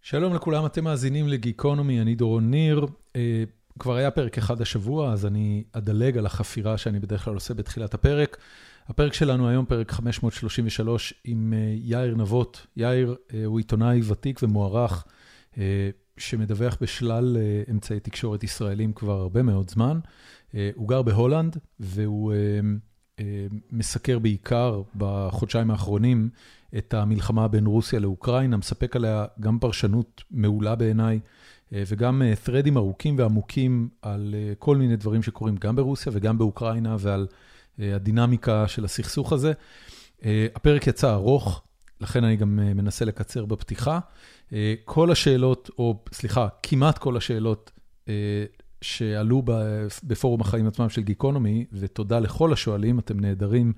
שלום לכולם, אתם מאזינים לגיקונומי, אני דורון ניר. כבר היה פרק אחד השבוע, אז אני אדלג על החפירה שאני בדרך כלל עושה בתחילת הפרק. הפרק שלנו היום, פרק 533, עם יאיר נבות. יאיר הוא עיתונאי ותיק ומוערך, שמדווח בשלל אמצעי תקשורת ישראלים כבר הרבה מאוד זמן. הוא גר בהולנד, והוא מסקר בעיקר בחודשיים האחרונים את המלחמה בין רוסיה לאוקראינה, מספק עליה גם פרשנות מעולה בעיניי, וגם ת'רדים ארוכים ועמוקים על כל מיני דברים שקורים גם ברוסיה וגם באוקראינה, ועל הדינמיקה של הסכסוך הזה. הפרק יצא ארוך, לכן אני גם מנסה לקצר בפתיחה. כל השאלות, או סליחה, כמעט כל השאלות שעלו בפורום החיים עצמם של גיקונומי, ותודה לכל השואלים, אתם נהדרים,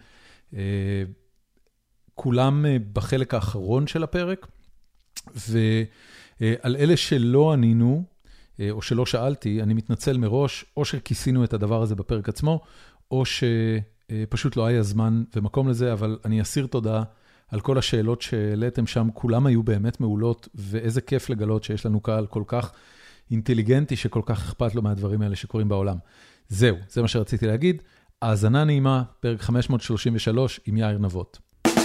כולם בחלק האחרון של הפרק, ועל אלה שלא ענינו, או שלא שאלתי, אני מתנצל מראש, או שכיסינו את הדבר הזה בפרק עצמו, או שפשוט לא היה זמן ומקום לזה, אבל אני אסיר תודה על כל השאלות שהעליתם שם, כולם היו באמת מעולות, ואיזה כיף לגלות שיש לנו קהל כל כך אינטליגנטי, שכל כך אכפת לו מהדברים האלה שקורים בעולם. זהו, זה מה שרציתי להגיד. האזנה נעימה, פרק 533 עם יאיר נבות.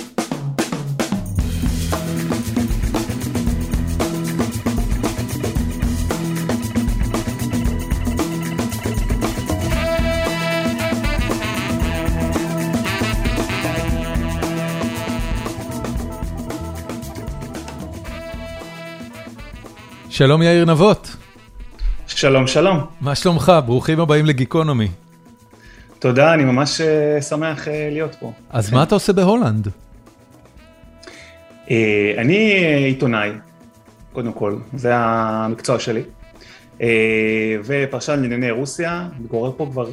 שלום יאיר נבות. שלום, שלום. מה שלומך? ברוכים הבאים לגיקונומי. תודה, אני ממש שמח להיות פה. אז מה אתה עושה בהולנד? אני עיתונאי, קודם כל, זה המקצוע שלי. ופרשן לענייני רוסיה, מתגורר פה כבר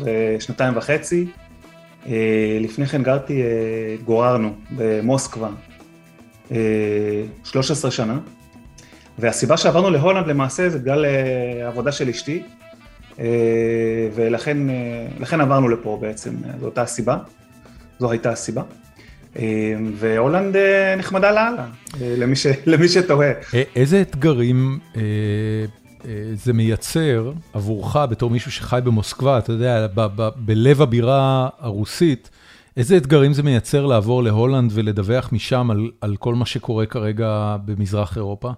2.5. לפני כן התגוררנו במוסקבה 13 שנה. והסיבה שעברנו להולנד למעשה זה בגלל העבודה של אשתי, ולכן עברנו לפה בעצם, זו הייתה הסיבה. והולנד נחמדה לאללה, למי שתוהה. איזה אתגרים זה מייצר עבורך בתור מישהו שחי במוסקבה, אתה יודע, בלב הבירה הרוסית, איזה אתגרים זה מייצר לעבור להולנד ולדווח משם על כל מה שקורה כרגע במזרח אירופה?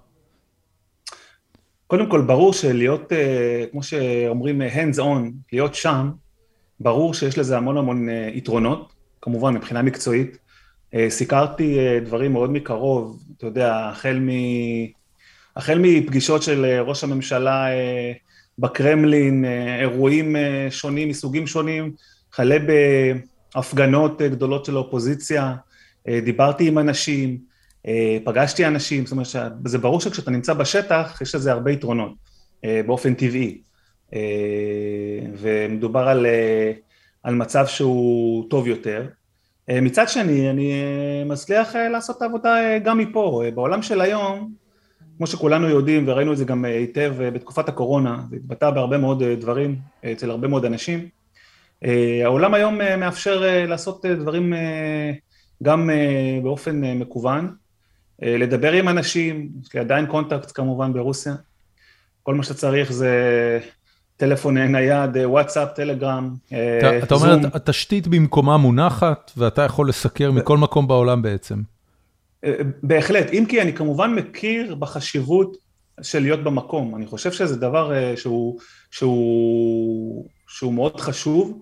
קודם כל, ברור שלהיות, כמו שאומרים, hands on, להיות שם, ברור שיש לזה המון יתרונות, כמובן מבחינה מקצועית. סיקרתי דברים מאוד מקרוב, אתה יודע, החל מפגישות של ראש הממשלה בקרמלין, אירועים שונים, מסוגים שונים, חלה בהפגנות גדולות של האופוזיציה, דיברתי עם אנשים, פגשתי אנשים, זאת אומרת שזה ברור שכשאתה נמצא בשטח יש לזה הרבה יתרונות באופן טבעי, ומדובר על מצב שהוא טוב יותר. מצד שני אני מצליח לעשות את העבודה גם מפה, בעולם של היום, כמו שכולנו יודעים וראינו את זה גם היטב בתקופת הקורונה, זה התבטא בהרבה מאוד דברים אצל הרבה מאוד אנשים. העולם היום מאפשר לעשות דברים גם באופן מקוון, לדבר עם אנשים, יש לי עדיין קונטקט כמובן ברוסיה, כל מה שצריך זה טלפון נייד, וואטסאפ, טלגרם, אתה אומר, התשתית במקומה מונחת, ואתה יכול לסקר מכל מקום בעולם בעצם. בהחלט, אם כי אני כמובן מכיר בחשיבות של להיות במקום, אני חושב שזה דבר שהוא מאוד חשוב,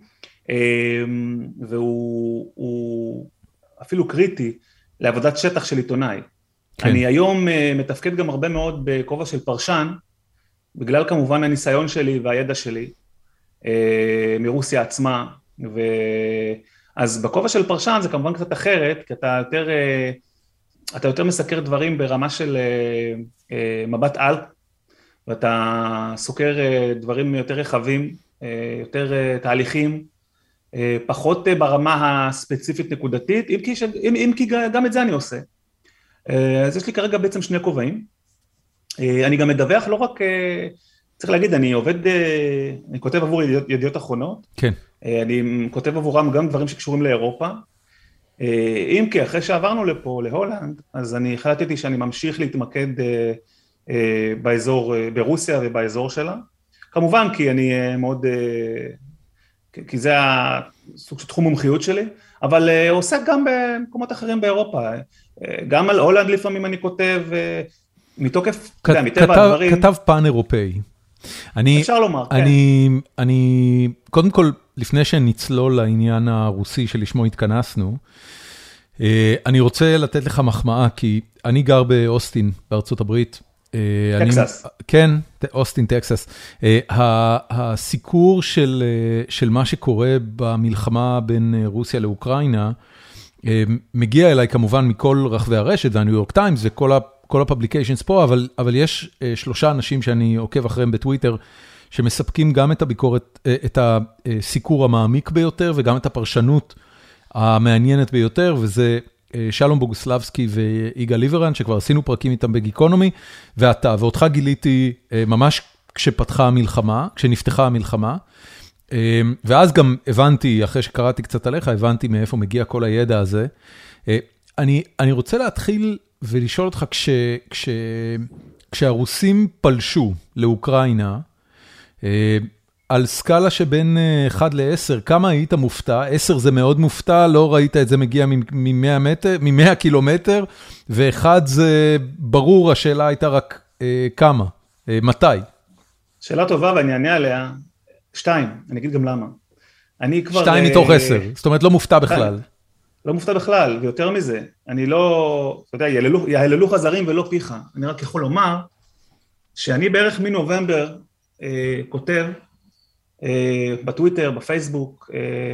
והוא אפילו קריטי לעבודת שטח של עיתונאי. כן. אני היום מתפקד גם הרבה מאוד בכובע של פרשן, בגלל כמובן הניסיון שלי והידע שלי מרוסיה עצמה, אז בכובע של פרשן זה כמובן קצת אחרת, כי אתה יותר מסקר דברים ברמה של מבט על, ואתה סוקר דברים יותר רחבים, יותר תהליכים, פחות ברמה הספציפית נקודתית, אם כי גם את זה אני עושה. אז יש לי כרגע בעצם שני כובעים. אני גם מדווח לא רק, צריך להגיד, אני כותב עבור ידיעות אחרונות. כן. אני כותב עבורם גם דברים שקשורים לאירופה. אם כי אחרי שעברנו לפה, להולנד, אז אני החלטתי שאני ממשיך להתמקד באזור, ברוסיה ובאזור שלה. כמובן כי אני מאוד, כי זה הסוג של תחום מומחיות שלי, אבל עוסק גם במקומות אחרים באירופה, גם על הולנד לפעמים אני כותב, מתוקף, מטבע הדברים. כתב פן אירופאי. אפשר לומר, כן. אני, קודם כל, לפני שנצלול לעניין הרוסי שלשמו התכנסנו, אני רוצה לתת לך מחמאה, כי אני גר באוסטין, בארצות הברית. טקסס. כן, אוסטין, טקסס. הסיקור של מה שקורה במלחמה בין רוסיה לאוקראינה, מגיע אליי כמובן מכל רחבי הרשת, והניו יורק טיימס וכל הפובליקיישנס פה, אבל יש 3 אנשים שאני עוקב אחריהם בטוויטר, שמספקים גם את הביקורת, את הסיקור המעמיק ביותר, וגם את הפרשנות המעניינת ביותר, וזה שלום בוגוסלבסקי ויגאל ליברן, שכבר עשינו פרקים איתם בגיקונומי, ואותך גיליתי ממש כשפתחה המלחמה, כשנפתחה המלחמה, ואז גם הבנתי, אחרי שקראתי קצת עליך, הבנתי מאיפה מגיע כל הידע הזה. אני רוצה להתחיל ולשאול אותך, כשהרוסים פלשו לאוקראינה, על סקאלה שבין 1 ל-10, כמה היית מופתע? 10 זה מאוד מופתע, לא ראית את זה מגיע מ-100 קילומטר, ו1 זה ברור, השאלה הייתה רק כמה, מתי? שאלה טובה ואני אענה עליה, 2, אני אגיד גם למה. 2 מתוך 10, זאת אומרת לא מופתע בכלל. לא מופתע בכלל, ויותר מזה, אני לא, אתה יודע, יהללו חזרים ולא פיך, אני רק יכול לומר, שאני בערך מנובמבר כותב, בטוויטר, בפייסבוק,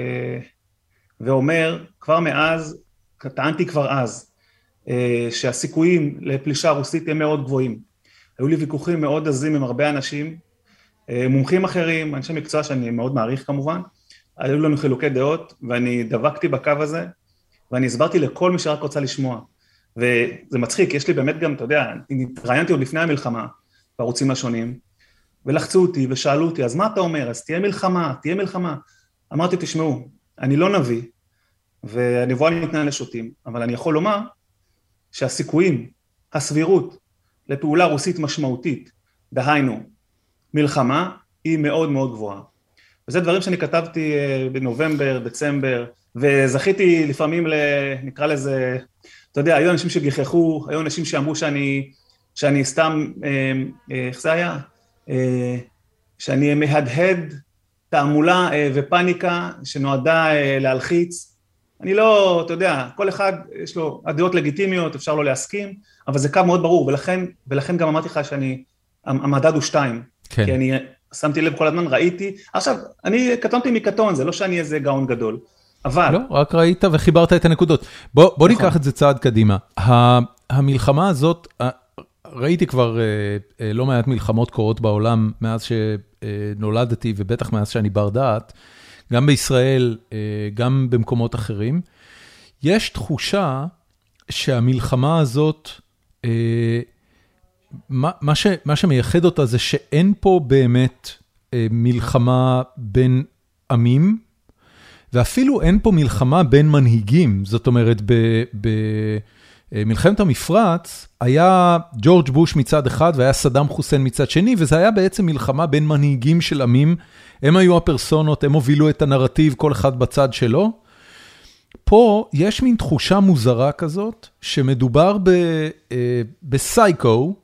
ואומר, כבר מאז, טענתי כבר אז, שהסיכויים לפלישה רוסית הם מאוד גבוהים. היו לי ויכוחים מאוד עזים עם הרבה אנשים, מומחים אחרים, אנשי מקצוע שאני מאוד מעריך כמובן, היו לנו חילוקי דעות, ואני דבקתי בקו הזה, ואני הסברתי לכל מי שרק רוצה לשמוע. וזה מצחיק, יש לי באמת גם, אתה יודע, התראיינתי עוד לפני המלחמה, בערוצים השונים, ולחצו אותי ושאלו אותי, אז מה אתה אומר? אז תהיה מלחמה, תהיה מלחמה. אמרתי, תשמעו, אני לא נביא, והנבואה ניתנה לשוטים, אבל אני יכול לומר שהסיכויים, הסבירות לפעולה רוסית משמעותית, דהיינו, מלחמה, היא מאוד מאוד גבוהה. וזה דברים שאני כתבתי בנובמבר, דצמבר, וזכיתי לפעמים, נקרא לזה, אתה יודע, היו אנשים שגיחכו, היו אנשים שאמרו שאני סתם, איך זה היה? שאני מהדהד תעמולה ופניקה שנועדה להלחיץ. אני לא, אתה יודע, כל אחד יש לו הדעות לגיטימיות, אפשר לא להסכים, אבל זה קו מאוד ברור, ולכן גם אמרתי לך המדד הוא 2, כן. כי אני שמתי לב כל הזמן, ראיתי, עכשיו, אני קטונתי מקטון, זה לא שאני איזה גאון גדול, אבל... לא, רק ראית וחיברת את הנקודות. בוא ניקח את זה צעד קדימה. המלחמה הזאת, ראיתי כבר לא מעט מלחמות קורות בעולם מאז שנולדתי, ובטח מאז שאני בר דעת, גם בישראל, גם במקומות אחרים. יש תחושה שהמלחמה הזאת, מה שמייחד אותה זה שאין פה באמת מלחמה בין עמים, ואפילו אין פה מלחמה בין מנהיגים. זאת אומרת, במלחמת המפרץ היה ג'ורג' בוש מצד אחד והיה סדאם חוסיין מצד שני, וזה היה בעצם מלחמה בין מנהיגים של עמים. הם היו הפרסונות, הם הובילו את הנרטיב, כל אחד בצד שלו. פה יש מין תחושה מוזרה כזאת, שמדובר בסייקו,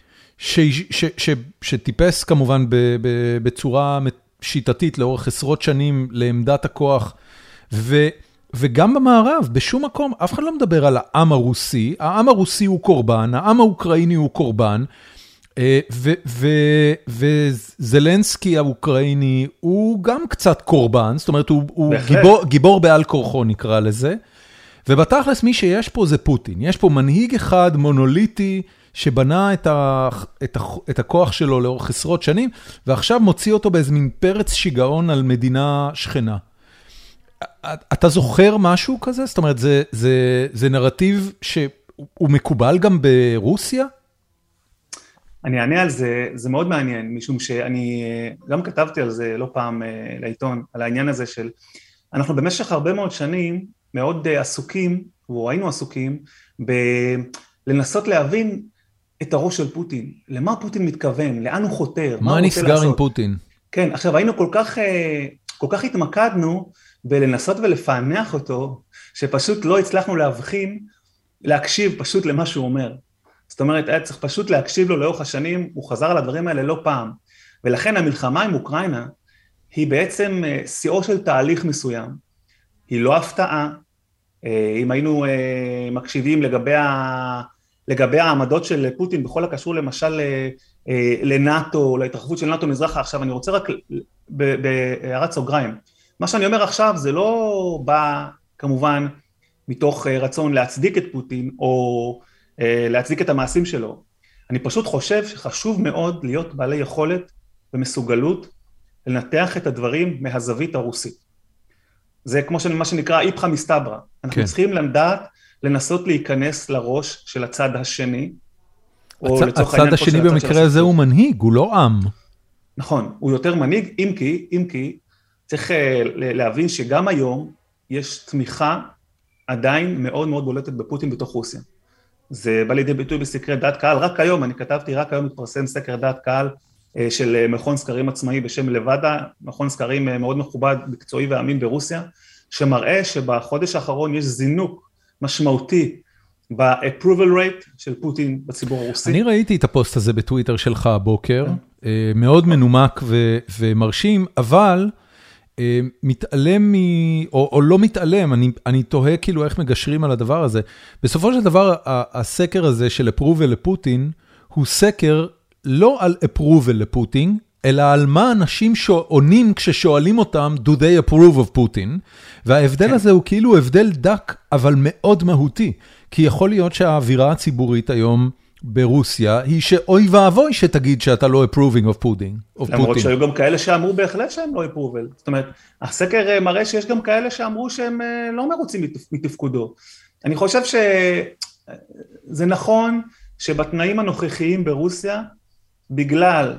שטיפס כמובן בצורה שיטתית לאורך עשרות שנים לעמדת הכוח, וגם במערב, בשום מקום, אף אחד לא מדבר על העם הרוסי, העם הרוסי הוא קורבן, העם האוקראיני הוא קורבן, וזלנסקי האוקראיני הוא גם קצת קורבן, זאת אומרת, הוא גיבור בעל כורחו נקרא לזה, ובתכלס מי שיש פה זה פוטין, יש פה מנהיג אחד מונוליטי, שבנה את הכוח שלו לאורך עשרות שנים, ועכשיו מוציא אותו באיזה מין פרץ שיגעון על מדינה שכנה. אתה זוכר משהו כזה? זאת אומרת, זה נרטיב שהוא מקובל גם ברוסיה? אני אענה על זה, זה מאוד מעניין, משום שאני גם כתבתי על זה לא פעם לעיתון, על העניין הזה של, אנחנו במשך הרבה מאוד שנים מאוד עסוקים, או היינו עסוקים, לנסות להבין את הראש של פוטין, למה פוטין מתכוון, לאן הוא חותר, מה נסגר עם פוטין? כן, עכשיו היינו כל כך התמקדנו בלנסות ולפענח אותו, שפשוט לא הצלחנו להקשיב פשוט למה שהוא אומר. זאת אומרת, היה צריך פשוט להקשיב לו לאורך השנים, הוא חזר על הדברים האלה לא פעם, ולכן המלחמה עם אוקראינה, היא בעצם שיאו של תהליך מסוים, היא לא הפתעה, אם היינו מקשיבים לגבי העמדות של פוטין, בכל הקשור למשל לנאטו, להתרחבות של נאטו מזרחה, עכשיו אני רוצה רק בהערת סוגריים, מה שאני אומר עכשיו זה לא בא כמובן מתוך רצון להצדיק את פוטין, או להצדיק את המעשים שלו, אני פשוט חושב שחשוב מאוד להיות בעלי יכולת ומסוגלות, לנתח את הדברים מהזווית הרוסית. זה כמו מה שנקרא איפכא מסתברא. אנחנו צריכים לדעת לנסות להיכנס לראש של הצד השני. הצד השני במקרה הזה הוא מנהיג, הוא לא עם. נכון, הוא יותר מנהיג, אם כי צריך להבין שגם היום יש תמיכה עדיין מאוד מאוד בולטת בפוטין בתוך רוסיה. זה בא לידי ביטוי בסקרי דעת קהל, רק היום מתפרסם סקר דעת קהל, של מכון סקרים עצמאי בשם לבדה, מכון סקרים מאוד מכובד, מקצועי ואמין ברוסיה, שמראה שבחודש האחרון יש זינוק משמעותי ב-approval rate של פוטין בציבור הרוסי. אני ראיתי את הפוסט הזה בטוויטר שלך הבוקר, מאוד מנומק ומרשים, אבל מתעלם או לא מתעלם, אני תוהה כאילו איך מגשרים על הדבר הזה. בסופו של דבר, הסקר הזה של approval לפוטין, הוא סקר לא על approval לפוטין, אלא על מה אנשים עונים כששואלים אותם, do they approve of Putin? וההבדל הזה הוא כאילו הבדל דק, אבל מאוד מהותי. כי יכול להיות שהאווירה הציבורית היום ברוסיה, היא שאוי ואבוי שתגיד שאתה לא approving of Putin. למרות שהיו גם כאלה שאמרו בהחלט שהם לא approval. זאת אומרת, הסקר מראה שיש גם כאלה שאמרו שהם לא מרוצים מתפקודו. אני חושב שזה נכון שבתנאים הנוכחיים ברוסיה, בגלל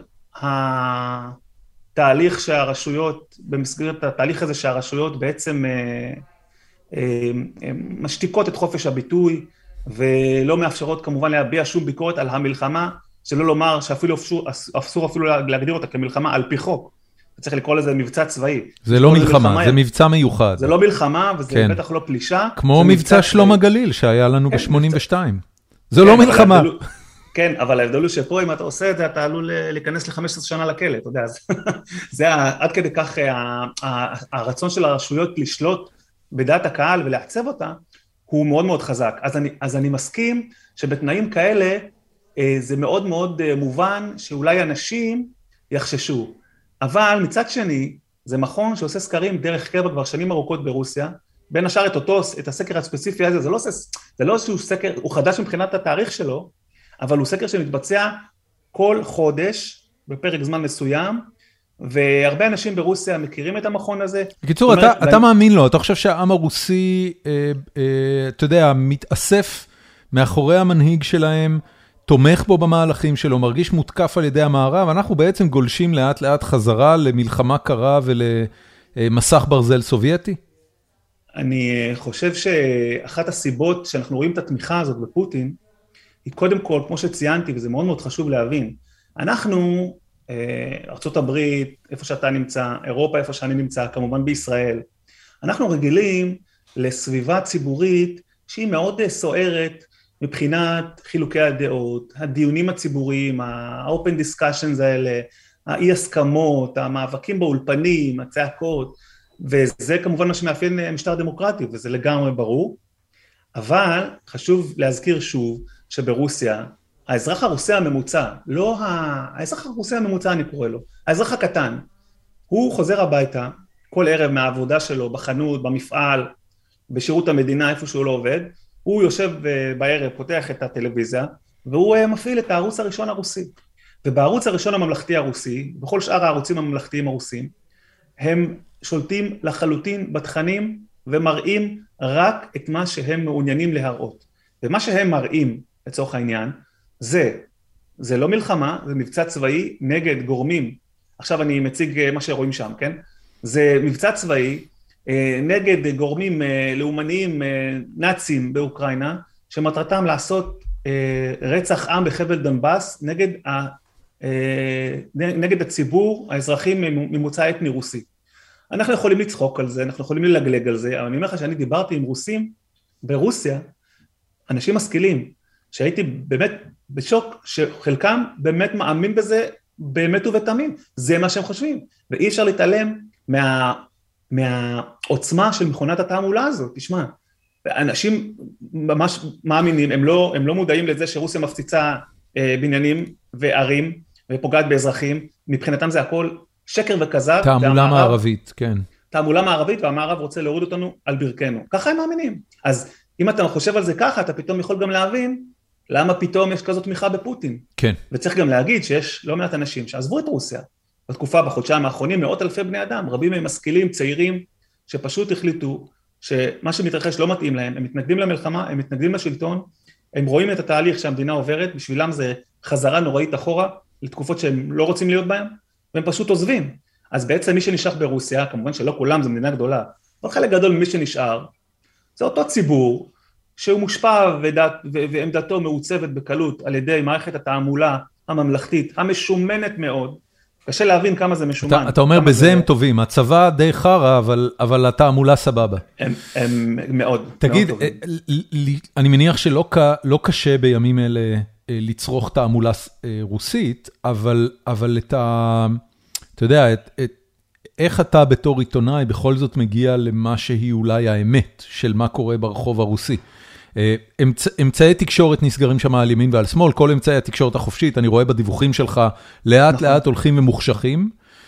התהליך שהרשויות, במסגרת התהליך הזה שהרשויות בעצם משתיקות את חופש הביטוי, ולא מאפשרות כמובן להביע שום ביקורת על המלחמה, שלא לומר שאפילו אסור אפילו להגדיר אותה כמלחמה על פי חוק. צריך לקרוא לזה מבצע צבאי. זה לא מלחמה, זה מבצע מיוחד. זה לא מלחמה וזה בטח לא פלישה. כמו מבצע שלום הגליל שהיה לנו ב-82. זה לא מלחמה. כן, אבל ההבדל הוא שפה אם אתה עושה את זה, אתה עלול להיכנס ל-15 שנה לכלא, אתה יודע, זה עד כדי כך הרצון של הרשויות לשלוט בדעת הקהל ולעצב אותה, הוא מאוד מאוד חזק. אז אני מסכים שבתנאים כאלה, זה מאוד מאוד מובן שאולי אנשים יחששו. אבל מצד שני, זה מכון שעושה סקרים דרך קבע כבר שנים ארוכות ברוסיה, בין השאר את הסקר הספציפי הזה, זה לא איזשהו סקר, הוא חדש מבחינת התאריך שלו, אבל הוא סקר שמתבצע כל חודש, בפרק זמן מסוים, והרבה אנשים ברוסיה מכירים את המכון הזה. בקיצור, אתה מאמין לו, אתה חושב שהעם הרוסי, אתה יודע, מתאסף מאחורי המנהיג שלהם, תומך בו במהלכים שלו, מרגיש מותקף על ידי המערב, אנחנו בעצם גולשים לאט לאט חזרה למלחמה קרה ולמסך ברזל סובייטי? אני חושב שאחת הסיבות שאנחנו רואים את התמיכה הזאת בפוטין, היא קודם כל, כמו שציינתי, וזה מאוד מאוד חשוב להבין, אנחנו, ארצות הברית, איפה שאתה נמצא, אירופה, איפה שאני נמצא, כמובן בישראל, אנחנו רגילים לסביבה ציבורית שהיא מאוד סוערת מבחינת חילוקי הדעות, הדיונים הציבוריים, ה-open discussions האלה, האי הסכמות, המאבקים באולפנים, הצעקות, וזה כמובן מה שמאפיין משטר דמוקרטי, וזה לגמרי ברור, אבל חשוב להזכיר שוב, שברוסיה, האזרח הרוסי הממוצע, האזרח הרוסי הממוצע אני קורא לו, האזרח הקטן, הוא חוזר הביתה כל ערב מהעבודה שלו, בחנות, במפעל, בשירות המדינה, איפה שהוא לא עובד, הוא יושב בערב, פותח את הטלוויזיה, והוא מפעיל את הערוץ הראשון הרוסי. ובערוץ הראשון הממלכתי הרוסי, בכל שאר הערוצים הממלכתיים הרוסים, הם שולטים לחלוטין בתכנים, ומראים רק את מה שהם מעוניינים להראות. ומה שהם מראים, לצורך העניין, זה לא מלחמה, זה מבצע צבאי נגד גורמים. עכשיו אני מציג מה שרואים שם, כן? זה מבצע צבאי נגד גורמים לאומניים נאצים באוקראינה, שמטרתם לעשות רצח עם בחבל דונבאס נגד הציבור, האזרחים ממוצא אתני רוסי. אנחנו יכולים לצחוק על זה, אנחנו יכולים ללגלג על זה, אבל אני אומר לך שאני דיברתי עם רוסים ברוסיה, אנשים משכילים, שהייתי באמת בשוק, שחלקם באמת מאמין בזה, באמת ובתמים, זה מה שהם חושבים, ואי אפשר להתעלם מהעוצמה של מכונת התעמולה הזאת. תשמע, אנשים ממש מאמינים, הם לא מודעים לזה שרוסיה מפציצה בניינים וערים, ופוגעת באזרחים, מבחינתם זה הכל שקר וכזב. תעמולה מערבית, כן. תעמולה מערבית, והמערב רוצה להוריד אותנו על ברכנו. ככה הם מאמינים. אז אם אתה חושב על זה ככה, אתה פתאום יכול גם להבין, למה פתאום יש כזאת תמיכה בפוטין. כן. וצריך גם להגיד שיש לא מעט אנשים שעזבו את רוסיה, בתקופה, בחודשיים האחרונים, מאות אלפי בני אדם, רבים מהם משכילים, צעירים, שפשוט החליטו שמה שמתרחש לא מתאים להם, הם מתנגדים למלחמה, הם מתנגדים לשלטון, הם רואים את התהליך שהמדינה עוברת, בשבילם זה חזרה נוראית אחורה, לתקופות שהם לא רוצים להיות בהם, והם פשוט עוזבים. אז בעצם מי שנשאר ברוסיה, כמובן שלא כולם, זו מדינה גדולה, אבל חלק גדול ממי שנשאר, זה אותו ציבור, שהוא מושפע ועמדתו מעוצבת בקלות על ידי מערכת התעמולה הממלכתית, המשומנת מאוד, קשה להבין כמה זה משומן. אתה אומר, בזה הם טובים, הצבא די חרא, אבל התעמולה סבבה. הם מאוד. תגיד, אני מניח שלא קשה בימים אלה לצרוך תעמולה רוסית, אבל אתה יודע, איך אתה בתור עיתונאי בכל זאת מגיע למה שהיא אולי האמת של מה קורה ברחוב הרוסי? אמצעי תקשורת נסגרים שם על ימין ועל שמאל, כל אמצעי התקשורת החופשית, אני רואה בדיווחים שלך, לאט לאט הולכים ומוחשכים,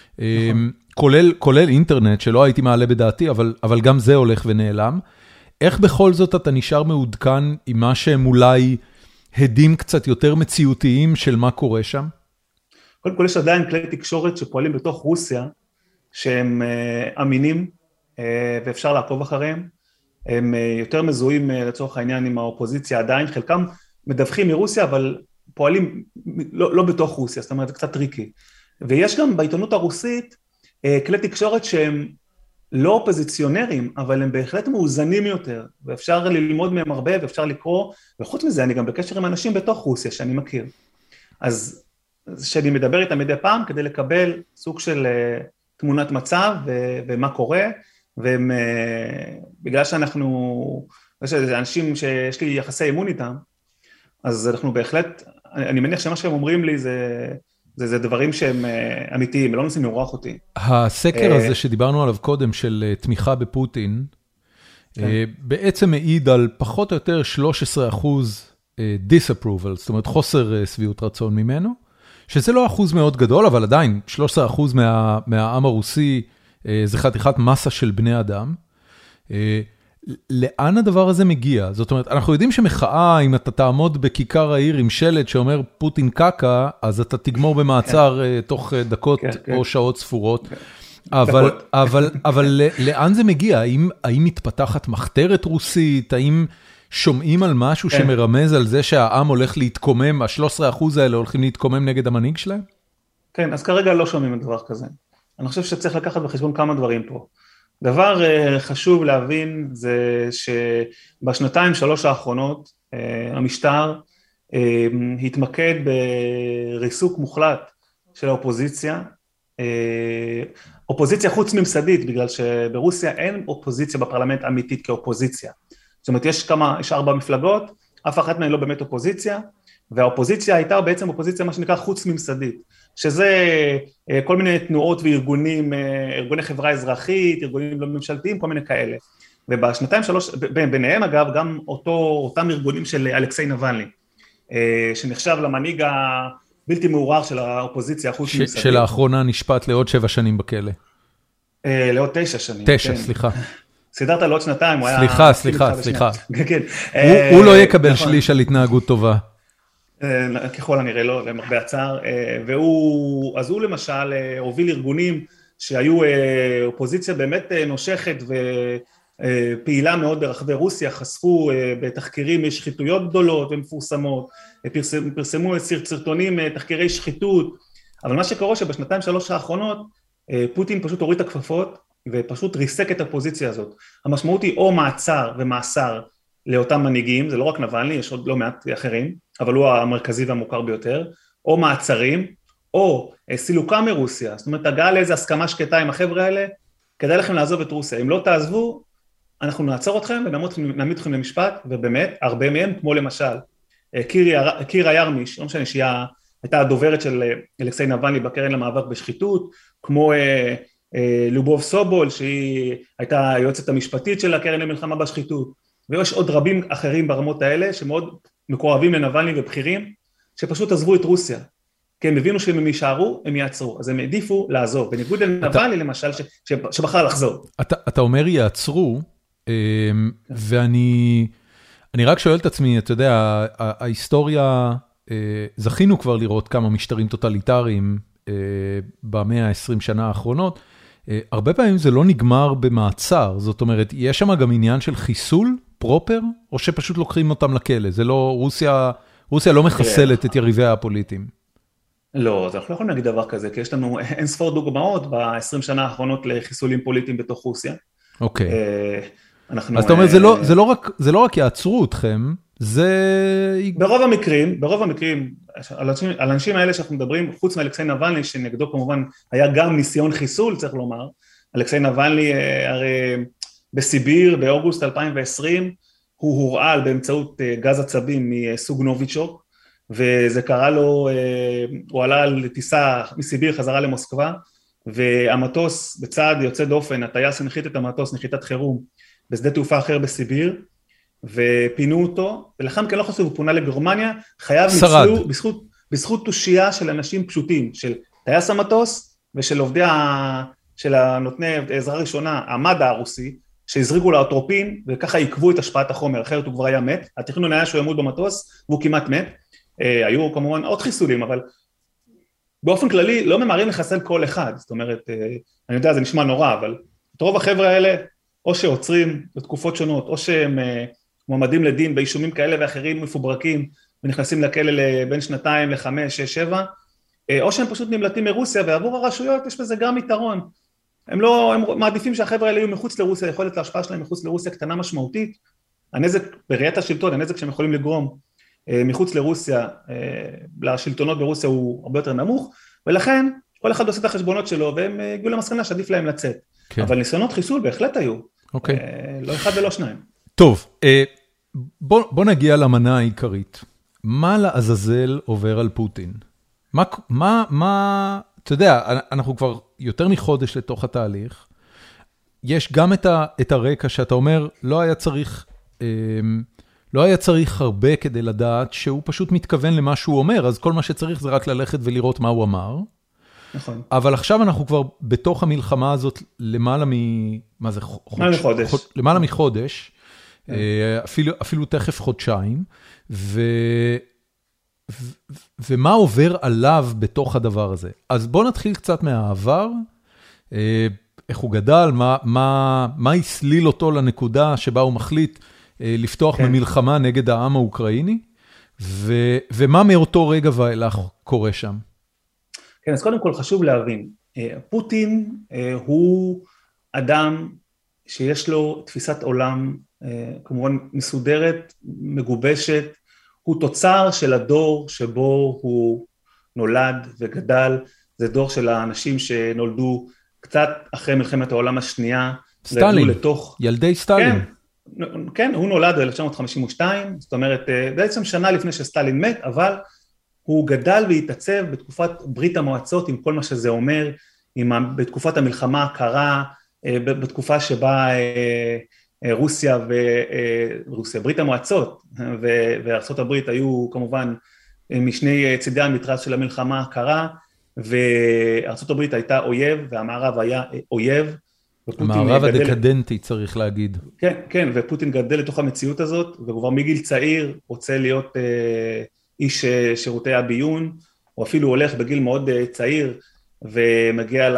כולל אינטרנט, שלא הייתי מעלה בדעתי, אבל גם זה הולך ונעלם. איך בכל זאת אתה נשאר מעודכן עם מה שהם אולי הדים קצת יותר מציאותיים של מה קורה שם? קודם כל יש עדיין כלי תקשורת שפועלים בתוך רוסיה, שהם אמינים, ואפשר לעקוב אחריהם, הם יותר מזוהים לצורך העניין עם האופוזיציה עדיין, חלקם מדווחים מרוסיה, אבל פועלים לא בתוך רוסיה, זאת אומרת, זה קצת טריקי. ויש גם בעיתונות הרוסית כלי תקשורת שהם לא אופוזיציונרים, אבל הם בהחלט מאוזנים יותר, ואפשר ללמוד מהם הרבה, ואפשר לקרוא, וחוץ מזה, אני גם בקשר עם אנשים בתוך רוסיה, שאני מכיר. אז שאני מדבר איתם מדי פעם, כדי לקבל סוג של תמונת מצב, ומה קורה, והם, בגלל שאנחנו, יש אנשים שיש לי יחסי אמון איתם, אז אנחנו בהחלט, אני מניח שמה שהם אומרים לי זה דברים שהם אמיתיים, לא מנסים לרוח אותי. הסקר הזה שדיברנו עליו קודם, של תמיכה בפוטין, בעצם מעיד על פחות או יותר 13% disapproval, זאת אומרת חוסר שביעות רצון ממנו, שזה לא אחוז מאוד גדול, אבל עדיין 13% מהעם הרוסי, זה חתיכת מסה של בני אדם. לאן הדבר הזה מגיע? זאת אומרת, אנחנו יודעים שמחאה, אם אתה תעמוד בכיכר העיר עם שלט שאומר פוטין קקה, אז אתה תגמור במעצר תוך דקות או שעות ספורות. אבל לאן זה מגיע? האם מתפתחת מחתרת רוסית? האם שומעים על משהו שמרמז על זה שהעם הולך להתקומם, ה-13% האלה הולכים להתקומם נגד המנהיג שלהם? כן, אז כרגע לא שומעים את דבר כזה. אני חושב שצריך לקחת בחשבון כמה דברים פה. דבר חשוב להבין זה שבשנתיים שלוש האחרונות המשטר התמקד בריסוק מוחלט של האופוזיציה, אופוזיציה חוץ ממסדית, בגלל שברוסיה אין אופוזיציה בפרלמנט אמיתית כאופוזיציה. זאת אומרת, יש 4 מפלגות, אף אחת מהן לא באמת אופוזיציה, והאופוזיציה הייתה בעצם אופוזיציה מה שנקרא חוץ ממסדית, שזה כל מיני תנועות וארגונים, ארגוני חברה אזרחית, ארגונים לא ממשלתיים, כל מיני כאלה. ובשנתיים שלוש, ביניהם אגב, גם אותם ארגונים של אלכסיי נבלני, שנחשב למנהיג הבלתי מעורר של האופוזיציה החוץ ממסדית. שלאחרונה נשפט לעוד 7 שנים בכלא. לעוד 9 שנים. 9, סליחה. סידרת לעוד שנתיים, הוא היה... סליחה. הוא לא יקבל שליש על התנהגות טובה. ככל הנראה לא, למרבה הצער, אז הוא למשל הוביל ארגונים שהיו אופוזיציה באמת נושכת ופעילה מאוד ברחבי רוסיה, חשפו בתחקירים שחיתויות גדולות ומפורסמות, פרסמו סרטונים, תחקירי שחיתות, אבל מה שקורה שבשנתיים שלוש האחרונות, פוטין פשוט הוריד את הכפפות ופשוט ריסק את הפוזיציה הזאת. המשמעות היא או מעצר ומאסר לאותם מנהיגים, זה לא רק נבלני, יש עוד לא מעט אחרים, אבל הוא המרכזי והמוכר ביותר, או מעצרים, או סילוקה מרוסיה, זאת אומרת, הגעה לאיזו הסכמה שקטה עם החבר'ה האלה, כדאי לכם לעזוב את רוסיה, אם לא תעזבו, אנחנו נעצור אתכם ונעמיד אתכם למשפט, ובאמת, הרבה מהם, כמו למשל, קירה ירמיש, לא משנה שהיא הייתה הדוברת של אלכסיי נבלני בקרן למאבק בשחיתות, כמו לובוב סובול, שהיא הייתה היועצת המשפטית של הקרן למלחמה בשחיתות, ויש עוד רבים אחרים ברמות האלה, שמאוד מקורבים לנבלני ובכירים, שפשוט עזבו את רוסיה, כי הם הבינו שאם הם יישארו, הם יעצרו, אז הם העדיפו לעזוב, בניגוד לנבלני למשל, שבחר לחזור. אתה אומר יעצרו, ואני רק שואל את עצמי, אתה יודע, ההיסטוריה, זכינו כבר לראות כמה משטרים טוטליטריים במאה ה-20 שנה האחרונות, הרבה פעמים זה לא נגמר במעצר, זאת אומרת, יש שם גם עניין של חיסול פרופר, או שפשוט לוקחים אותם לכלא, זה לא, רוסיה לא מחסלת את יריביה הפוליטיים. לא, אנחנו לא יכולים להגיד דבר כזה, כי יש לנו אין ספור דוגמאות ב-20 שנה האחרונות לחיסולים פוליטיים בתוך רוסיה. אוקיי. אז אתה אומר, זה לא רק יעצרו אתכם, זה... ברוב המקרים, על האנשים האלה שאנחנו מדברים, חוץ מאלכסיי נבלני, שנגדו כמובן היה גם ניסיון חיסול, צריך לומר, אלכסיי נבלני הרי בסיביר, באוגוסט 2020, הוא הורעל באמצעות גז עצבים מסוג נוביצ'וק, וזה קרה לו, הוא עלה על טיסה מסיביר חזרה למוסקבה, והמטוס בצעד יוצא דופן, הטייס הנחית את המטוס, נחיתת חירום, בשדה תעופה אחר בסיביר, ופינו אותו, ולאחר מכן לא חשוב, הוא פונה לגרמניה, חייו ניצלו בזכות תושייה של אנשים פשוטים, של טייס המטוס, ושל עובדי, של הנותני עזרה ראשונה, המד"א הרוסי, שהזריגו לאטרופין, וככה עיכבו את השפעת החומר, אחרת הוא כבר היה מת, התכנון היה שהוא ימות במטוס, והוא כמעט מת, היו כמובן עוד חיסולים, אבל באופן כללי לא ממהרים לחסל כל אחד, זאת אומרת, אני יודע, זה נשמע נורא, אבל את רוב החבר'ה האלה, או שעוצרים בתקופות שונות, או שהם מועמדים לדין באישומים כאלה ואחרים מפוברקים, ונכנסים לכלא בין 2 ל5, 6, 7, או שהם פשוט נמלטים מרוסיה, ועבור הרשויות יש בזה גם יתרון. הם מעדיפים שהחבר'ה האלה יהיו מחוץ לרוסיה, יכולת ההשפעה שלהם מחוץ לרוסיה קטנה משמעותית, הנזק בראיית השלטון, הנזק שהם יכולים לגרום מחוץ לרוסיה, לשלטונות ברוסיה הוא הרבה יותר נמוך, ולכן כל אחד עושה את החשבונות שלו, והם הגיעו למסקנה שעדיף להם לצאת. כן. אבל ניסיונות חיסול בהחלט היו. אוקיי. לא אחד ולא שניים. טוב, בוא נגיע למנה העיקרית. מה לעזאזל עובר על פוטין? אתה יודע, אנחנו כבר יותר מחודש לתוך התהליך, יש גם את הרקע שאתה אומר, לא היה צריך הרבה כדי לדעת שהוא פשוט מתכוון למה שהוא אומר, אז כל מה שצריך זה רק ללכת ולראות מה הוא אמר. נכון. אבל עכשיו אנחנו כבר בתוך המלחמה הזאת למעלה למעלה מחודש, אפילו תכף חודשיים, ומה עובר עליו בתוך הדבר הזה. אז בוא נתחיל קצת מהעבר, איך הוא גדל, מה הסליל אותו לנקודה שבה הוא מחליט לפתוח במלחמה נגד העם האוקראיני, ומה מאותו רגע ואילך קורה שם. כן, אז קודם כל חשוב להבין, פוטין הוא אדם שיש לו תפיסת עולם כמובן מסודרת, מגובשת, הוא תוצר של הדור שבו הוא נולד וגדל, זה דור של האנשים שנולדו קצת אחרי מלחמת העולם השנייה. סטלין, ילדי סטלין. כן, הוא נולד ב-1952, זאת אומרת בעצם שנה לפני שסטלין מת, אבל הוא גדל והתעצב בתקופת ברית המועצות עם כל מה שזה אומר, בתקופת המלחמה הקרה, בתקופה שבה רוסיה, ברית המועצות וארצות הברית היו כמובן משני צידי המתרס של המלחמה הקרה, וארצות הברית הייתה אויב והמערב היה אויב. המערב הדקדנטי צריך להגיד. כן, כן, ופוטין גדל לתוך המציאות הזאת, וכבר מגיל צעיר רוצה להיות איש שירותי הביון, או אפילו הולך בגיל מאוד צעיר, ומגיע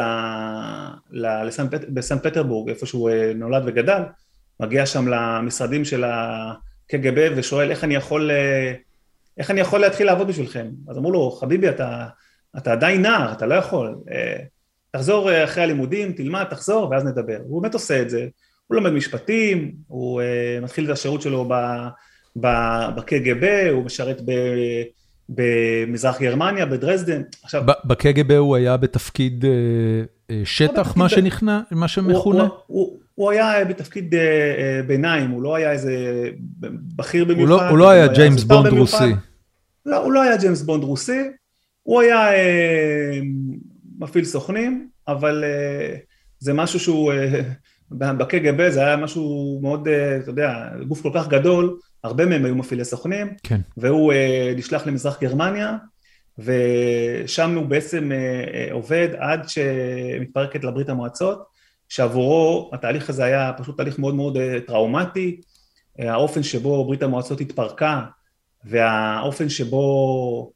בסן פטרבורג, איפה שהוא נולד וגדל, מגיע שם למשרדים של הקג"ב ושואל איך אני יכול להתחיל לעבוד בשבילכם. אז אמרו לו, חביבי, אתה עדיין נער, אתה לא יכול, תחזור אחרי הלימודים, תלמד, תחזור, ואז נדבר. הוא באמת עושה את זה, הוא לומד משפטים, הוא מתחיל את השירות שלו בקג"ב, הוא משרת במזרח גרמניה, בדרזדן. בקג"ב הוא היה בתפקיד שטח, מה שמכונה? הוא היה בתפקיד ביניים, הוא לא היה איזה בכיר במיוחד. הוא לא היה ג'יימס בונד רוסי. לא, הוא לא היה ג'יימס בונד רוסי, הוא היה מפעיל סוכנים, אבל זה משהו שהוא, בקג"ב זה היה משהו מאוד, אתה יודע, גוף כל כך גדול, הרבה מהם היו מפעילי סוכנים, כן. והוא נשלח למזרח גרמניה, ושם הוא בעצם עובד עד שמתפרקת לברית המועצות, שעבורו התהליך הזה היה פשוט תהליך מאוד מאוד טראומטי, האופן שבו ברית המועצות התפרקה, והאופן שבו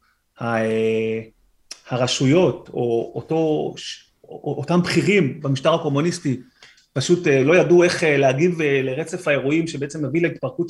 הרשויות, או אותם בכירים במשטר הקומוניסטי, פשוט לא ידעו איך להגיב לרצף האירועים שבעצם מביא להתפרקות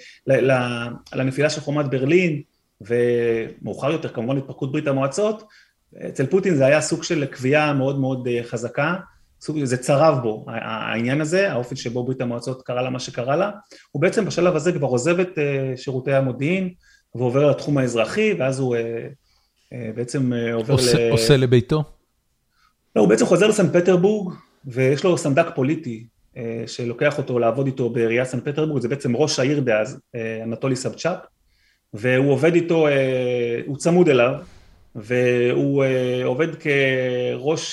לנפילה של חומת ברלין, ומאוחר יותר כמובן להתפרקות ברית המועצות. אצל פוטין זה היה סוג של קביעה מאוד מאוד חזקה, זה צרב בו, העניין הזה, האופן שבו ברית המועצות קרה לה מה שקרה לה, הוא בעצם בשלב הזה כבר עוזב את שירותי המודיעין, ועובר לתחום האזרחי, ואז הוא בעצם עובר עושה לביתו? לא, הוא בעצם חוזר לסן פטרבורג, ויש לו סנדק פוליטי, שלוקח אותו לעבוד איתו בעיריית סן פטרבורג, זה בעצם ראש העיר דאז, אנטולי סבצ'אק, והוא עובד איתו, הוא צמוד אליו, והוא עובד כראש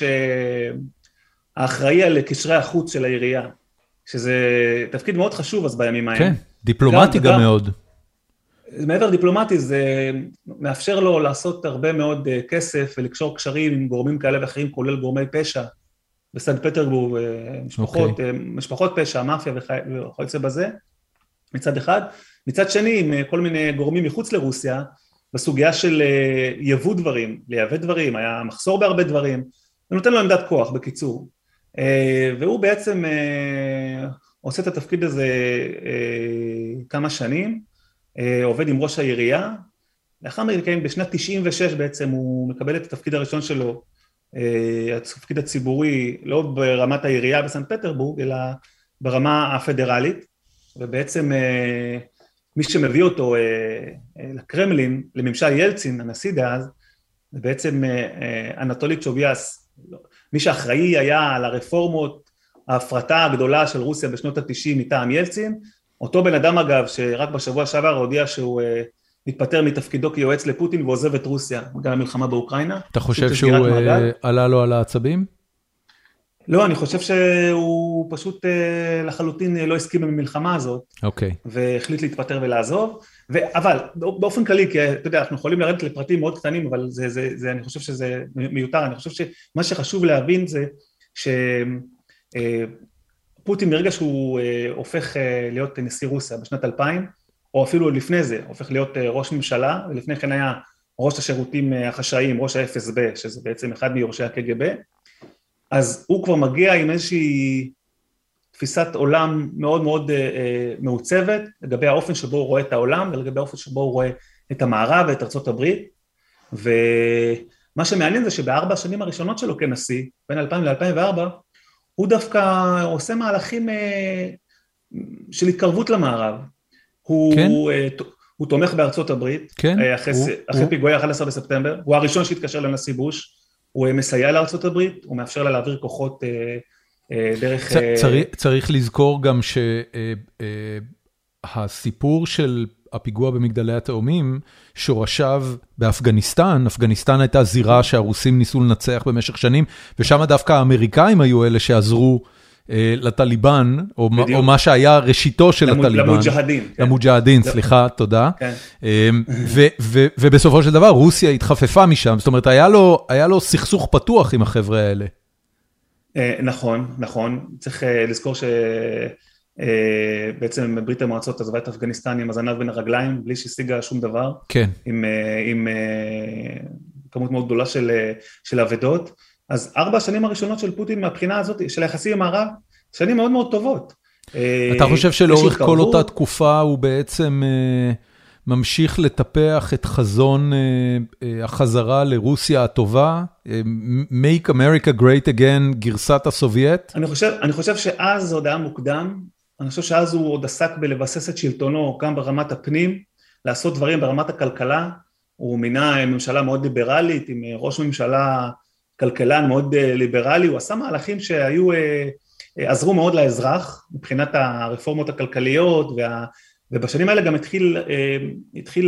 האחראי על קשרי החוץ של העירייה, שזה תפקיד מאוד חשוב אז בימים ההם. כן, דיפלומטי גם מאוד. מעבר דיפלומטי זה מאפשר לו לעשות הרבה מאוד כסף ולקשור קשרים עם גורמים כאלה ואחרים, כולל גורמי פשע בסן פטרבורג, משפחות פשע, מאפיה וכיוצא בזה, מצד אחד. מצד שני, עם כל מיני גורמים מחוץ לרוסיה, בסוגיה של יבוא דברים, לייבא דברים, היה מחסור בהרבה דברים, ונותן לו עמדת כוח בקיצור. והוא בעצם עושה את התפקיד הזה כמה שנים, עובד עם ראש העירייה, לאחר מכן בשנת 96 בעצם הוא מקבל את התפקיד הראשון שלו, התפקיד הציבורי, לא ברמת העירייה בסן פטרבורג, אלא ברמה הפדרלית, ובעצם מי שמביא אותו לקרמלין, לממשל ילצין, הנשיא דאז, זה בעצם אנטולי צ'וביאס, מי שאחראי היה על הרפורמות, ההפרטה הגדולה של רוסיה בשנות ה-90 מטעם ילצין, אותו בן אדם אגב, שרק בשבוע שעבר הודיע שהוא מתפטר מתפקידו כיועץ לפוטין ועוזב את רוסיה, בגלל המלחמה באוקראינה. אתה חושב שהוא עלה לו על העצבים? לא, אני חושב שהוא פשוט לחלוטין לא הסכים במלחמה הזאת, והחליט להתפטר ולעזוב, אבל באופן כללי, כי אתה יודע, אנחנו יכולים לרדת לפרטים מאוד קטנים, אבל אני חושב שזה מיותר, אני חושב שמה שחשוב להבין זה, פוטין מרגע שהוא הופך להיות נשיא רוסיה בשנת 2000, או אפילו לפני זה, הופך להיות ראש ממשלה, ולפני כן היה ראש השירותים החשאיים, ראש ה-FSB, שזה בעצם אחד מיורשי הקג"ב, אז הוא כבר מגיע עם איזושהי תפיסת עולם מאוד מאוד מעוצבת, לגבי האופן שבו הוא רואה את העולם, ולגבי האופן שבו הוא רואה את המערב ואת ארצות הברית, ומה שמעניין זה שבארבע השנים הראשונות שלו כנשיא, בין 2000 ל-2004, הוא דווקא עושה מהלכים של התקרבות למערב, הוא תומך בארצות הברית, אחרי פיגועי 11 בספטמבר, הוא הראשון שהתקשר לנשיא בוש, הוא מסייע לארצות הברית, הוא מאפשר לה להעביר כוחות דרך... צריך לזכור גם שהסיפור של הפיגוע במגדלי התאומים, שורשיו באפגניסטן, אפגניסטן הייתה זירה שהרוסים ניסו לנצח במשך שנים, ושם דווקא האמריקאים היו אלה שעזרו לטליבן, או מה שהיה ראשיתו של הטליבן. למוג'הדין. למוג'הדין, סליחה, תודה. ובסופו של דבר רוסיה התחפפה משם, זאת אומרת, היה לו סכסוך פתוח עם החבר'ה האלה. נכון, נכון. צריך לזכור שבעצם ברית המועצות עזבה את אפגניסטן עם הזנב בין הרגליים, בלי שהשיגה שום דבר. כן. עם כמות מאוד גדולה של עבדות. אז 4 השנים הראשונות של פוטין מהבחינה הזאת, של היחסים עם הערב, שנים מאוד מאוד טובות. אתה חושב שלאורך כל אותה תקופה הוא בעצם ממשיך לטפח את חזון החזרה לרוסיה הטובה, Make America Great Again, גרסת הסובייט? אני חושב שאז עוד היה מוקדם, אני חושב שאז הוא עוד עסק בלבסס את שלטונו גם ברמת הפנים, לעשות דברים ברמת הכלכלה, הוא מינה ממשלה מאוד ליברלית, עם ראש ממשלה כלכלן מאוד ליברלי, הוא עשה מהלכים שהיו, עזרו מאוד לאזרח, מבחינת הרפורמות הכלכליות, ובשנים האלה גם התחיל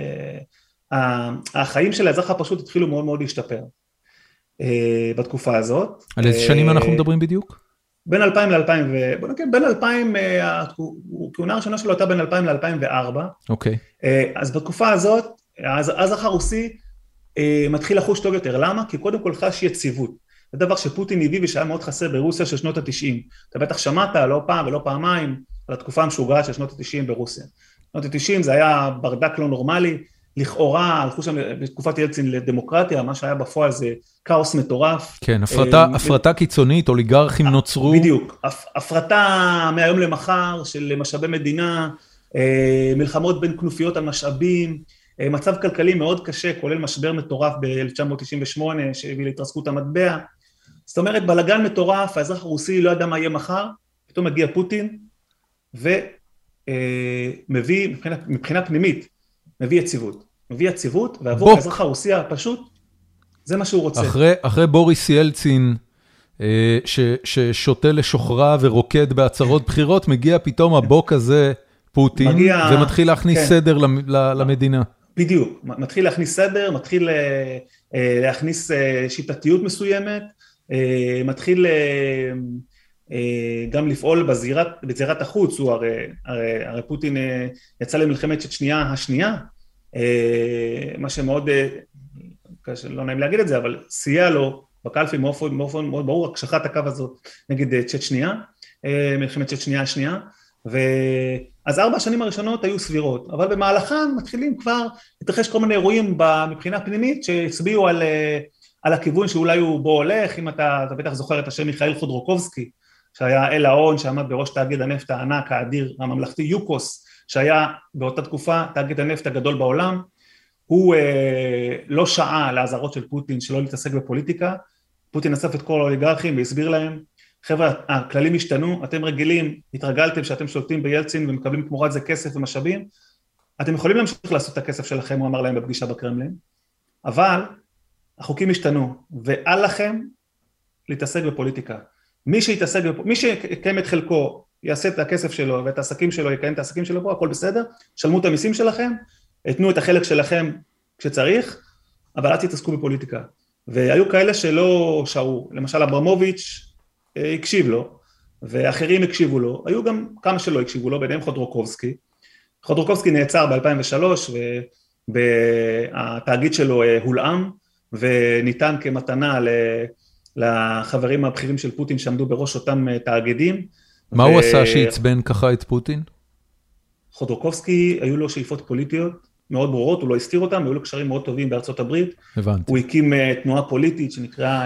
החיים של האזרח הפשוט התחילו מאוד מאוד להשתפר בתקופה הזאת. על איזה שנים אנחנו מדברים בדיוק? בין 2000 ל-2000, בוא נגיד, בין 2000, הכהונה הראשונה שלו הייתה בין 2000 ל-2004. אוקיי. אז בתקופה הזאת, האזרח הרוסי מתחיל לחוש טוב יותר. למה? כי קודם כל חש יציבות. זה דבר שפוטין הביא ושהיה מאוד חסר ברוסיה של שנות ה-90. אתה בטח שמעת לא פעם ולא פעמיים על התקופה המשוגעת של שנות ה-90 ברוסיה. שנות ה-90 זה היה ברדק לא נורמלי, לכאורה הלכו שם בתקופת ילצין לדמוקרטיה, מה שהיה בפועל זה כאוס מטורף. כן, הפרטה קיצונית, אוליגרכים נוצרו. בדיוק, הפרטה מהיום למחר של משאבי מדינה, מלחמות בין כנופיות על משאבים, מצב כלכלי מאוד קשה, כולל משבר מטורף ב-1998 שהביא להתרסקות המטבע. זאת אומרת, בלגן מטורף, האזרח הרוסי לא ידע מה יהיה מחר, פתאום מגיע פוטין, ומביא, מבחינה פנימית, מביא יציבות, ועבור האזרח הרוסי הפשוט, זה מה שהוא רוצה. אחרי בוריס ילצין, ששותה לשוחרה ורוקד בהצהרות בחירות, מגיע פתאום הבוק הזה, פוטין, ומתחיל להכניס סדר למדינה. בדיוק, מתחיל להכניס סדר, מתחיל להכניס שיטתיות מסוימת, מתחיל גם לפעול בזירת החוץ, הוא הרי פוטין יצא למלחמת צ'צ'ניה השנייה, מה שמאוד, לא נעים להגיד את זה, אבל סייע לו בקלפי מאופן מאוד ברור, הקשחת הקו הזאת נגד צ'צ'ניה, מלחמת צ'צ'ניה השנייה, אז 4 השנים הראשונות היו סבירות, אבל במהלכם מתחילים כבר להתרחש כל מיני אירועים מבחינה פנימית שהצביעו על הכיוון שאולי הוא בו הולך, אם אתה בטח זוכר את השם מיכאיל חודרוקובסקי, שהיה אל ההון שעמד בראש תאגיד הנפט הענק האדיר הממלכתי יוקוס, שהיה באותה תקופה תאגיד הנפט הגדול בעולם, הוא לא שעה להזהרות של פוטין שלא להתעסק בפוליטיקה, פוטין אסף את כל האוליגרכים והסביר להם, חבר'ה, הכללים השתנו, אתם רגילים, התרגלתם שאתם שולטים בילצין ומקבלים תמורת זה כסף ומשאבים, אתם יכולים להמשיך לעשות את הכסף שלכם, הוא אמר להם בפגישה בקרמלין, אבל החוקים השתנו, ואל לכם להתעסק בפוליטיקה. מי שיקיים את חלקו, יעשה את הכסף שלו ואת העסקים שלו, יקיים את העסקים שלו פה, הכל בסדר, שלמו את המיסים שלכם, תנו את החלק שלכם כשצריך, אבל אל תתעסקו בפוליטיקה. והיו כאלה שלא שעו, למשל אברמוביץ' הקשיב לו, ואחרים הקשיבו לו, היו גם כמה שלא הקשיבו לו, ביניהם חודרוקובסקי. חודרוקובסקי נעצר ב-2003, והתאגיד שלו הולאם, וניתן כמתנה לחברים הבכירים של פוטין שעמדו בראש אותם תאגידים. מה הוא עשה שעצבן ככה את פוטין? חודרוקובסקי, היו לו שאיפות פוליטיות מאוד ברורות, הוא לא הסתיר אותם, היו לו קשרים מאוד טובים בארצות הברית. הבנתי. הוא הקים תנועה פוליטית שנקרא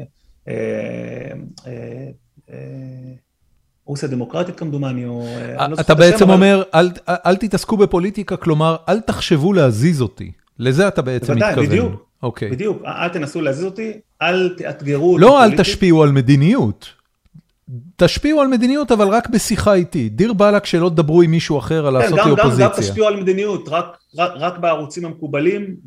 רוסיה דמוקרטית כמדומני. אתה בעצם אומר, אל תתעסקו בפוליטיקה, כלומר, אל תחשבו להזיז אותי. לזה אתה בעצם מתכוון. בדיוק. בדיוק, אל תנסו להזיז אותי, אל תאתגרו. לא, אל תשפיעו על מדיניות. תשפיעו על מדיניות, אבל רק בשיחה איתי. דיר בלק שלא תדברו עם מישהו אחר על לעשות לי אופוזיציה. גם תשפיעו על מדיניות, רק בערוצים המקובלים,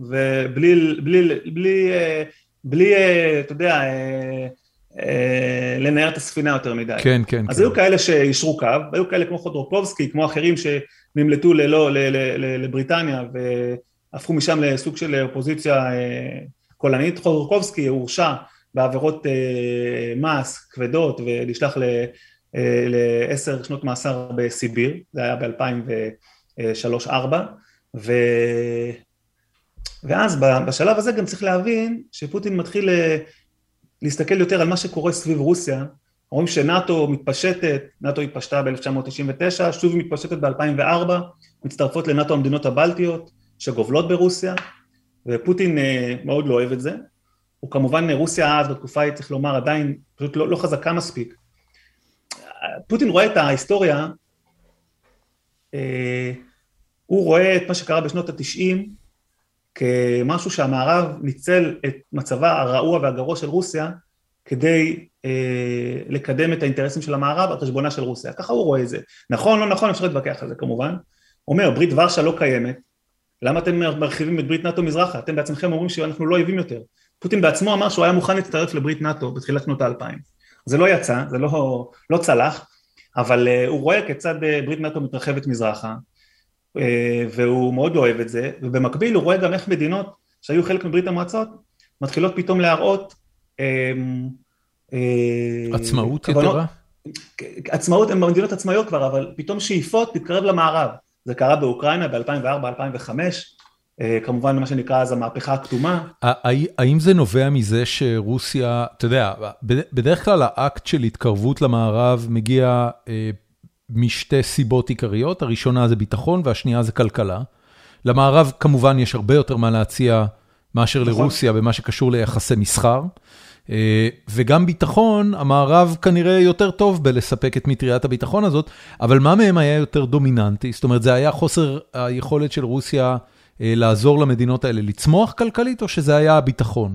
ובלי, אתה יודע, לנער את הספינה יותר מדי. כן, כן. אז היו כאלה שישרו קו, היו כאלה כמו חודרוקובסקי, כמו אחרים שנמלטו לבריטניה, והפכו משם לסוג של אופוזיציה קולנית. חודרוקובסקי הורשע בעבירות מס כבדות, ונשלח ל10 שנות מאסר בסיביר, זה היה ב-2003-2004, ואז בשלב הזה גם צריך להבין שפוטין מתחיל להסתכל יותר על מה שקורה סביב רוסיה. רואים שנאטו מתפשטת, נאטו התפשטה ב-1999, שוב היא מתפשטת ב-2004, מצטרפות לנאטו המדינות הבלטיות שגובלות ברוסיה, ופוטין מאוד לא אוהב את זה. הוא כמובן, רוסיה אז בתקופה, צריך לומר, עדיין פשוט לא חזקה מספיק. פוטין רואה את ההיסטוריה, הוא רואה את מה שקרה בשנות ה-90, כמשהו שהמערב ניצל את מצבה הרעוע והגרוע של רוסיה, כדי לקדם את האינטרסים של המערב על חשבונה של רוסיה, ככה הוא רואה את זה. נכון, לא נכון, אפשר להתווכח על זה כמובן. אומר, ברית ורשה לא קיימת, למה אתם מרחיבים את ברית נאטו מזרחה? אתם בעצמכם אומרים שאנחנו לא אויבים יותר. פוטין בעצמו אמר שהוא היה מוכן להצטרף לברית נאטו בתחילת שנות ה-2000. זה לא יצא, זה לא צלח, אבל הוא רואה כיצד ברית נאטו מתרחבת מזרחה, והוא מאוד לא אוהב את זה, ובמקביל הוא רואה גם איך מדינות שהיו חלק מברית המועצות, מתחילות פתאום להראות עצמאות יתרה? עצמאות, הן במדינות עצמאיות כבר, אבל פתאום שאיפות תתקרב למערב. זה קרה באוקראינה ב-2004-2005, כמובן מה שנקרא אז המהפכה הכתומה. האם זה נובע מזה שרוסיה, אתה יודע, בדרך כלל האקט של התקרבות למערב מגיע משתי סיבות עיקריות, הראשונה זה ביטחון והשנייה זה כלכלה. למערב כמובן יש הרבה יותר מה להציע מאשר לרוסיה במה שקשור ליחסי מסחר, וגם ביטחון, המערב כנראה יותר טוב בלספק את מטריית הביטחון הזאת, אבל מה מהם היה יותר דומיננטי? זאת אומרת, זה היה חוסר היכולת של רוסיה לעזור למדינות האלה לצמוח כלכלית, או שזה היה הביטחון?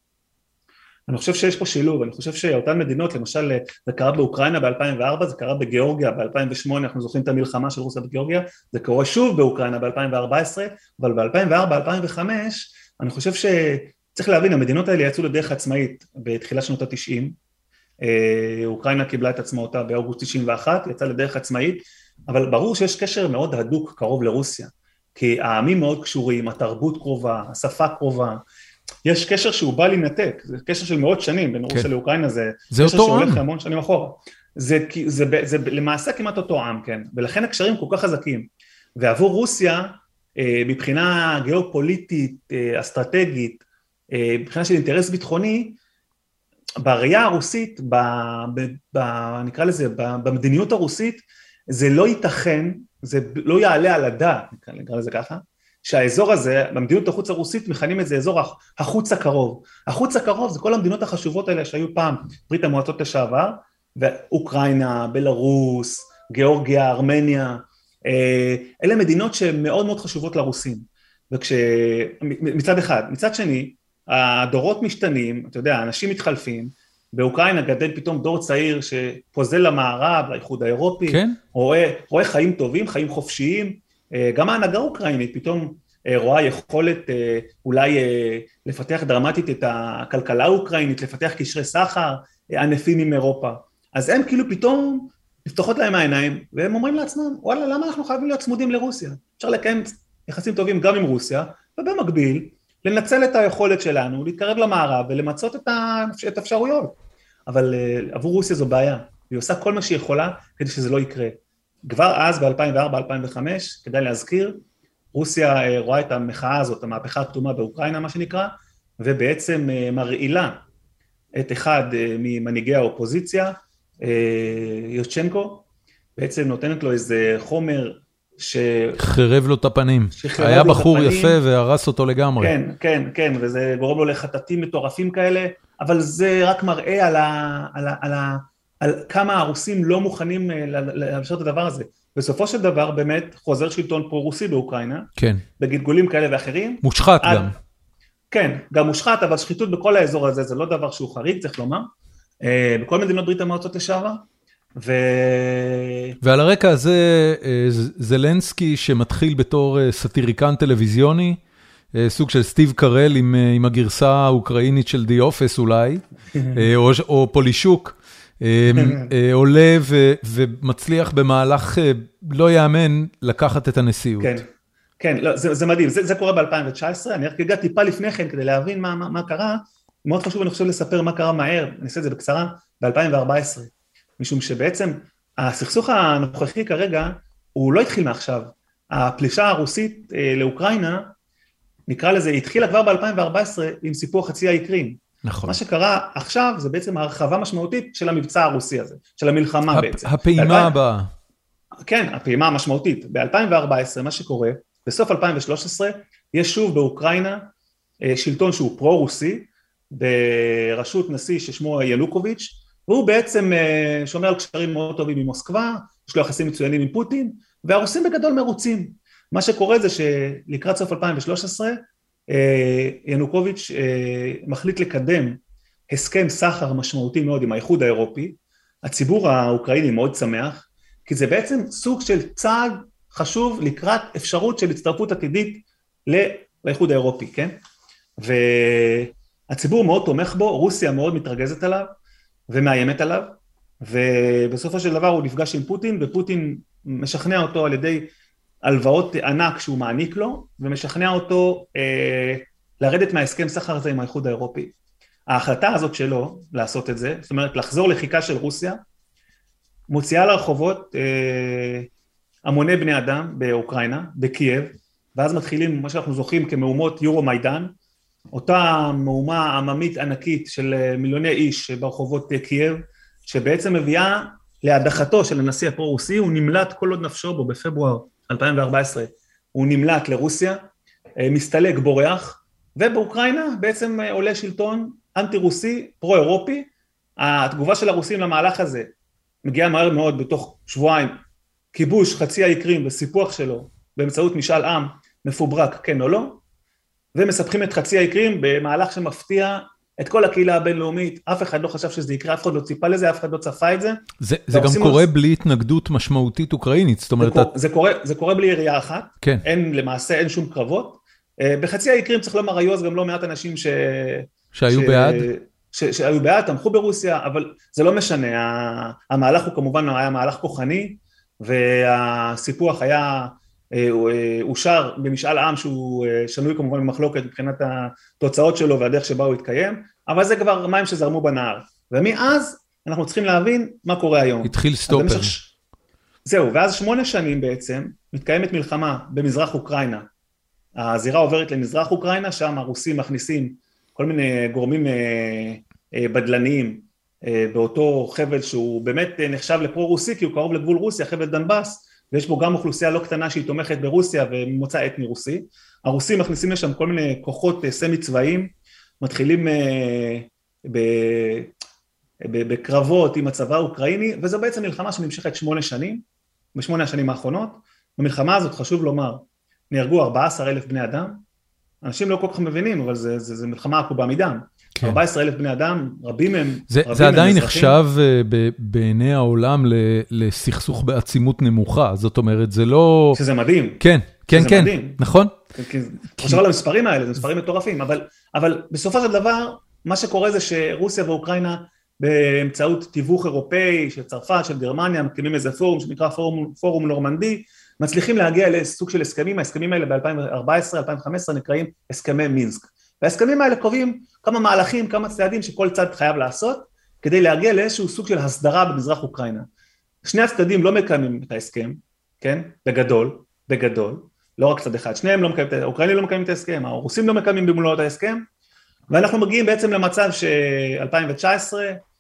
אני חושב שיש פה שילוב, אני חושב שאותן מדינות, למשל, זה קרה באוקראינה ב-2004, זה קרה בגיאורגיה ב-2008, אנחנו זוכרים את המלחמה של רוסיה בגיאורגיה, זה קורה שוב באוקראינה ב-2014, אבל ב-2004-2005, אני חושב שצריך להבין, המדינות האלה יצאו לדרך עצמאית בתחילת שנות ה-90, אוקראינה קיבלה את עצמאותה באוגוסט 91, יצאה לדרך עצמאית, אבל ברור שיש קשר מאוד הדוק קרוב לרוסיה, כי העמים מאוד קשורים, התרבות קרובה, השפה קרובה, יש קשר שהוא בא להינתק, זה קשר של מאות שנים, בין רוסיה לאוקראינה, זה קשר שהולך המון שנים אחורה. זה למעשה כמעט אותו עם, כן, ולכן הקשרים כל כך חזקים, ועבור רוסיה, מבחינה גיאופוליטית, אסטרטגית, מבחינה של אינטרס ביטחוני, בראייה הרוסית, נקרא לזה, במדיניות הרוסית, זה לא ייתכן, זה לא יעלה על הדעת, נקרא לזה ככה, שהאזור הזה, במדינות החוץ הרוסית, מכנים את זה אזור החוץ הקרוב. החוץ הקרוב זה כל המדינות החשובות האלה שהיו פעם ברית המועצות לשעבר, ואוקראינה, בלרוס, גיאורגיה, ארמניה, אלה מדינות שהן מאוד מאוד חשובות לרוסים. מצד אחד. מצד שני, הדורות משתנים, אתה יודע, אנשים מתחלפים, באוקראינה גדל פתאום דור צעיר שפוזל למערב, לאיחוד האירופי, כן? רואה חיים טובים, חיים חופשיים, גם ההנהגה האוקראינית פתאום רואה יכולת אולי לפתח דרמטית את הכלכלה האוקראינית, לפתח קשרי סחר ענפים עם אירופה. אז הם כאילו פתאום נפתחות להם העיניים, והם אומרים לעצמם, וואלה, למה אנחנו חייבים להיות צמודים לרוסיה? אפשר לקיים יחסים טובים גם עם רוסיה, ובמקביל, לנצל את היכולת שלנו, להתקרב למערב ולמצות את האפשרויות. אבל עבור רוסיה זו בעיה, היא עושה כל מה שהיא יכולה כדי שזה לא יקרה. כבר אז ב-2004-2005, כדאי להזכיר, רוסיה רואה את המחאה הזאת, המהפכה הכתומה באוקראינה, מה שנקרא, ובעצם מרעילה את אחד ממנהיגי האופוזיציה, יושצ'נקו, בעצם נותנת לו איזה חומר חרב לו את הפנים. היה בחור יפה והרס אותו לגמרי. כן, וזה גורם לו לחטטים מטורפים כאלה, אבל זה רק מראה על כמה הרוסים לא מוכנים לאפשר את הדבר הזה. בסופו של דבר באמת חוזר שלטון פרו-רוסי באוקראינה, כן. בגלגולים כאלה ואחרים. מושחת גם. כן, גם מושחת, אבל שחיתות בכל האזור הזה, זה לא דבר שהוא חריג, צריך לומר. בכל מדינות ברית המועצות לשעבר. ועל הרקע הזה, זלנסקי שמתחיל בתור סטיריקן טלוויזיוני, סוג של סטיב קרל עם הגרסה האוקראינית של די אופס אולי, או פולישוק, עולה ומצליח במהלך לא יאמן לקחת את הנשיאות. כן, זה מדהים, זה קורה ב-2019, אני רק הגעתי טיפה לפני כן כדי להבין מה קרה, מאוד חשוב אני חושב לספר מה קרה מהר, אני אעשה את זה בקצרה, ב-2014, משום שבעצם הסכסוך הנוכחי כרגע, הוא לא התחיל מעכשיו, הפלישה הרוסית לאוקראינה, נקרא לזה, התחילה כבר ב-2014 עם סיפור חצי האי קרים. נכון. מה שקרה עכשיו זה בעצם הרחבה משמעותית של המבצע הרוסי הזה, של המלחמה בעצם. הפעימה הבאה. כן, הפעימה המשמעותית. ב-2014 מה שקורה, בסוף 2013, יש שוב באוקראינה שלטון שהוא פרו-רוסי, בראשות נשיא ששמו ינוקוביץ', והוא בעצם שומר על קשרים מאוד טובים עם מוסקבה, יש לו יחסים מצוינים עם פוטין, והרוסים בגדול מרוצים. מה שקורה זה שלקראת סוף 2013, ינוקוביץ' מחליט לקדם הסכם סחר משמעותי מאוד עם האיחוד האירופי, הציבור האוקראיני מאוד שמח, כי זה בעצם סוג של צעד חשוב לקראת אפשרות של הצטרפות עתידית לאיחוד האירופי, כן? והציבור מאוד תומך בו, רוסיה מאוד מתרגזת עליו ומאיימת עליו, ובסופו של דבר הוא נפגש עם פוטין, ופוטין משכנע אותו על ידי הלוואות ענק שהוא מעניק לו, ומשכנע אותו לרדת מההסכם סחר הזה עם האיחוד האירופי. ההחלטה הזאת שלו לעשות את זה, זאת אומרת לחזור לחיקה של רוסיה, מוציאה לרחובות המוני בני אדם באוקראינה, בקייב, ואז מתחילים מה שאנחנו זוכרים כמהומות יורו מיידן, אותה מהומה עממית ענקית של מיליוני איש ברחובות קייב, שבעצם מביאה להדחתו של הנשיא הפרו-רוסי, הוא נמלט כל עוד נפשו בו בפברואר 2014, הוא נמלט לרוסיה, מסתלק בורח, ובאוקראינה בעצם עולה שלטון אנטי-רוסי, פרו-אירופי, התגובה של הרוסים למהלך הזה מגיעה מהר מאוד בתוך שבועיים, כיבוש חצי האי קרים וסיפוח שלו באמצעות משאל עם מפוברק כן או לא, ומספחים את חצי האי קרים במהלך שמפתיע את כל הקהילה הבינלאומית, אף אחד לא חשב שזה יקרה, אף אחד לא ציפה לזה, אף אחד לא צפה את זה. זה גם קורה בלי התנגדות משמעותית אוקראינית, זאת אומרת... זה קורה בלי ירייה אחת, כן. למעשה אין שום קרבות, בחצי האי קרים צריך לומר, היו אז גם לא מעט אנשים שהיו בעד. שהיו בעד, תמכו ברוסיה, אבל זה לא משנה, המהלך הוא כמובן היה מהלך כוחני, והסיפוח היה אושר במשאל עם שהוא שנוי כמובן במחלוקת מבחינת התוצאות שלו והדרך שבה הוא התקיים, אבל זה כבר מים שזרמו בנהר, ומאז אנחנו צריכים להבין מה קורה היום. התחיל סטופר. זהו, ואז 8 שנים בעצם מתקיימת מלחמה במזרח אוקראינה, הזירה עוברת למזרח אוקראינה, שם הרוסים מכניסים כל מיני גורמים בדלניים באותו חבל שהוא באמת נחשב לפרו-רוסי, כי הוא קרוב לגבול רוסיה, חבל דנבאס, ויש בו גם אוכלוסייה לא קטנה שהיא תומכת ברוסיה וממוצא אתני רוסי. הרוסים מכניסים לשם כל מיני כוחות סמי צבאיים, מתחילים בקרבות עם הצבא האוקראיני, וזו בעצם מלחמה שנמשכת 8 שנים, ב8 השנים האחרונות. במלחמה הזאת חשוב לומר, נהרגו 14,000 בני אדם, אנשים לא כל כך מבינים, אבל זה מלחמה עקובה מדם. 14,000 בני אדם, רבים הם אזרחים. זה עדיין נחשב בעיני העולם לסכסוך בעצימות נמוכה, זאת אומרת, זה לא... שזה מדהים. כן, כן, כן, נכון. חושב על המספרים האלה, זה מספרים מטורפים, אבל בסופו של דבר, מה שקורה זה שרוסיה ואוקראינה, באמצעות תיווך אירופאי, של צרפת, של גרמניה, מקימים איזה פורום שנקרא פורום נורמנדי, מצליחים להגיע לסוג של הסכמים, ההסכמים האלה ב-2014-2015 נקראים הסכמי מינסק. וההסכמים האלה קובעים כמה מהלכים, כמה צעדים שכל צד חייב לעשות, כדי להגיע לאיזשהו סוג של הסדרה במזרח אוקראינה. שני הצדדים לא מקיימים את ההסכם, כן? בגדול, לא רק צד אחד, שניהם לא מקיימים, האוקראינים לא מקיימים את ההסכם, הרוסים לא מקיימים במלוא את ההסכם, ואנחנו מגיעים בעצם למצב ש-2019,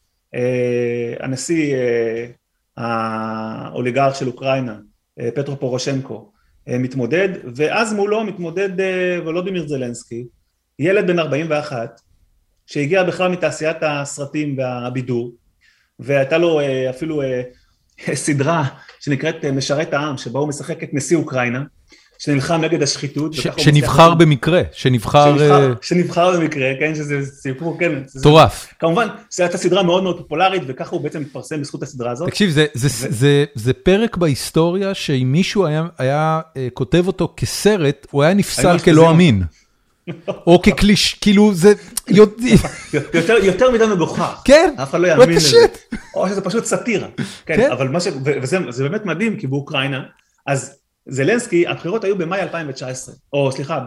הנשיא האוליגרך של אוקראינה, פטרו פורושנקו, מתמודד, ואז מולו מתמודד וולודימיר זלנסקי, ילד בן 41, שהגיע בכלל מתעשיית הסרטים והבידור, והייתה לו אפילו סדרה שנקראת משרת העם, שבה הוא משחק את נשיא אוקראינה, שנלחם נגד השחיתות. שנבחר במקרה, שנבחר במקרה, כן, שזה סיפור, כן. טורף. כמובן, זו הייתה סדרה מאוד מאוד פופולרית, וככה הוא בעצם מתפרסם בזכות הסדרה הזאת. תקשיב, זה פרק בהיסטוריה, שאם מישהו היה כותב אותו כסרט, הוא היה נפסל כלא אמין. או כקליש, כאילו זה... יותר מדי מגוחך. כן, אף אחד לא יאמין לזה. או שזה פשוט סאטירה. כן, אבל מה ש... וזה באמת מדהים, כי באוקראינה, אז זלנסקי, הבחירות היו במאי 2019, או סליחה,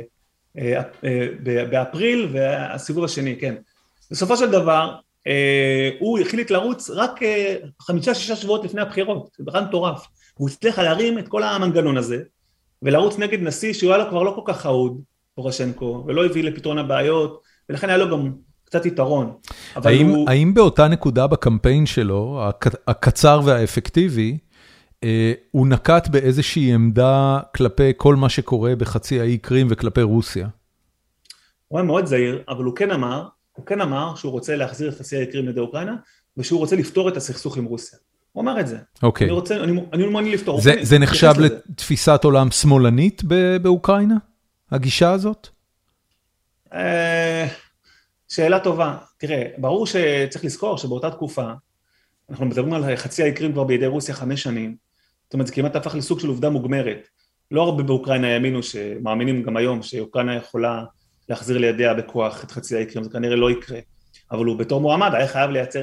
באפריל, והסיבוב השני, כן. בסופו של דבר, הוא החליט לרוץ רק 5-6 שבועות לפני הבחירות, זה בכלל מטורף. והוא הצליח להרים את כל המנגנון הזה, ולרוץ נגד נשיא שהוא היה לו כבר לא כל כך חעוד, פורושנקו, ולא הביא לפתרון הבעיות, ולכן היה לו גם קצת יתרון. האם באותה נקודה בקמפיין שלו, הקצר והאפקטיבי, הוא נקט באיזושהי עמדה כלפי כל מה שקורה בחצי האי קרים וכלפי רוסיה? הוא היה מאוד זהיר, אבל הוא כן אמר שהוא רוצה להחזיר את חצי האי קרים לידי אוקראינה, ושהוא רוצה לפתור את הסכסוך עם רוסיה. הוא אמר את זה. אוקיי. אני מעוניין לפתור. זה נחשב לתפיסת עולם שמאלנית באוקראינה? הגישה הזאת? שאלה טובה. תראה, ברור שצריך לזכור שבאותה תקופה, אנחנו מדברים על חצי האי קרים כבר בידי רוסיה 5 שנים, זאת אומרת, זה כמעט הפך לסוג של עובדה מוגמרת. לא הרבה באוקראינה האמינו, שמאמינים גם היום, שאוקראינה יכולה להחזיר לידיה בכוח את חצי האי קרים, זה כנראה לא יקרה. אבל הוא בתור מועמד היה חייב לייצר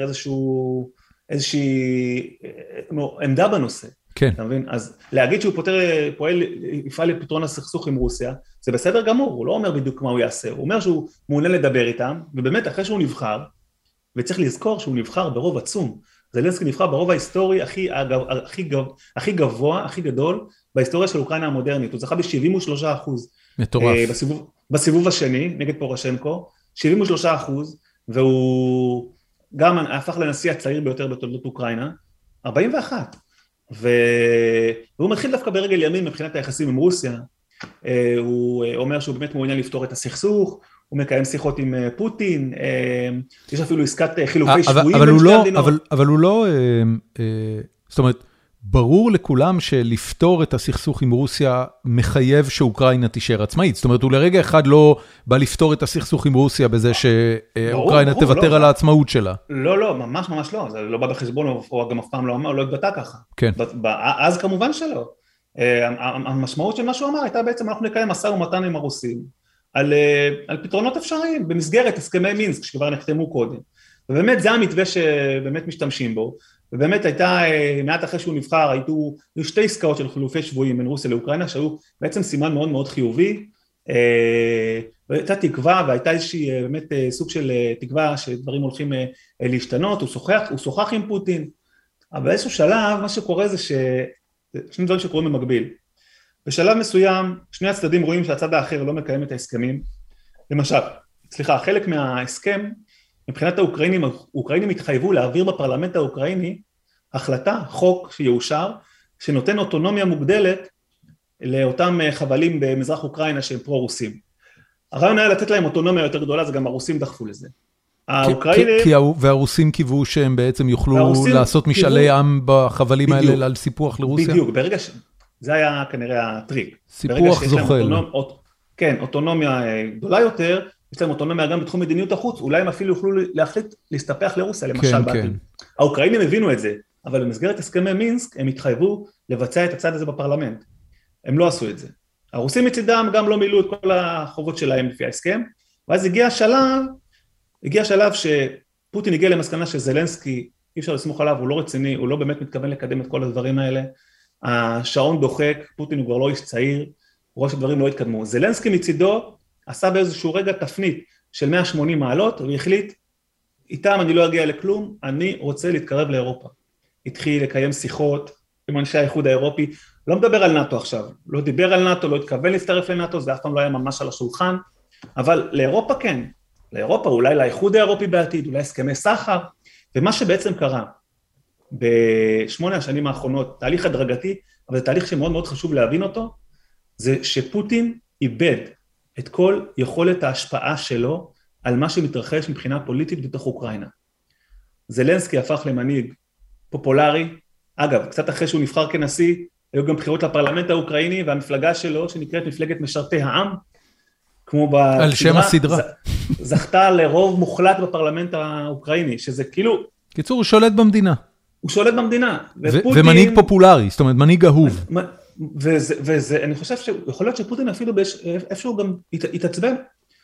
איזושהי עמדה בנושא. כן. אתה מבין? אז להגיד שהוא יפעל לפתרון הסכסוך עם רוסיה, זה בסדר גמור, הוא לא אומר בדיוק מה הוא יעשה, הוא אומר שהוא מעוניין לדבר איתם, ובאמת אחרי שהוא נבחר, וצריך לזכור שהוא נבחר ברוב עצום, זלנסקי נבחר ברוב ההיסטורי הכי גבוה, הכי גדול, בהיסטוריה של אוקראינה המודרנית, הוא זכה ב-73%. מטורף. בסיבוב השני, נגד פורושנקו, 73%, והוא גם הפך לנשיא הצעיר ביותר בתולדות אוקראינה, 41. והוא מתחיל דווקא ברגל ימין מבחינת היחסים עם רוסיה, הוא אומר שהוא באמת מעוניין לפתור את הסכסוך, הוא מקיים שיחות עם פוטין, יש אפילו עסקת חילופי שבויים בין שתי המדינות. אבל הוא לא, זאת אומרת, ברור לכולם שלפתור את הסכסוך עם רוסיה מחייב שאוקראינה תישאר עצמאית, זאת אומרת, הוא לרגע אחד לא בא לפתור את הסכסוך עם רוסיה בזה שאוקראינה תוותר על העצמאות שלה. לא, ממש לא, זה לא בא בחשבון, הוא גם אף פעם לא אמר, לא התבטא ככה. כן. אז כמובן שלא. המשמעות של מה שהוא אמר הייתה בעצם, אנחנו נקיים משא ומתן עם הרוסים, על פתרונות אפשריים, במסגרת הסכמי מינסק שכבר נחתמו קודם. ובאמת זה המתווה שבאמת משתמשים בו, ובאמת הייתה, מעט אחרי שהוא נבחר, היו 2 עסקאות של חילופי שבויים בין רוסיה לאוקראינה, שהיו בעצם סימן מאוד מאוד חיובי, והייתה תקווה, והייתה איזושהי באמת סוג של תקווה שדברים הולכים להשתנות, הוא שוחח עם פוטין, אבל באיזשהו שלב, מה שקורה זה שני דברים שקורים במקביל. בשלב מסוים, שני הצדדים רואים שהצד האחר לא מקיים את ההסכמים, למשל, חלק מההסכם, מבחינת האוקראינים התחייבו להעביר בפרלמנט האוקראיני החלטה, חוק שיאושר, שנותן אוטונומיה מוגדלת לאותם חבלים במזרח אוקראינה שהם פרו-רוסים. הרעיון היה לתת להם אוטונומיה יותר גדולה, זה גם הרוסים דחפו לזה. והרוסים קיוו שהם בעצם יוכלו לעשות משאלי עם בחבלים האלה על סיפוח לרוסיה? בדיוק, ברגע זה היה כנראה הטריק. סיפוח זוחל. כן, אוטונומיה גדולה יותר, יש להם אוטונומיה גם בתחום מדיניות החוץ, אולי הם אפילו יוכלו להחליט להסתפח לרוסיה, למשל בעתיד. האוקראינים הבינו את זה, אבל במסגרת הסכמי מינסק הם התחייבו לבצע את הצד הזה בפרלמנט. הם לא עשו את זה. הרוסים מצידם גם לא מילאו את כל החובות שלהם לפי ההסכם, ואז הגיע שלב שפוטין הגיע למסקנה שזלנסקי, אי אפשר לסמוך עליו, הוא לא רציני, הוא לא באמת מתכוון לקדם את כל הדברים האלה, השעון דוחק, פוטין הוא כבר לא איש צעיר, הוא רואה שדברים לא התקדמו. זלנסקי מצידו עשה באיזשהו רגע תפנית של 180 מעלות, והחליט, איתם אני לא אגיע לכלום, אני רוצה להתקרב לאירופה. התחיל לקיים שיחות עם אנשי האיחוד האירופי, לא מדבר על נאטו עכשיו, לא דיבר על נאטו, לא התכוון להצטרף לנאטו, זה אף פעם לא היה ממש על השולחן, אבל לאירופה כן, לאירופה, אולי לאיחוד האירופי בעתיד, אולי הסכמי סחר, ומה שבעצם קרה ב8 השנים האחרונות, תהליך הדרגתי, אבל זה תהליך שמאוד מאוד חשוב להבין אותו, זה שפוטין איבד את כל יכולת ההשפעה שלו על מה שמתרחש מבחינה פוליטית בתוך אוקראינה. זלנסקי הפך למנהיג פופולרי, אגב, קצת אחרי שהוא נבחר כנשיא, היו גם בחירות לפרלמנט האוקראיני, והמפלגה שלו, שנקראת מפלגת משרתי העם, כמו בסדרה, על שם הסדרה. זכתה לרוב מוחלט בפרלמנט האוקראיני, שזה כאילו... קיצור, הוא שולט במדינה. הוא שולט במדינה. ומנהיג פופולרי, זאת אומרת, מנהיג אהוב. ואני חושב שיכול להיות שפוטין אפילו איפשהו גם התעצבן.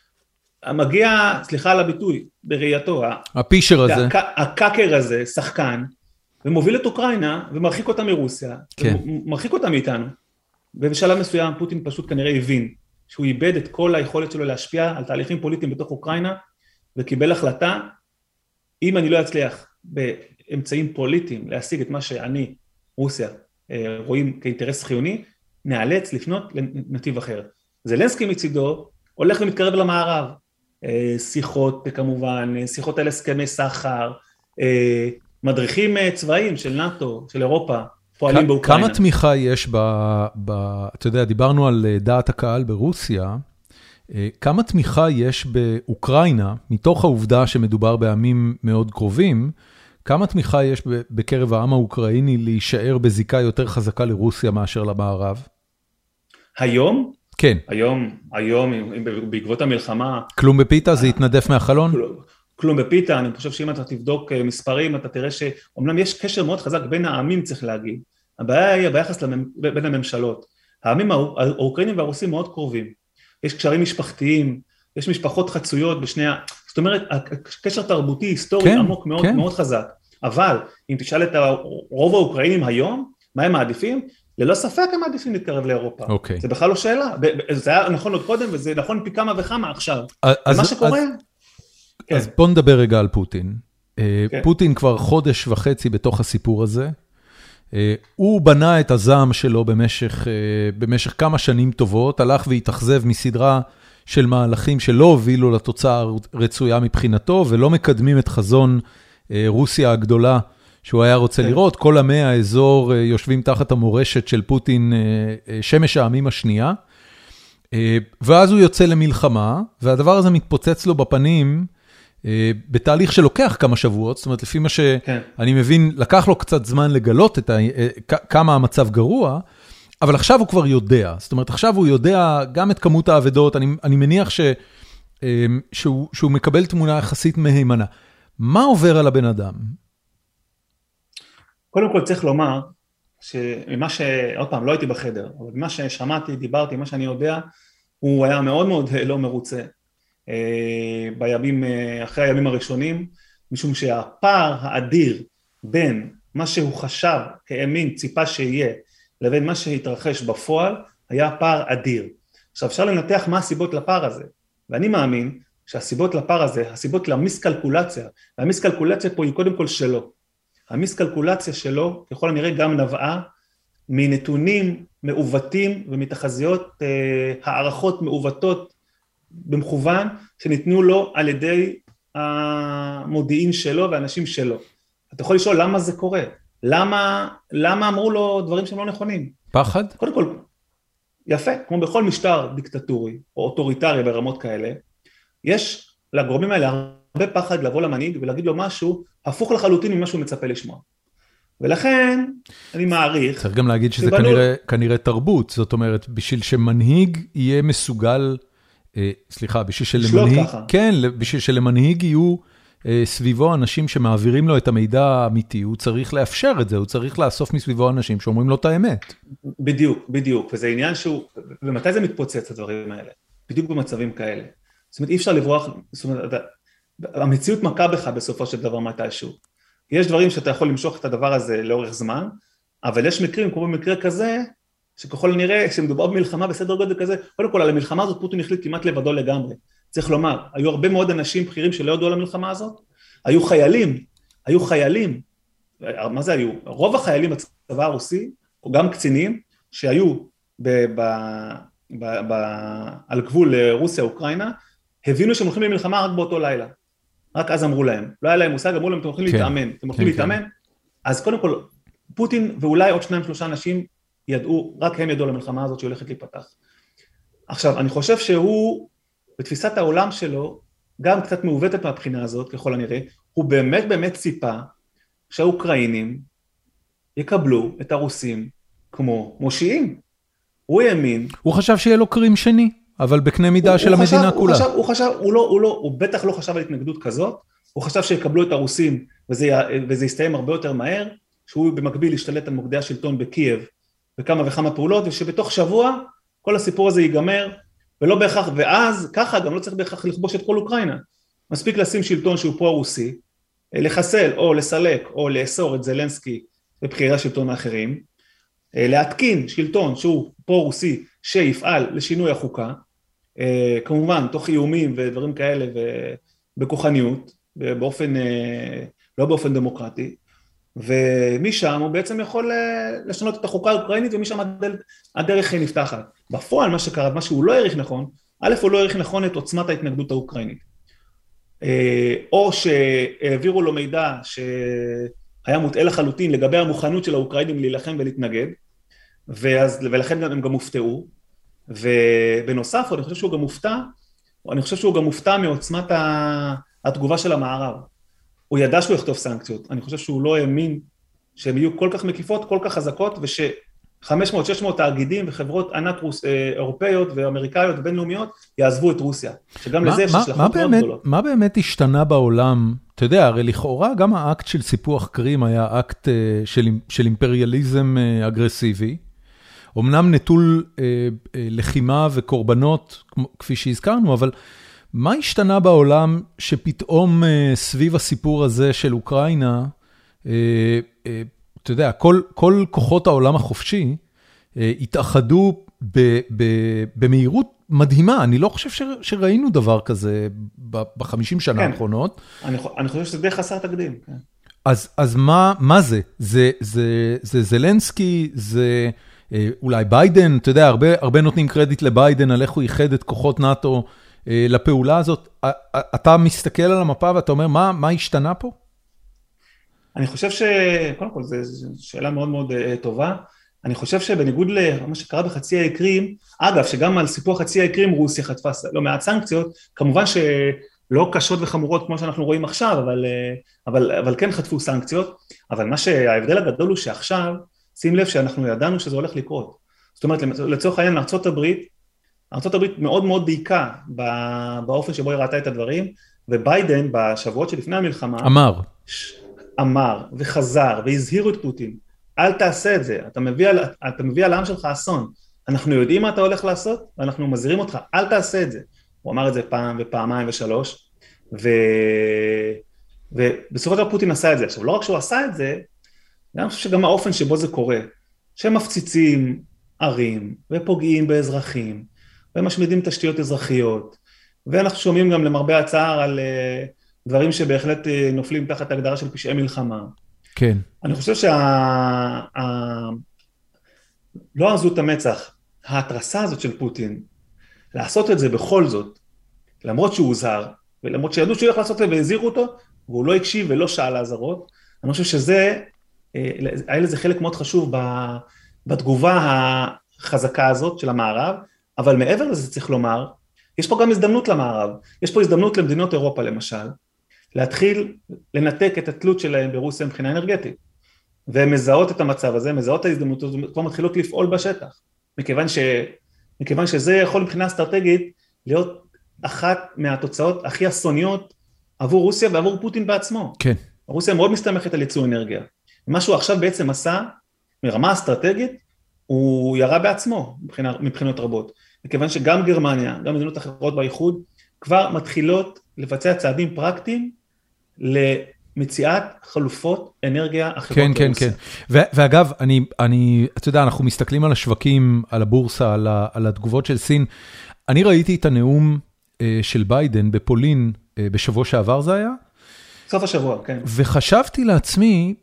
מגיע, סליחה על הביטוי, בראייתו, הפישר הזה. הקאקר הזה, שחקן, ומוביל את אוקראינה, ומרחיק אותה מרוסיה, ומרחיק אותה מאיתנו. ובשלב מסוים פוטין פשוט כנראה הבין, שהוא איבד את כל היכולת שלו להשפיע על תהליכים פוליטיים בתוך אוקראינה, וקיבל החלטה, אם אני לא אצליח באמצעים פוליטיים להשיג את מה שאני, רוסיה, רואים כאינטרס חיוני, נאלץ לפנות לנתיב אחר. זלנסקי מצידו הולך ומתקרב למערב, שיחות כמובן, שיחות על הסכמי סחר, מדריכים צבאיים של נאטו, של אירופה, פועלים באוקראינה. כמה תמיכה יש אתה יודע, דיברנו על דעת הקהל ברוסיה, כמה תמיכה יש באוקראינה, מתוך העובדה שמדובר בעמים מאוד קרובים, כמה תמיכה יש בקרב העם האוקראיני להישאר בזיקה יותר חזקה לרוסיה מאשר למערב? היום? כן. היום, בעקבות המלחמה... כלום בפיתה זה התנדף מהחלון? כלום בפיתה, אני חושב שאם אתה תבדוק מספרים, אתה תראה שאומנם יש קשר מאוד חזק בין העמים, צריך להגיד. הבעיה היא ביחס בין הממשלות. העמים האוקראינים והרוסים מאוד קרובים. יש קשרים משפחתיים, יש משפחות חצויות בשני זאת אומרת, הקשר תרבותי, היסטורי, כן, עמוק מאוד, כן. מאוד חזק. אבל אם תשאל את רוב האוקראינים היום, מה הם מעדיפים? ללא ספק הם מעדיפים להתקרב לאירופה. אוקיי. זה בכלל לא שאלה. זה היה נכון עוד קודם, וזה נכון פי כמה וכמה עכשיו. מה שקורה... אז בוא נדבר רגע על פוטין. פוטין כבר חודש וחצי בתוך הסיפור הזה. הוא בנה את הזעם שלו במשך כמה שנים טובות, הלך והתאכזב מסדרה של מהלכים שלא הובילו לתוצאה הרצויה מבחינתו, ולא מקדמים את חזון רוסיה הגדולה שהוא היה רוצה לראות. כל עמי האזור יושבים תחת המורשת של פוטין, שמש העמים השנייה, ואז הוא יוצא למלחמה, והדבר הזה מתפוצץ לו בפנים, בתהליך שלוקח כמה שבועות, זאת אומרת, לפי מה שאני מבין, לקח לו קצת זמן לגלות כמה המצב גרוע, אבל עכשיו הוא כבר יודע, זאת אומרת, עכשיו הוא יודע גם את כמות העבדות, אני מניח שהוא מקבל תמונה יחסית מהימנה. מה עובר על הבן אדם? קודם כל צריך לומר, שממה עוד פעם, לא הייתי בחדר, אבל ממה ששמעתי, דיברתי, מה שאני יודע, הוא היה מאוד מאוד לא מרוצה. אחרי הימים הראשונים, משום שהפער האדיר בין מה שהוא חשב, כאמין, ציפה שיהיה, לבין מה שהתרחש בפועל, היה פער אדיר. עכשיו אפשר לנתח מה הסיבות לפער הזה, ואני מאמין שהסיבות לפער הזה, הסיבות למיסקלקולציה, והמיסקלקולציה פה היא קודם כל שלו. המיסקלקולציה שלו, ככל הנראה גם נבעה, מנתונים מעוותים ומתחזיות הערכות מעוותות במכוון שניתנו לו על ידי המודיעין שלו והאנשים שלו. אתה יכול לשאול למה זה קורה? למה אמרו לו דברים שהם לא נכונים? פחד? קודם כל, יפה, כמו בכל משטר דיקטטורי או אוטוריטרי ברמות כאלה, יש לגורמים האלה הרבה פחד לבוא למנהיג ולהגיד לו משהו הפוך לחלוטין ממה שהוא מצפה לשמוע. ולכן אני מעריך... צריך גם להגיד שזה כנראה תרבות, זאת אומרת, בשביל שמנהיג יהיה מסוגל, בשביל שלמנהיג יהיו סביבו אנשים שמעבירים לו את המידע האמיתי, הוא צריך לאפשר את זה, הוא צריך לאסוף מסביבו אנשים שאומרים לו את האמת. בדיוק, וזה עניין שהוא, ומתי זה מתפוצץ הדברים האלה? בדיוק במצבים כאלה. זאת אומרת, אי אפשר לברוח, זאת אומרת, המציאות מכה בך בסופו של דבר מתישהו. יש דברים שאתה יכול למשוך את הדבר הזה לאורך זמן, אבל יש מקרים, כמו במקרה כזה, שככל הנראה, כשמדובר במלחמה בסדר גודל כזה, קודם כל על המלחמה הזאת פוטין החליט כמעט לבדו לגמרי. צריך לומר, היו הרבה מאוד אנשים בכירים שלא ידעו על המלחמה הזאת, היו חיילים, מה זה היו? רוב החיילים בצבא הרוסי, או גם קצינים, שהיו על גבול רוסיה-אוקראינה, הבינו שהם הולכים למלחמה רק באותו לילה. רק אז אמרו להם, לא היה להם מושג, אמרו להם, אתם הולכים להתאמן, אז קודם כל, פוטין ואולי עוד 2-3 אנשים ידעו, רק הם ידעו למלחמה הזאת שהיא הולכת להיפתח. עכשיו, אני חושב שהוא, בתפיסת העולם שלו, גם קצת מעוותת מהבחינה הזאת, ככל הנראה, הוא באמת ציפה שהאוקראינים יקבלו את הרוסים כמו מושיעים. הוא האמין. הוא חשב שיהיה לו קרים שני. אבל בקנה מידה של המדינה כולה. הוא בטח לא חשב על התנגדות כזאת, הוא חשב שיקבלו את הרוסים, וזה יסתיים הרבה יותר מהר, שהוא במקביל ישתלט על מוקדי השלטון בקייב, וכמה וכמה פעולות, ושבתוך שבוע, כל הסיפור הזה ייגמר, ולא בהכרח, ואז ככה גם לא צריך בהכרח לכבוש את כל אוקראינה. מספיק לשים שלטון שהוא פרו-רוסי, לחסל או לסלק או לאסור את זלנסקי ובחירי השלטון האחרים, להתקין שלטון שהוא פרו-רוסי שיפעל לשינוי החוקה, כמובן תוך איומים ודברים כאלה ובכוחניות, לא באופן דמוקרטי, ומשם הוא בעצם יכול לשנות את החוקה האוקראינית, ומשם הדרך נפתחת. בפועל מה שקרה, מה שהוא לא העריך נכון, א' הוא לא העריך נכון את עוצמת ההתנגדות האוקראינית, או שהעבירו לו מידע שהיה מוטעה לחלוטין לגבי המוכנות של האוקראינים להילחם ולהתנגד, ולכן הם גם הופתעו, ובנוסף אני חושב שהוא גם מופתע מעוצמת התגובה של המערב. הוא ידע שהוא יכתוב סנקציות, אני חושב שהוא לא האמין שהן יהיו כל כך מקיפות, כל כך חזקות, 500-600 תאגידים וחברות ענק אירופאיות ואמריקאיות ובינלאומיות יעזבו את רוסיה, שגם לזה יש השלכות מאוד גדולות. מה באמת השתנה בעולם? אתה יודע, הרי לכאורה גם האקט של סיפוח קרים היה אקט של אימפריאליזם אגרסיבי, אמנם נטול לחימה וקורבנות, כפי שהזכרנו, אבל מה השתנה בעולם שפתאום סביב הסיפור הזה של אוקראינה, אתה יודע, כל כוחות העולם החופשי התאחדו במהירות מדהימה. אני לא חושב שראינו דבר כזה ב-50 שנה האחרונות. אני חושב שזה די חסר תקדים. אז מה זה? זה זלנסקי, זה אולי ביידן, אתה יודע, הרבה נותנים קרדיט לביידן על איך הוא ייחד את כוחות נאטו לפעולה הזאת. אתה מסתכל על המפה ואתה אומר, מה השתנה פה? אני חושב קודם כל, זו שאלה מאוד מאוד טובה. אני חושב שבניגוד למה שקרה בחצי האי קרים, אגב, שגם על סיפוח חצי האי קרים רוסיה חטפה לא מעט סנקציות, כמובן שלא קשות וחמורות כמו שאנחנו רואים עכשיו, אבל כן חטפו סנקציות, אבל מה שההבדל הגדול הוא שעכשיו, שים לב שאנחנו ידענו שזה הולך לקרות. זאת אומרת, לצורך העניין, ארצות הברית מאוד מאוד דייקה באופן שבו היא ראתה את הדברים, וביידן בשבועות שלפני המלחמה, אמר וחזר והזהירו את פוטין, אל תעשה את זה, אתה מביא על העם שלך אסון, אנחנו יודעים מה אתה הולך לעשות, ואנחנו מזהירים אותך, אל תעשה את זה. הוא אמר את זה פעם ופעמיים ושלוש, ובסופו של דבר פוטין עשה את זה. עכשיו, לא רק שהוא עשה את זה, אני חושב שגם האופן שבו זה קורה, שהם מפציצים ערים, ופוגעים באזרחים, ומשמידים תשתיות אזרחיות, ואנחנו שומעים גם למרבה הצער על דברים שבהחלט נופלים תחת הגדרה של פשעי מלחמה. כן. אני חושב לא עזות המצח, ההתרסה הזאת של פוטין, לעשות את זה בכל זאת, למרות שהוא הוזהר, ולמרות שידעו שהוא הולך לעשות את זה והזהירו אותו, והוא לא הקשיב ולא שאל להזהרות, אני חושב שזה, היה לזה חלק מאוד חשוב בתגובה החזקה הזאת של המערב, אבל מעבר לזה צריך לומר, יש פה גם הזדמנות למערב, יש פה הזדמנות למדינות אירופה למשל, להתחיל לנתק את התלות שלהם ברוסיה מבחינה אנרגטית, והן מזהות את המצב הזה, מזהות את ההזדמנות הזאת, כבר מתחילות לפעול בשטח, מכיוון שזה יכול מבחינה אסטרטגית להיות אחת מהתוצאות הכי אסוניות עבור רוסיה ועבור פוטין בעצמו. כן. רוסיה מאוד מסתמכת על ייצוא אנרגיה. מה שהוא עכשיו בעצם עשה, מרמה אסטרטגית, הוא ירה בעצמו מבחינות רבות. מכיוון שגם גרמניה, גם מדינות אחרות באיחוד, כבר מתחילות לבצע צעדים פרקטיים למציאת חלופות אנרגיה אחרות כן, כן, כן. ואגב, אתה יודע, אנחנו מסתכלים על השווקים, על הבורסה, על התגובות של סין. אני ראיתי את הנאום של ביידן בפולין בשבוע שעבר זה היה? סוף השבוע, כן. וחשבתי לעצמי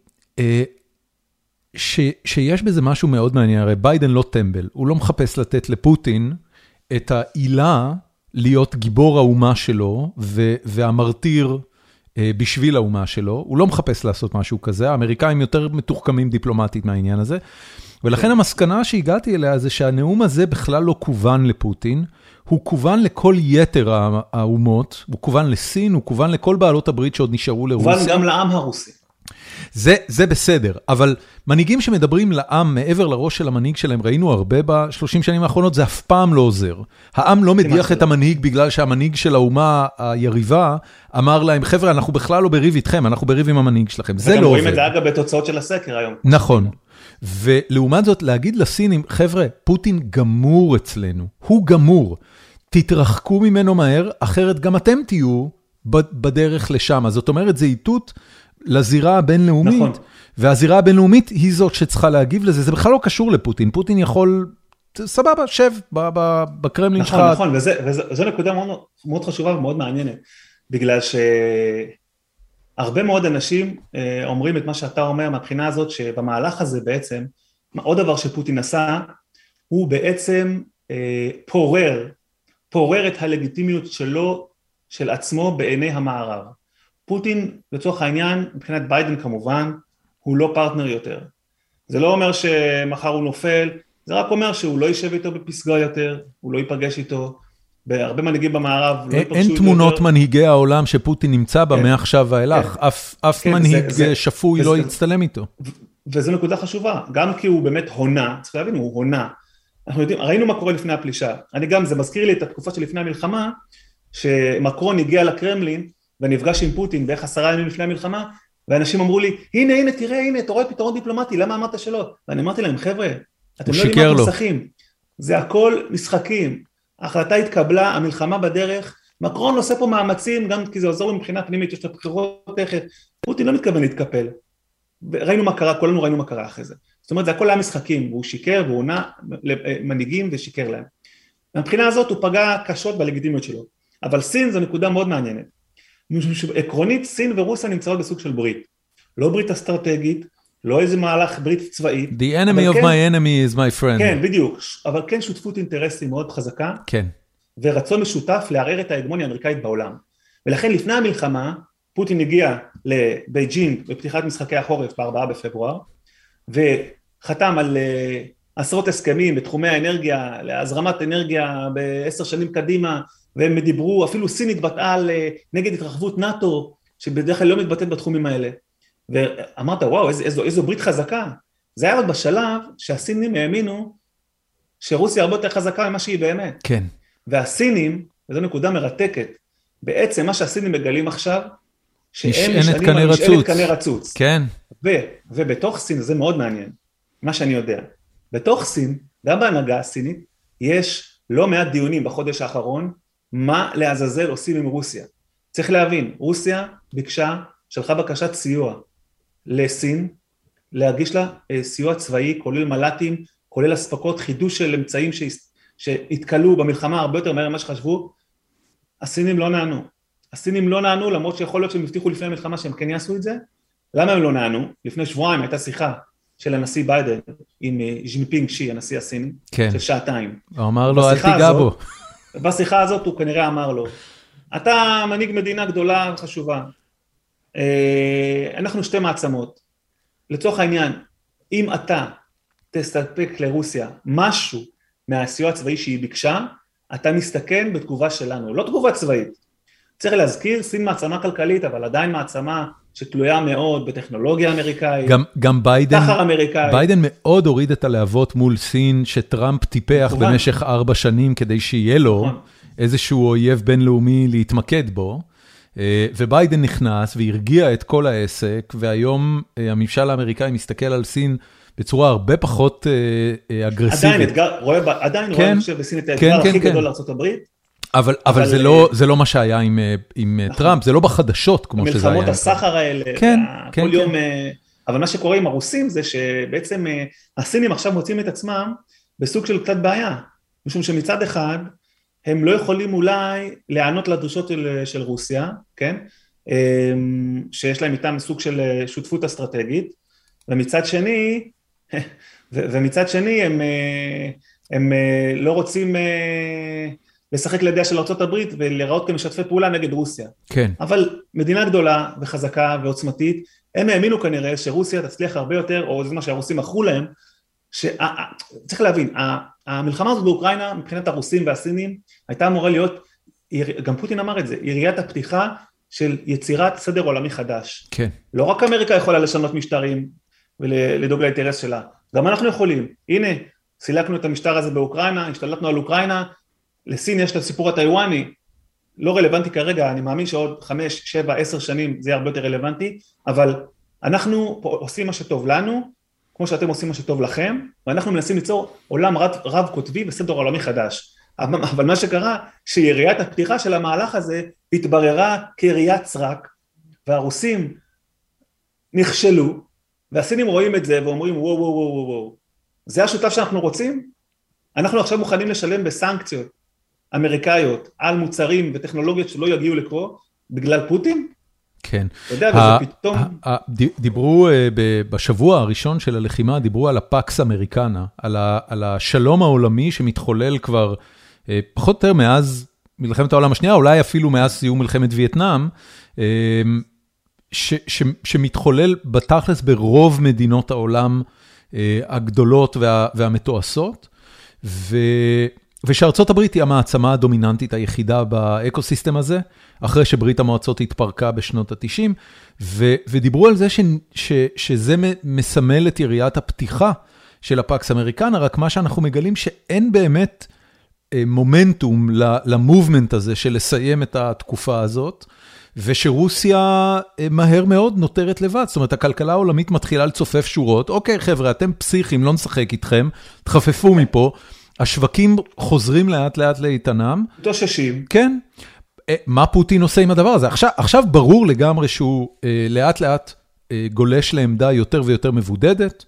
שיש בזה משהו מאוד מעניין. הרי ביידן לא טמבל, הוא לא מחפש לתת לפוטין את העילה להיות גיבור האומה שלו והמרתיר בשביל האומה שלו. הוא לא מחפש לעשות משהו כזה. האמריקאים יותר מתוחכמים דיפלומטית מהעניין הזה. ולכן המסקנה שהגעתי אליה זה שהנאום הזה בכלל לא כוון לפוטין, הוא כוון לכל יתר האומות, הוא כוון לסין, הוא כוון לכל בעלות הברית שעוד נשארו לרוסיה. כוון גם לעם הרוסי. זה בסדר, אבל מנהיגים שמדברים לעם מעבר לראש של המנהיג שלהם, ראינו הרבה ב-30 שנים האחרונות, זה אף פעם לא עוזר. העם לא מדיח את המנהיג בגלל שהמנהיג של האומה היריבה אמר להם, חבר'ה, אנחנו בכלל לא בריב איתכם, אנחנו בריב עם המנהיג שלכם. זה לא עובד. וגם רואים את זה אגב בתוצאות של הסקר היום. נכון. ולעומת זאת, להגיד לסינים, חבר'ה, פוטין גמור אצלנו, הוא גמור. תתרחקו ממנו מהר, אחרת גם אתם תהיו בדרך לשם. זאת אומרת, זה איתות לזירה הבינלאומית, נכון. והזירה הבינלאומית היא זאת שצריכה להגיב לזה, זה בכלל לא קשור לפוטין, פוטין יכול, סבבה, שב בקרמלין שלך. נכון, נכון, וזו נקודה מאוד, מאוד חשובה ומאוד מעניינת, בגלל שהרבה מאוד אנשים אומרים את מה שאתה אומר, מהבחינה הזאת שבמהלך הזה בעצם, עוד דבר שפוטין עשה, הוא בעצם פורר את הלגיטימיות שלו, של עצמו בעיני המערב. פוטין, לצורך העניין, מבחינת ביידן כמובן, הוא לא פרטנר יותר. זה לא אומר שמחר הוא נופל, זה רק אומר שהוא לא יישב איתו בפסגה יותר, הוא לא ייפגש איתו, בהרבה מנהיגים במערב לא ייפגשו איתו יותר. אין תמונות מנהיגי העולם שפוטין נמצא בה מעכשיו ואילך, אף מנהיג שפוי לא יצטלם איתו. וזו נקודה חשובה, גם כי הוא באמת הונה, צריך להבין, הוא הונה. אנחנו יודעים, ראינו מה קורה לפני הפלישה. זה מזכיר לי את התקופה של לפני המלחמה, שמקרון הגיע לקרמלין, ונפגש עם פוטין בערך 10 ימים לפני המלחמה, ואנשים אמרו לי, הנה, תראה, הנה, אתה רואה פתרון דיפלומטי, למה אמרת שלא? ואני אמרתי להם, חבר'ה, אתם לא יודעים מה אתם משחקים. זה הכל משחקים. ההחלטה התקבלה, המלחמה בדרך, מקרון עושה פה מאמצים, גם כי זה עוזר לו מבחינה פנימית, יש את הבחירות תכף, פוטין לא מתכוון להתקפל. ראינו מה קרה, כולנו ראינו מה קרה אחרי זה. זאת אומרת, זה הכל היה משחקים, והוא שיקר, והוא עונה למנהיגים ושיקר להם. מבחינה הזאת הוא פגע קשות בלגיטימיות שלו. אבל סין זו נקודה מאוד מעניינת. עקרונית, סין ורוסיה נמצאות בסוג של ברית. לא ברית אסטרטגית, לא איזה מהלך ברית צבאית. The enemy of my enemy is my friend. כן, בדיוק. אבל כן שותפות אינטרסים מאוד חזקה. כן. ורצון משותף לערער את ההגמוניה האמריקאית בעולם. ולכן לפני המלחמה, פוטין הגיע לבייג'ינג בפתיחת משחקי החורף ב4 בפברואר, וחתם על עשרות הסכמים בתחומי האנרגיה, להזרמת אנרגיה ב10 שנים קדימה, והם דיברו, אפילו סין התבטאה נגד התרחבות נאטו, שבדרך כלל לא מתבטאת בתחומים האלה. ואמרת, וואו, איזו ברית חזקה. זה היה רק בשלב שהסינים האמינו שרוסיה הרבה יותר חזקה ממה שהיא באמת. כן. והסינים, וזו נקודה מרתקת, בעצם מה שהסינים מגלים עכשיו, שהם נשענת קנה רצוץ. כן. ובתוך סין, זה מאוד מעניין, מה שאני יודע. בתוך סין, גם בהנהגה הסינית, יש לא מעט דיונים בחודש האחרון, מה לעזאזל עושים עם רוסיה. צריך להבין, רוסיה שלחה בקשת סיוע לסין, להגיש לה סיוע צבאי, כולל מל"טים, כולל הספקות, חידוש של אמצעים שהתקלו במלחמה הרבה יותר מהר ממה שחשבו. הסינים לא נענו. הסינים לא נענו, למרות שיכול להיות שהם הבטיחו לפני המלחמה שהם כן יעשו את זה. למה הם לא נענו? לפני שבועיים הייתה שיחה של הנשיא ביידן עם ז'ינפינג שי, הנשיא הסיני, כן. של שעתיים. הוא אמר לו, אל תיגע בו. בשיחה הזאת הוא כנראה אמר לו, אתה מנהיג מדינה גדולה וחשובה. אנחנו שתי מעצמות. לצורך העניין, אם אתה תספק לרוסיה משהו מהסיוע הצבאי שהיא ביקשה, אתה מסתכן בתגובה שלנו, לא תגובה צבאית. צריך להזכיר, סין מעצמה כלכלית, אבל עדיין מעצמה שתלויה מאוד בטכנולוגיה אמריקאית, גם תחר אמריקאי. ביידן מאוד הוריד את הלהבות מול סין, שטראמפ טיפח במשך 4 שנים, כדי שיהיה לו איזשהו אויב בינלאומי להתמקד בו, וביידן נכנס והרגיע את כל העסק, והיום הממשל האמריקאי מסתכל על סין בצורה הרבה פחות אגרסיבית. עדיין רואה בסין את האתגר הכי גדול לארצות הברית, אבל זה לא מה שהיה עם טראמפ, זה לא בחדשות כמו שזה היה. מלחמות הסחר האלה, כל יום, אבל מה שקורה עם הרוסים זה שבעצם הסינים עכשיו מוצאים את עצמם בסוג של קצת בעיה, משום שמצד אחד הם לא יכולים אולי לענות לדרישות של רוסיה, כן? שיש להם איתם סוג של שותפות אסטרטגית, ומצד שני הם לא רוצים לשחק לידיה של ארצות הברית ולראות כמשתפי פעולה נגד רוסיה. כן. אבל מדינה גדולה וחזקה ועוצמתית, הם האמינו כנראה שרוסיה תצליח הרבה יותר, או זה מה שהרוסים מכרו להם, צריך להבין, המלחמה הזאת באוקראינה, מבחינת הרוסים והסינים, הייתה אמורה להיות, גם פוטין אמר את זה, יריית הפתיחה של יצירת סדר עולמי חדש. כן. לא רק אמריקה יכולה לשנות משטרים ולדאוג לאינטרס שלה, גם אנחנו יכולים. הנה, סילקנו את המשטר הזה באוקראינה, השתלטנו על אוקראינה, לסין יש את הסיפור הטיואני, לא רלוונטי כרגע, אני מאמין שעוד 5, 7, 10 שנים זה יהיה הרבה יותר רלוונטי, אבל אנחנו עושים מה שטוב לנו, כמו שאתם עושים מה שטוב לכם, ואנחנו מנסים ליצור עולם רב קוטבי וסדר עולמי חדש. אבל מה שקרה, שיריית הפתיחה של המהלך הזה התבררה כיריית סרק, והרוסים נכשלו, והסינים רואים את זה ואומרים וואו וואו וואו וואו, זה השותף שאנחנו רוצים? אנחנו עכשיו מוכנים לשלם בסנקציות אמריקאיות על מוצרים וטכנולוגיות שלא יגיעו לפה בגלל פוטין? כן. אתה יודע, וזה פתאום... דיברו בשבוע הראשון של הלחימה, דיברו על הפקס אמריקנה, על השלום העולמי שמתחולל כבר פחות או יותר מאז מלחמת העולם השנייה, אולי אפילו מאז סיום מלחמת וייטנאם, שמתחולל בתכלס ברוב מדינות העולם הגדולות והמתועשות, ושארצות הברית היא המעצמה הדומיננטית היחידה באקוסיסטם הזה, אחרי שברית המועצות התפרקה בשנות ה-90, ודיברו על זה שזה מסמל את יריית הפתיחה של הפקס אמריקנה, רק מה שאנחנו מגלים שאין באמת מומנטום למובמנט הזה של לסיים את התקופה הזאת, ושרוסיה מהר מאוד נותרת לבד, זאת אומרת, הכלכלה העולמית מתחילה לצופף שורות, אוקיי חבר'ה, אתם פסיכים, לא נשחק איתכם, תחפפו מפה, השווקים חוזרים לאט לאט לאיתנם. תוששים. כן. מה פוטין עושה עם הדבר הזה? עכשיו ברור לגמרי שהוא לאט לאט גולש לעמדה יותר ויותר מבודדת,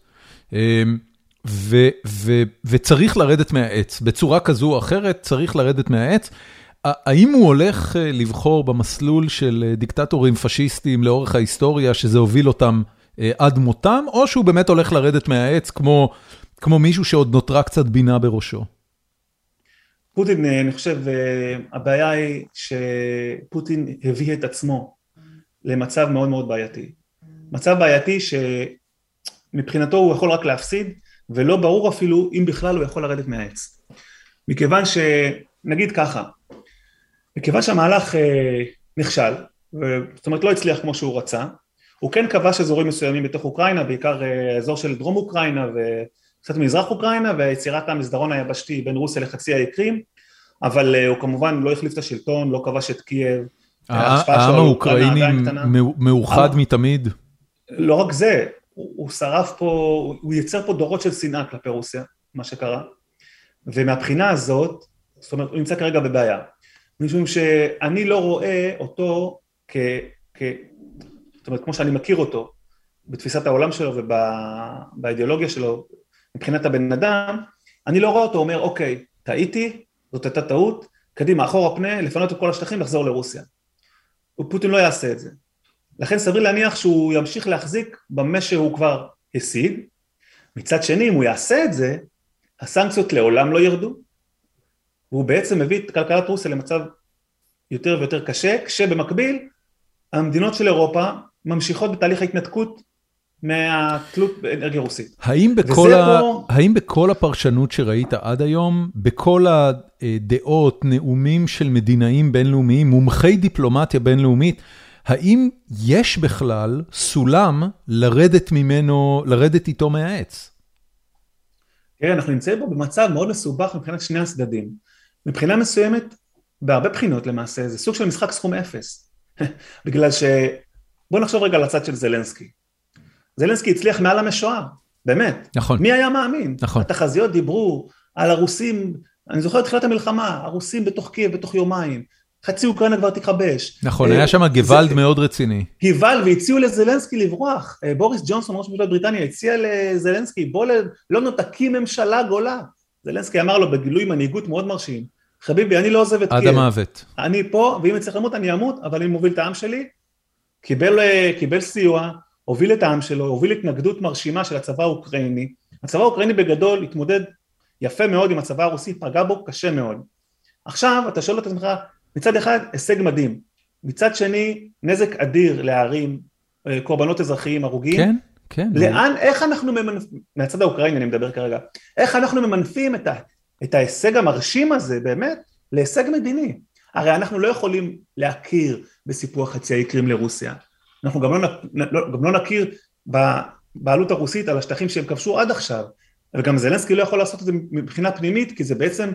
וצריך לרדת מהעץ. בצורה כזו או אחרת צריך לרדת מהעץ. האם הוא הולך לבחור במסלול של דיקטטורים פשיסטיים לאורך ההיסטוריה, שזה הוביל אותם עד מותם, או שהוא באמת הולך לרדת מהעץ כמו מישהו שעוד נותרה קצת בינה בראשו? פוטין, אני חושב, הבעיה היא שפוטין הביא את עצמו למצב מאוד מאוד בעייתי. מצב בעייתי שמבחינתו הוא יכול רק להפסיד, ולא ברור אפילו אם בכלל הוא יכול לרדת מהעץ. מכיוון נגיד ככה, מכיוון שהמהלך נכשל, זאת אומרת לא הצליח כמו שהוא רצה, הוא כן כבש אזורים מסוימים בתוך אוקראינה, בעיקר אזור של דרום אוקראינה וקצת מזרח אוקראינה, ויצירת המסדרון היבשתי בין רוסיה לחצי האי קרים, אבל הוא כמובן לא החליף את השלטון, לא כבש את קייב. העם האוקראיני מאוחד מתמיד. לא רק זה, הוא שרף פה, הוא ייצר פה דורות של שנאה כלפי רוסיה, מה שקרה, ומהבחינה הזאת, זאת אומרת, הוא נמצא כרגע בבעיה, משום שאני לא רואה אותו זאת אומרת, כמו שאני מכיר אותו, בתפיסת העולם שלו ובאידיאולוגיה שלו, מבחינת הבן אדם, אני לא רואה אותו, אומר, אוקיי, טעיתי, זאת הייתה טעות, קדימה, אחורה פנה, לפנות את כל השטחים, לחזור לרוסיה. ופוטין לא יעשה את זה. לכן סביר להניח שהוא ימשיך להחזיק במה שהוא כבר השיג. מצד שני, אם הוא יעשה את זה, הסנקציות לעולם לא ירדו, והוא בעצם מביא את כלכלת רוסיה למצב יותר ויותר קשה, כשבמקביל, המדינות של אירופה ממשיכות בתהליך ההתנתקות מהתלות באנרגיה רוסית. האם בכל הפרשנות שראית עד היום, בכל הדעות, נאומים של מדינאים בינלאומיים, מומחי דיפלומטיה בינלאומית, האם יש בכלל סולם לרדת איתו מהעץ? כן, אנחנו נמצאים פה במצב מאוד מסובך מבחינת שני הצדדים. מבחינה מסוימת, בהרבה בחינות למעשה, זה סוג של משחק סכום אפס. בגלל בוא נחשוב רגע על הצד של זלנסקי. זלנסקי הצליח מעל המשוער, באמת. נכון. מי היה מאמין? נכון. התחזיות דיברו על הרוסים, אני זוכר את תחילת המלחמה, הרוסים בתוך קייב, בתוך יומיים, חצי אוקראינה כבר תכבש. נכון, היה שם גוואלד מאוד רציני. גוואלד, והציעו לזלנסקי לברוח. בוריס ג'ונסון, ראש ממשלת בריטניה, הציע לזלנסקי, בוא לא תקים ממשלה גולה. זלנסקי אמר לו בגילוי מנהיגות מאוד מרשים, חביבי, אני לא עוזב את קייב. עד המוות. אני פה, ואם צריך למות, אני אמות, אבל אני מוביל את העם שלי. קיבל סיוע, הוביל את העם שלו, הוביל התנגדות מרשימה של הצבא האוקראיני. הצבא האוקראיני בגדול התמודד יפה מאוד עם הצבא הרוסי, פגע בו קשה מאוד. עכשיו, אתה שואל את עצמך, מצד אחד, הישג מדהים. מצד שני, נזק אדיר לערים, קורבנות אזרחיים, הרוגים. כן, כן. איך אנחנו ממנפים, מהצד האוקראיני אני מדבר כרגע, איך אנחנו ממנפים את ההישג המרשים הזה, באמת, להישג מדיני. הרי אנחנו לא יכולים להכיר בסיפוח חצי האי קרים לרוסיה. אנחנו גם לא נכיר בבעלות הרוסית על השטחים שהם כבשו עד עכשיו. וגם זלנסקי לא יכול לעשות את זה מבחינה פנימית, כי זה בעצם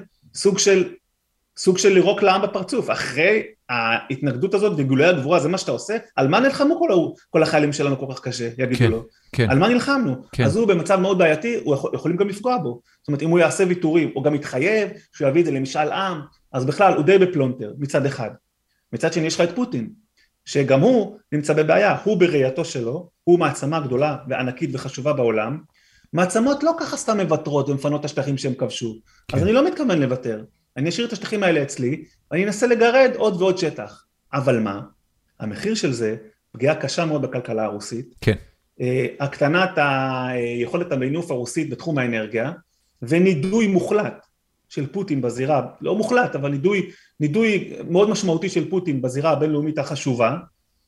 סוג של לירוק לעם בפרצוף. אחרי ההתנגדות הזאת וגילויי הגבורה, זה מה שאתה עושה, על מה נלחמו כל החיילים שלנו כל כך קשה, יגידו לו. כן. על מה נלחמנו? כן. אז הוא במצב מאוד בעייתי, יכולים גם לפגוע בו. זאת אומרת, אם הוא יעשה ויתורים, או גם יתחייב, שהוא יביא את זה למשאל עם, אז בכלל הוא די בפלונטר, מצד אחד. מצד שני יש לך את פוטין, שגם הוא נמצא בבעיה, הוא בראייתו שלו, הוא מעצמה גדולה וענקית וחשובה בעולם, מעצמות לא ככה סתם מבטרות ומפנות את השטחים שהם כבשו, כן. אז אני לא מתכוון לוותר, אני אשאיר את השטחים האלה אצלי, ואני אנסה לגרד עוד ועוד שטח, אבל מה? המחיר של זה, פגיעה קשה מאוד בכלכלה הרוסית, כן. הקטנת היכולת המינוף הרוסית בתחום האנרגיה, ונידוי מוחלט של פוטין בזירה, לא מוחלט, אבל נידוי מאוד משמעותי של פוטין בזירה הבינלאומית החשובה,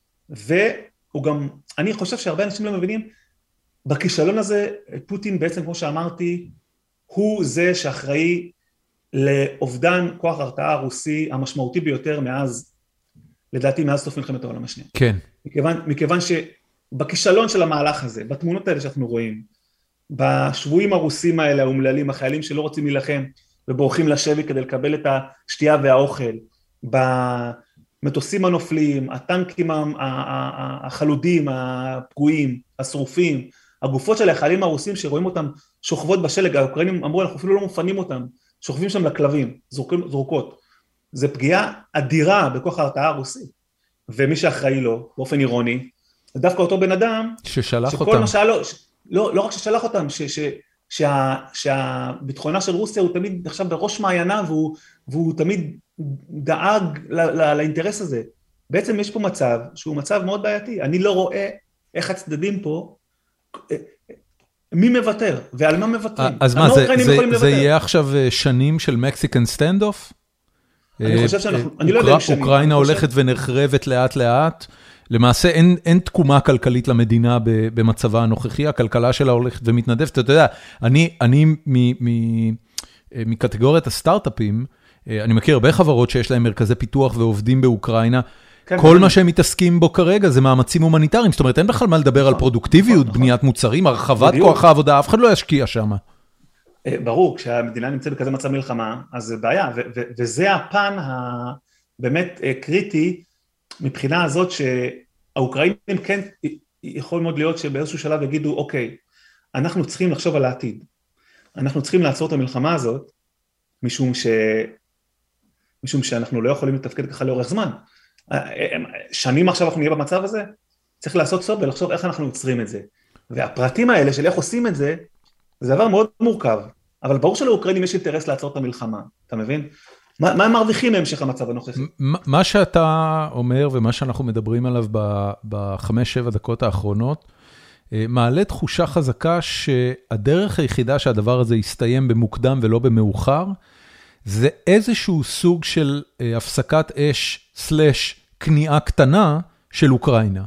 והוא גם, אני חושב שהרבה אנשים לא מבינים, בכישלון הזה, פוטין בעצם, כמו שאמרתי, הוא זה שאחראי לאובדן כוח הרתעה הרוסי המשמעותי ביותר מאז, לדעתי מאז סוף מלחמת העולם השנייה. כן. מכיוון שבכישלון של המהלך הזה, בתמונות האלה שאנחנו רואים, בשבויים הרוסים האלה, האומללים, החיילים שלא רוצים להילחם, ובורחים לשבי כדי לקבל את השתייה והאוכל, במטוסים הנופלים, הטנקים החלודים, הפגועים, השרופים, הגופות של החיילים הרוסים שרואים אותם שוכבות בשלג, האוקראינים אמרו, אנחנו אפילו לא מפנים אותם, שוכבים שם לכלבים, זרוקות. זה פגיעה אדירה בכוח ההרתעה הרוסי, ומי שאחראי לו, באופן אירוני, זה דווקא אותו בן אדם, ששלח אותם. לא רק ששלח אותם, שהביטחונה של רוסיה הוא תמיד עכשיו בראש מעיינה, והוא תמיד דאג לאינטרס הזה. בעצם יש פה מצב, שהוא מצב מאוד בעייתי, אני לא רואה איך הצדדים פה, מי מוותר, ועל מה מוותרים. אז מה, זה יהיה עכשיו שנים של מקסיקן סטנד-אוף? אני חושב שאנחנו, אני לא יודע אם שנים. אוקראינה הולכת ונחרבת לאט לאט, למעשה אין תקומה כלכלית למדינה במצבה הנוכחי, הכלכלה שלה הולכת ומתנדבת, אתה יודע, אני מקטגוריית הסטארט-אפים, אני מכיר הרבה חברות שיש להם מרכזי פיתוח ועובדים באוקראינה, כל מה שהם מתעסקים בו כרגע זה מאמצים הומניטריים, זאת אומרת אין בכלל מה לדבר על פרודוקטיביות, בניית מוצרים, הרחבת כוח העבודה, אף אחד לא ישקיע שם. ברור, כשהמדינה נמצאת בכזה מצב מלחמה, אז זה בעיה, וזה הפן הבאמת קריטי, מבחינה הזאת שהאוקראינים כן יכול מאוד להיות שבאיזשהו שלב יגידו, אוקיי, אנחנו צריכים לחשוב על העתיד, אנחנו צריכים לעצור את המלחמה הזאת, משום שאנחנו לא יכולים לתפקד ככה לאורך זמן. שנים עכשיו אנחנו נהיה במצב הזה, צריך לעשות סוף ולחשוב איך אנחנו יוצרים את זה. והפרטים האלה של איך עושים את זה, זה דבר מאוד מורכב, אבל ברור שלאוקראינים יש אינטרס לעצור את המלחמה, אתה מבין? מה הם מרוויחים מהמשך המצב הנוכחי? מה שאתה אומר ומה שאנחנו מדברים עליו ב5-7 דקות האחרונות, מעלה תחושה חזקה שהדרך היחידה שהדבר הזה יסתיים במוקדם ולא במאוחר, זה איזשהו סוג של הפסקת אש / כניעה קטנה של אוקראינה.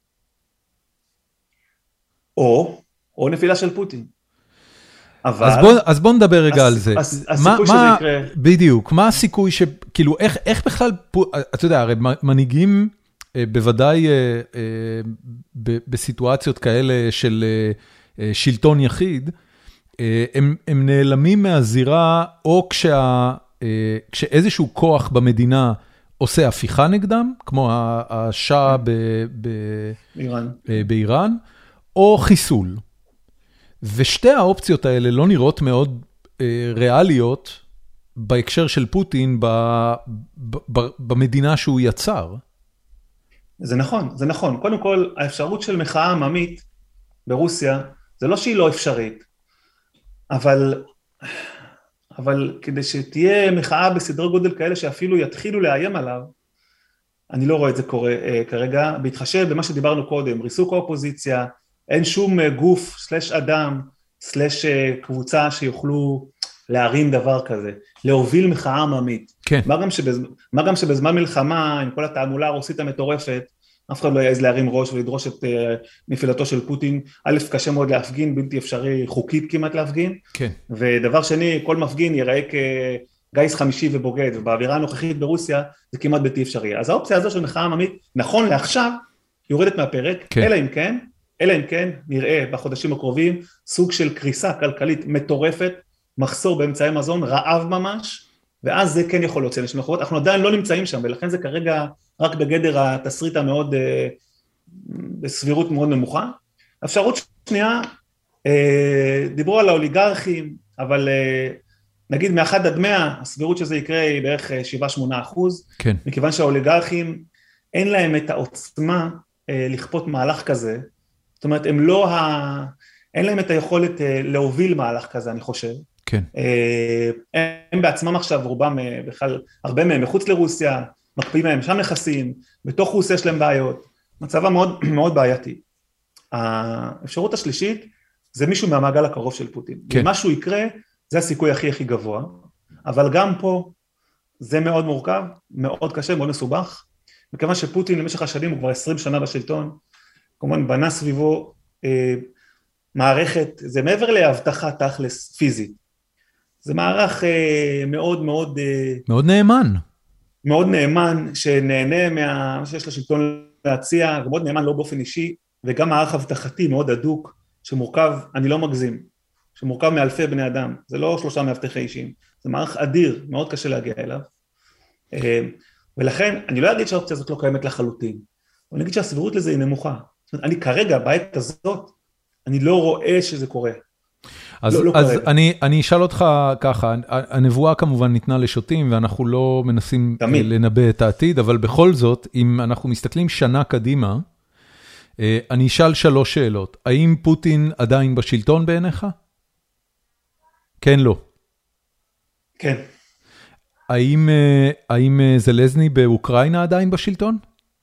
או נפילה של פוטין. אז בוא נדבר רגע על זה. הסיכוי שזה יקרה. בדיוק, מה הסיכוי כאילו, איך בכלל, אתה יודע, הרי מנהיגים בוודאי בסיטואציות כאלה של שלטון יחיד, הם נעלמים מהזירה, או כשאיזשהו כוח במדינה עושה הפיכה נגדם, כמו השאה באיראן, או חיסול. ושתי האופציות האלה לא נראות מאוד ריאליות בהקשר של פוטין במדינה שהוא יצר. זה נכון, זה נכון. קודם כל, האפשרות של מחאה עממית ברוסיה, זה לא שהיא לא אפשרית, אבל כדי שתהיה מחאה בסדרי גודל כאלה שאפילו יתחילו לאיים עליו, אני לא רואה את זה קורה כרגע, בהתחשב במה שדיברנו קודם, ריסוק האופוזיציה, אין שום גוף / אדם / קבוצה שיוכלו להרים דבר כזה, להוביל מחאה עממית. כן. מה גם שבזמן מלחמה, עם כל התעמולה הרוסית המטורפת, אף אחד לא יעז להרים ראש ולדרוש את נפילתו של פוטין. א', קשה מאוד להפגין, בלתי אפשרי, חוקית כמעט להפגין. כן. ודבר שני, כל מפגין ייראה כגיס חמישי ובוגד, ובאווירה הנוכחית ברוסיה זה כמעט בלתי אפשרי. אז האופציה הזו של מחאה עממית, נכון לעכשיו, יורדת מהפרק, כן. אלא אם כן נראה בחודשים הקרובים סוג של קריסה כלכלית מטורפת, מחסור באמצעי מזון, רעב ממש, ואז זה כן יכול להוציא אנשים לחובות. אנחנו עדיין לא נמצאים שם, ולכן זה כרגע רק בגדר התסריט המאוד, בסבירות מאוד נמוכה. אפשרות שנייה, דיברו על האוליגרכים, אבל נגיד מ1 עד 100, הסבירות שזה יקרה היא בערך 7-8%, כן. מכיוון שהאוליגרכים אין להם את העוצמה לכפות מהלך כזה, זאת אומרת, אין להם את היכולת להוביל מהלך כזה, אני חושב. כן. הם בעצמם עכשיו, רובם בכלל, הרבה מהם מחוץ לרוסיה, מקפיאים מהם שם נכסים, בתוך רוסיה יש להם בעיות, מצבה מאוד, מאוד בעייתי. האפשרות השלישית, זה מישהו מהמעגל הקרוב של פוטין. כן. אם משהו יקרה, זה הסיכוי הכי גבוה, אבל גם פה, זה מאוד מורכב, מאוד קשה, מאוד מסובך, מכיוון שפוטין למשך השנים הוא כבר 20 שנה בשלטון, כמובן בנה סביבו מערכת, זה מעבר להבטחה תכלס פיזית, זה מערך מאוד מאוד... מאוד נאמן. מאוד נאמן, שנהנה מה שיש לשלטון להציע, מאוד נאמן לא באופן אישי, וגם מערך הבטחתי מאוד הדוק, שמורכב, אני לא מגזים, שמורכב מאלפי בני אדם, זה לא 3 מאבטחי אישיים, זה מערך אדיר, מאוד קשה להגיע אליו, ולכן אני לא אגיד שהאופציה הזאת לא קיימת לחלוטין, אבל אני אגיד שהסבירות לזה היא נמוכה, זאת אומרת, אני כרגע בעת הזאת, אני לא רואה שזה קורה. אז אני אשאל אותך ככה, הנבואה כמובן ניתנה לשוטים, ואנחנו לא מנסים לנבא את העתיד, אבל בכל זאת, אם אנחנו מסתכלים שנה קדימה, אני אשאל 3 שאלות. האם פוטין עדיין בשלטון בעיניך? כן, לא. כן. האם זלזני באוקראינה עדיין בשלטון?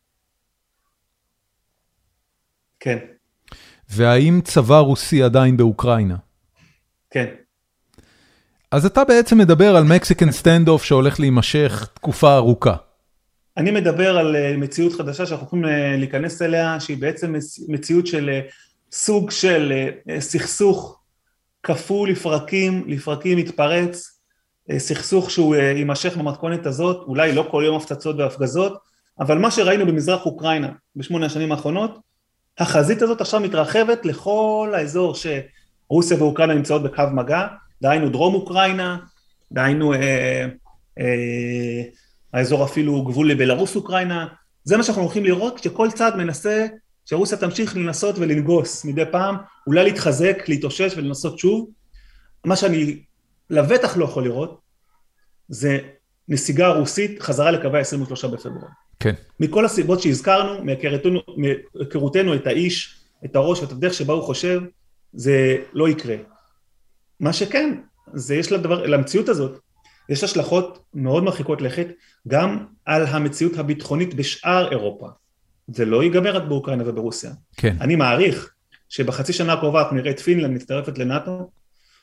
כן. והאם צבא רוסי עדיין באוקראינה? כן. אז אתה בעצם מדבר על מקסיקן סטנד-אוף שהולך להימשך תקופה ארוכה. אני מדבר על מציאות חדשה שאנחנו יכולים להיכנס אליה, שהיא בעצם מציאות של סוג של סכסוך כפול לפרקים מתפרץ, סכסוך שהוא יימשך במתכונת הזאת, אולי לא כל יום הפצצות והפגזות, אבל מה שראינו במזרח אוקראינה ב8 השנים האחרונות, החזית הזאת עכשיו מתרחבת לכל האזור שרוסיה ואוקראינה נמצאות בקו מגע, דהיינו דרום אוקראינה, דהיינו האזור אפילו גבול לבלרוס אוקראינה, זה מה שאנחנו הולכים לראות, שכל צד מנסה, שרוסיה תמשיך לנסות ולנגוס מדי פעם, אולי להתחזק, להתאושש ולנסות שוב. מה שאני לבטח לא יכול לראות, זה נסיגה רוסית, חזרה לקווי 23 בפברואר. כן. מכל הסיבות שהזכרנו, מהיכרותנו את האיש, את הראש ואת הדרך שבה הוא חושב, זה לא יקרה. מה שכן, זה יש למציאות הזאת, יש השלכות מאוד מרחיקות לכת, גם על המציאות הביטחונית בשאר אירופה. זה לא ייגמר רק באוקראינה וברוסיה. כן. אני מעריך שבחצי שנה הקרובה את נראה את פינלנד מצטרפת לנאטו.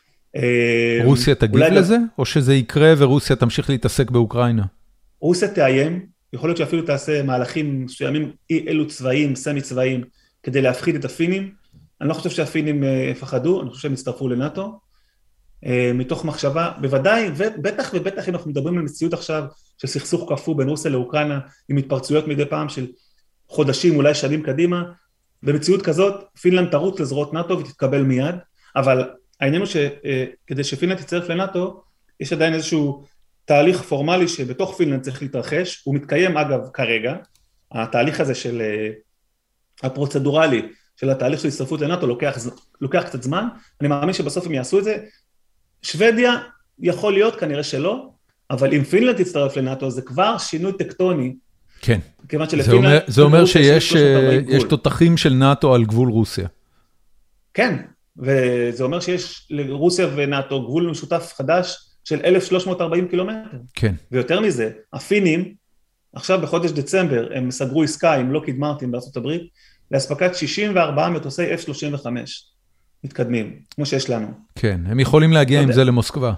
רוסיה תגיב לזה? או שזה יקרה ורוסיה תמשיך להתעסק באוקראינה? רוסיה תאיים, יכול להיות שאפילו תעשה מהלכים מסוימים, אלו צבאיים, סמי צבאיים, כדי להפחיד את הפינים. אני לא חושב שהפינים יפחדו, אני חושב שהם יצטרפו לנאטו. מתוך מחשבה, בוודאי, ובטח אם אנחנו מדברים על מציאות עכשיו של סכסוך כפול בין רוסיה לאוקראינה, עם התפרצויות מדי פעם של חודשים, אולי שנים קדימה, במציאות כזאת, פינלנד תרוץ לזרועות נאטו ותתקבל מיד, אבל העניין הוא שכדי שפינלנד תצטרף לנאטו, יש עדיין איזשהו תהליך פורמלי שבתוך פינלנד צריך להתרחש, הוא מתקיים אגב כרגע, התהליך הזה של הפרוצדורלי, של התהליך של הצטרפות לנאטו לוקח קצת זמן, אני מאמין שבסוף הם יעשו את זה, שוודיה יכול להיות, כנראה שלא, אבל אם פינלנד תצטרף לנאטו, זה כבר שינוי טקטוני. כן. זה אומר שיש תותחים של נאטו על גבול רוסיה. כן, וזה אומר שיש לרוסיה ונאטו גבול משותף חדש של 1,340 קילומטר. כן. ויותר מזה, הפינים, עכשיו בחודש דצמבר, הם סגרו עסקה עם לוקהיד מרטין בארצות הברית, להספקת 64 מטוסי F-35. מתקדמים, כמו שיש לנו. כן, הם יכולים להגיע עם זה למוסקבה.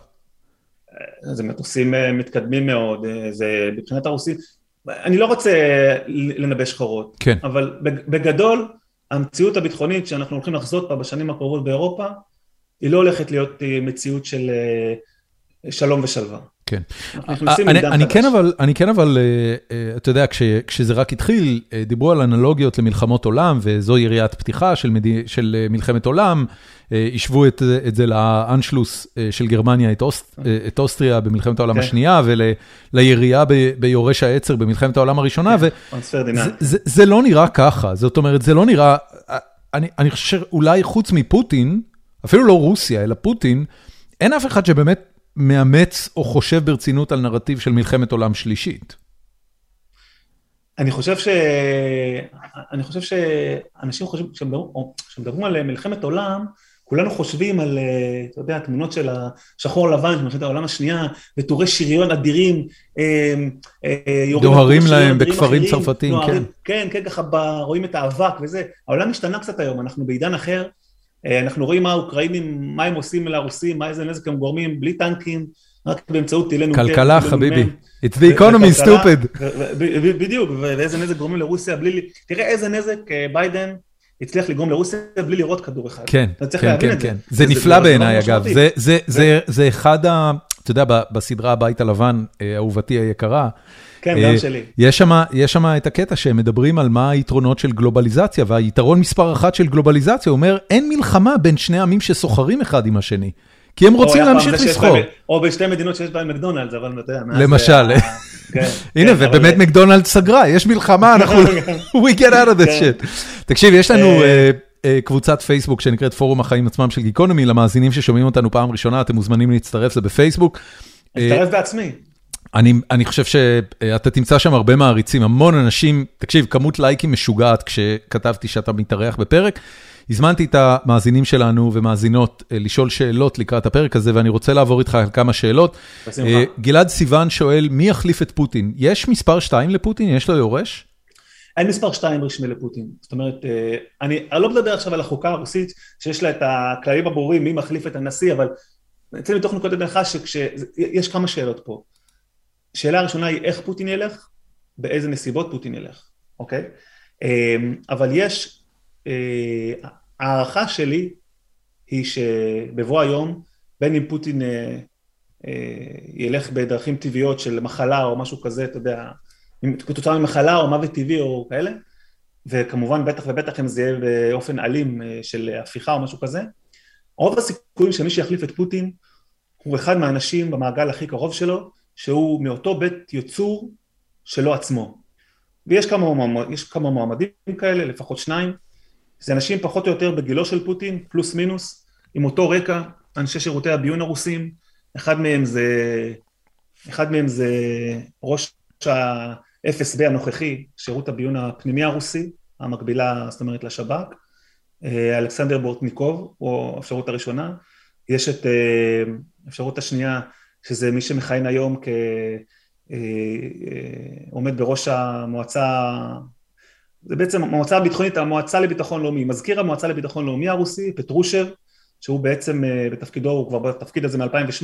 זה מטוסים מתקדמים מאוד, זה מבחינת הרוסים, אני לא רוצה לנבא שחורות, כן. אבל בגדול, המציאות הביטחונית שאנחנו הולכים לחזות בה בשנים הקרובות באירופה, היא לא הולכת להיות מציאות של שלום ושלווה. כן. אני כן אבל, אתה יודע, כשזה רק התחיל, דיברו על אנלוגיות למלחמות עולם, וזו יריית פתיחה של מלחמת עולם, ישבו את זה לאנשלוס של גרמניה, את אוסטריה במלחמת העולם השנייה, ולירייה ביורש העצר במלחמת העולם הראשונה, וזה לא נראה ככה, זאת אומרת, זה לא נראה, אני חושב שאולי חוץ מפוטין, אפילו לא רוסיה, אלא פוטין, אין אף אחד שבאמת מאמץ או חושב ברצינות על נרטיב של מלחמת עולם שלישית. אני חושב שאנשים חושבים, כשמדברים על מלחמת עולם, כולנו חושבים על, אתה יודע, תמונות של השחור לבן, של מלחמת העולם השנייה, וטורי שריון אדירים, דוהרים להם בכפרים צרפתיים, כן. כן, ככה רואים את האבק וזה. העולם השתנה קצת היום, אנחנו בעידן אחר, אנחנו רואים מה האוקראינים, מה הם עושים לרוסים, איזה נזק הם גורמים, בלי טנקים, רק באמצעות טילי נ"ט. כלכלה חביבי, it's the economy stupid. בדיוק, ואיזה נזק גורמים לרוסיה, תראה איזה נזק ביידן הצליח לגרום לרוסיה בלי לראות כדור אחד. כן, כן, כן. זה נפלא בעיניי, אגב. זה אחד אתה יודע, בסדרה הבית הלבן, אהובתי היקרה, כן, גם שלי. יש שם את הקטע שהם מדברים על מה היתרונות של גלובליזציה, והיתרון מספר אחת של גלובליזציה, הוא אומר, אין מלחמה בין שני עמים שסוחרים אחד עם השני, כי הם רוצים להמשיך לסחור. או בשתי מדינות שיש בהן מקדונלדס, אבל אתה יודע, למשל. הנה, ובאמת מקדונלדס סגרה, יש מלחמה, אנחנו, we get out of this shit. תקשיב, יש לנו קבוצת פייסבוק שנקראת פורום החיים עצמם של גיקונומי, למאזינים ששומעים אותנו פעם ראשונה, אתם מוזמנים להצטרף, זה בפייסבוק. להצטרף בעצמי. אני חושב שאתה תמצא שם הרבה מעריצים, המון אנשים, תקשיב, כמות לייקים משוגעת כשכתבתי שאתה מתארח בפרק, הזמנתי את המאזינים שלנו ומאזינות לשאול שאלות לקראת הפרק הזה, ואני רוצה לעבור איתך על כמה שאלות. גלעד סיוון שואל, מי יחליף את פוטין? יש מספר 2 לפוטין? יש לו יורש? אין מספר 2 רשמי לפוטין. זאת אומרת, אני לא מדבר עכשיו על החוקה הרוסית, שיש לה את הכללים הברורים, מי מחליף את הנשיא, אבל אצלנו מתוך נקודת הנחה שיש כמה שאלות פה. שאלה הראשונה היא איך פוטין ילך, באיזה נסיבות פוטין ילך, אוקיי? אבל יש, הערכה שלי היא שבבוא היום, בין אם פוטין ילך בדרכים טבעיות של מחלה או משהו כזה, אתה יודע, כתוצאה ממחלה או מוות טבעי או כאלה, וכמובן בטח ובטח אם זה יהיה באופן אלים של הפיכה או משהו כזה, רוב הסיכויים שמי שיחליף את פוטין, הוא אחד מהאנשים במעגל הכי קרוב שלו, שהוא מאותו בית יצור שלו עצמו. ויש כמה מועמדים כאלה, לפחות 2, זה אנשים פחות או יותר בגילו של פוטין, פלוס מינוס, עם אותו רקע, אנשי שירותי הביון הרוסים, אחד מהם זה ראש ה-FSB הנוכחי, שירות הביון הפנימי הרוסי, המקבילה, זאת אומרת, לשב"כ, אלכסנדר בורטניקוב, הוא האפשרות הראשונה, יש את האפשרות השנייה, שזה מי שמכהן היום עומד בראש המועצה, זה בעצם המועצה הביטחונית, המועצה לביטחון לאומי, מזכיר המועצה לביטחון לאומי הרוסי, פטרושב, שהוא בעצם בתפקידו, הוא כבר בתפקיד הזה מ-2008,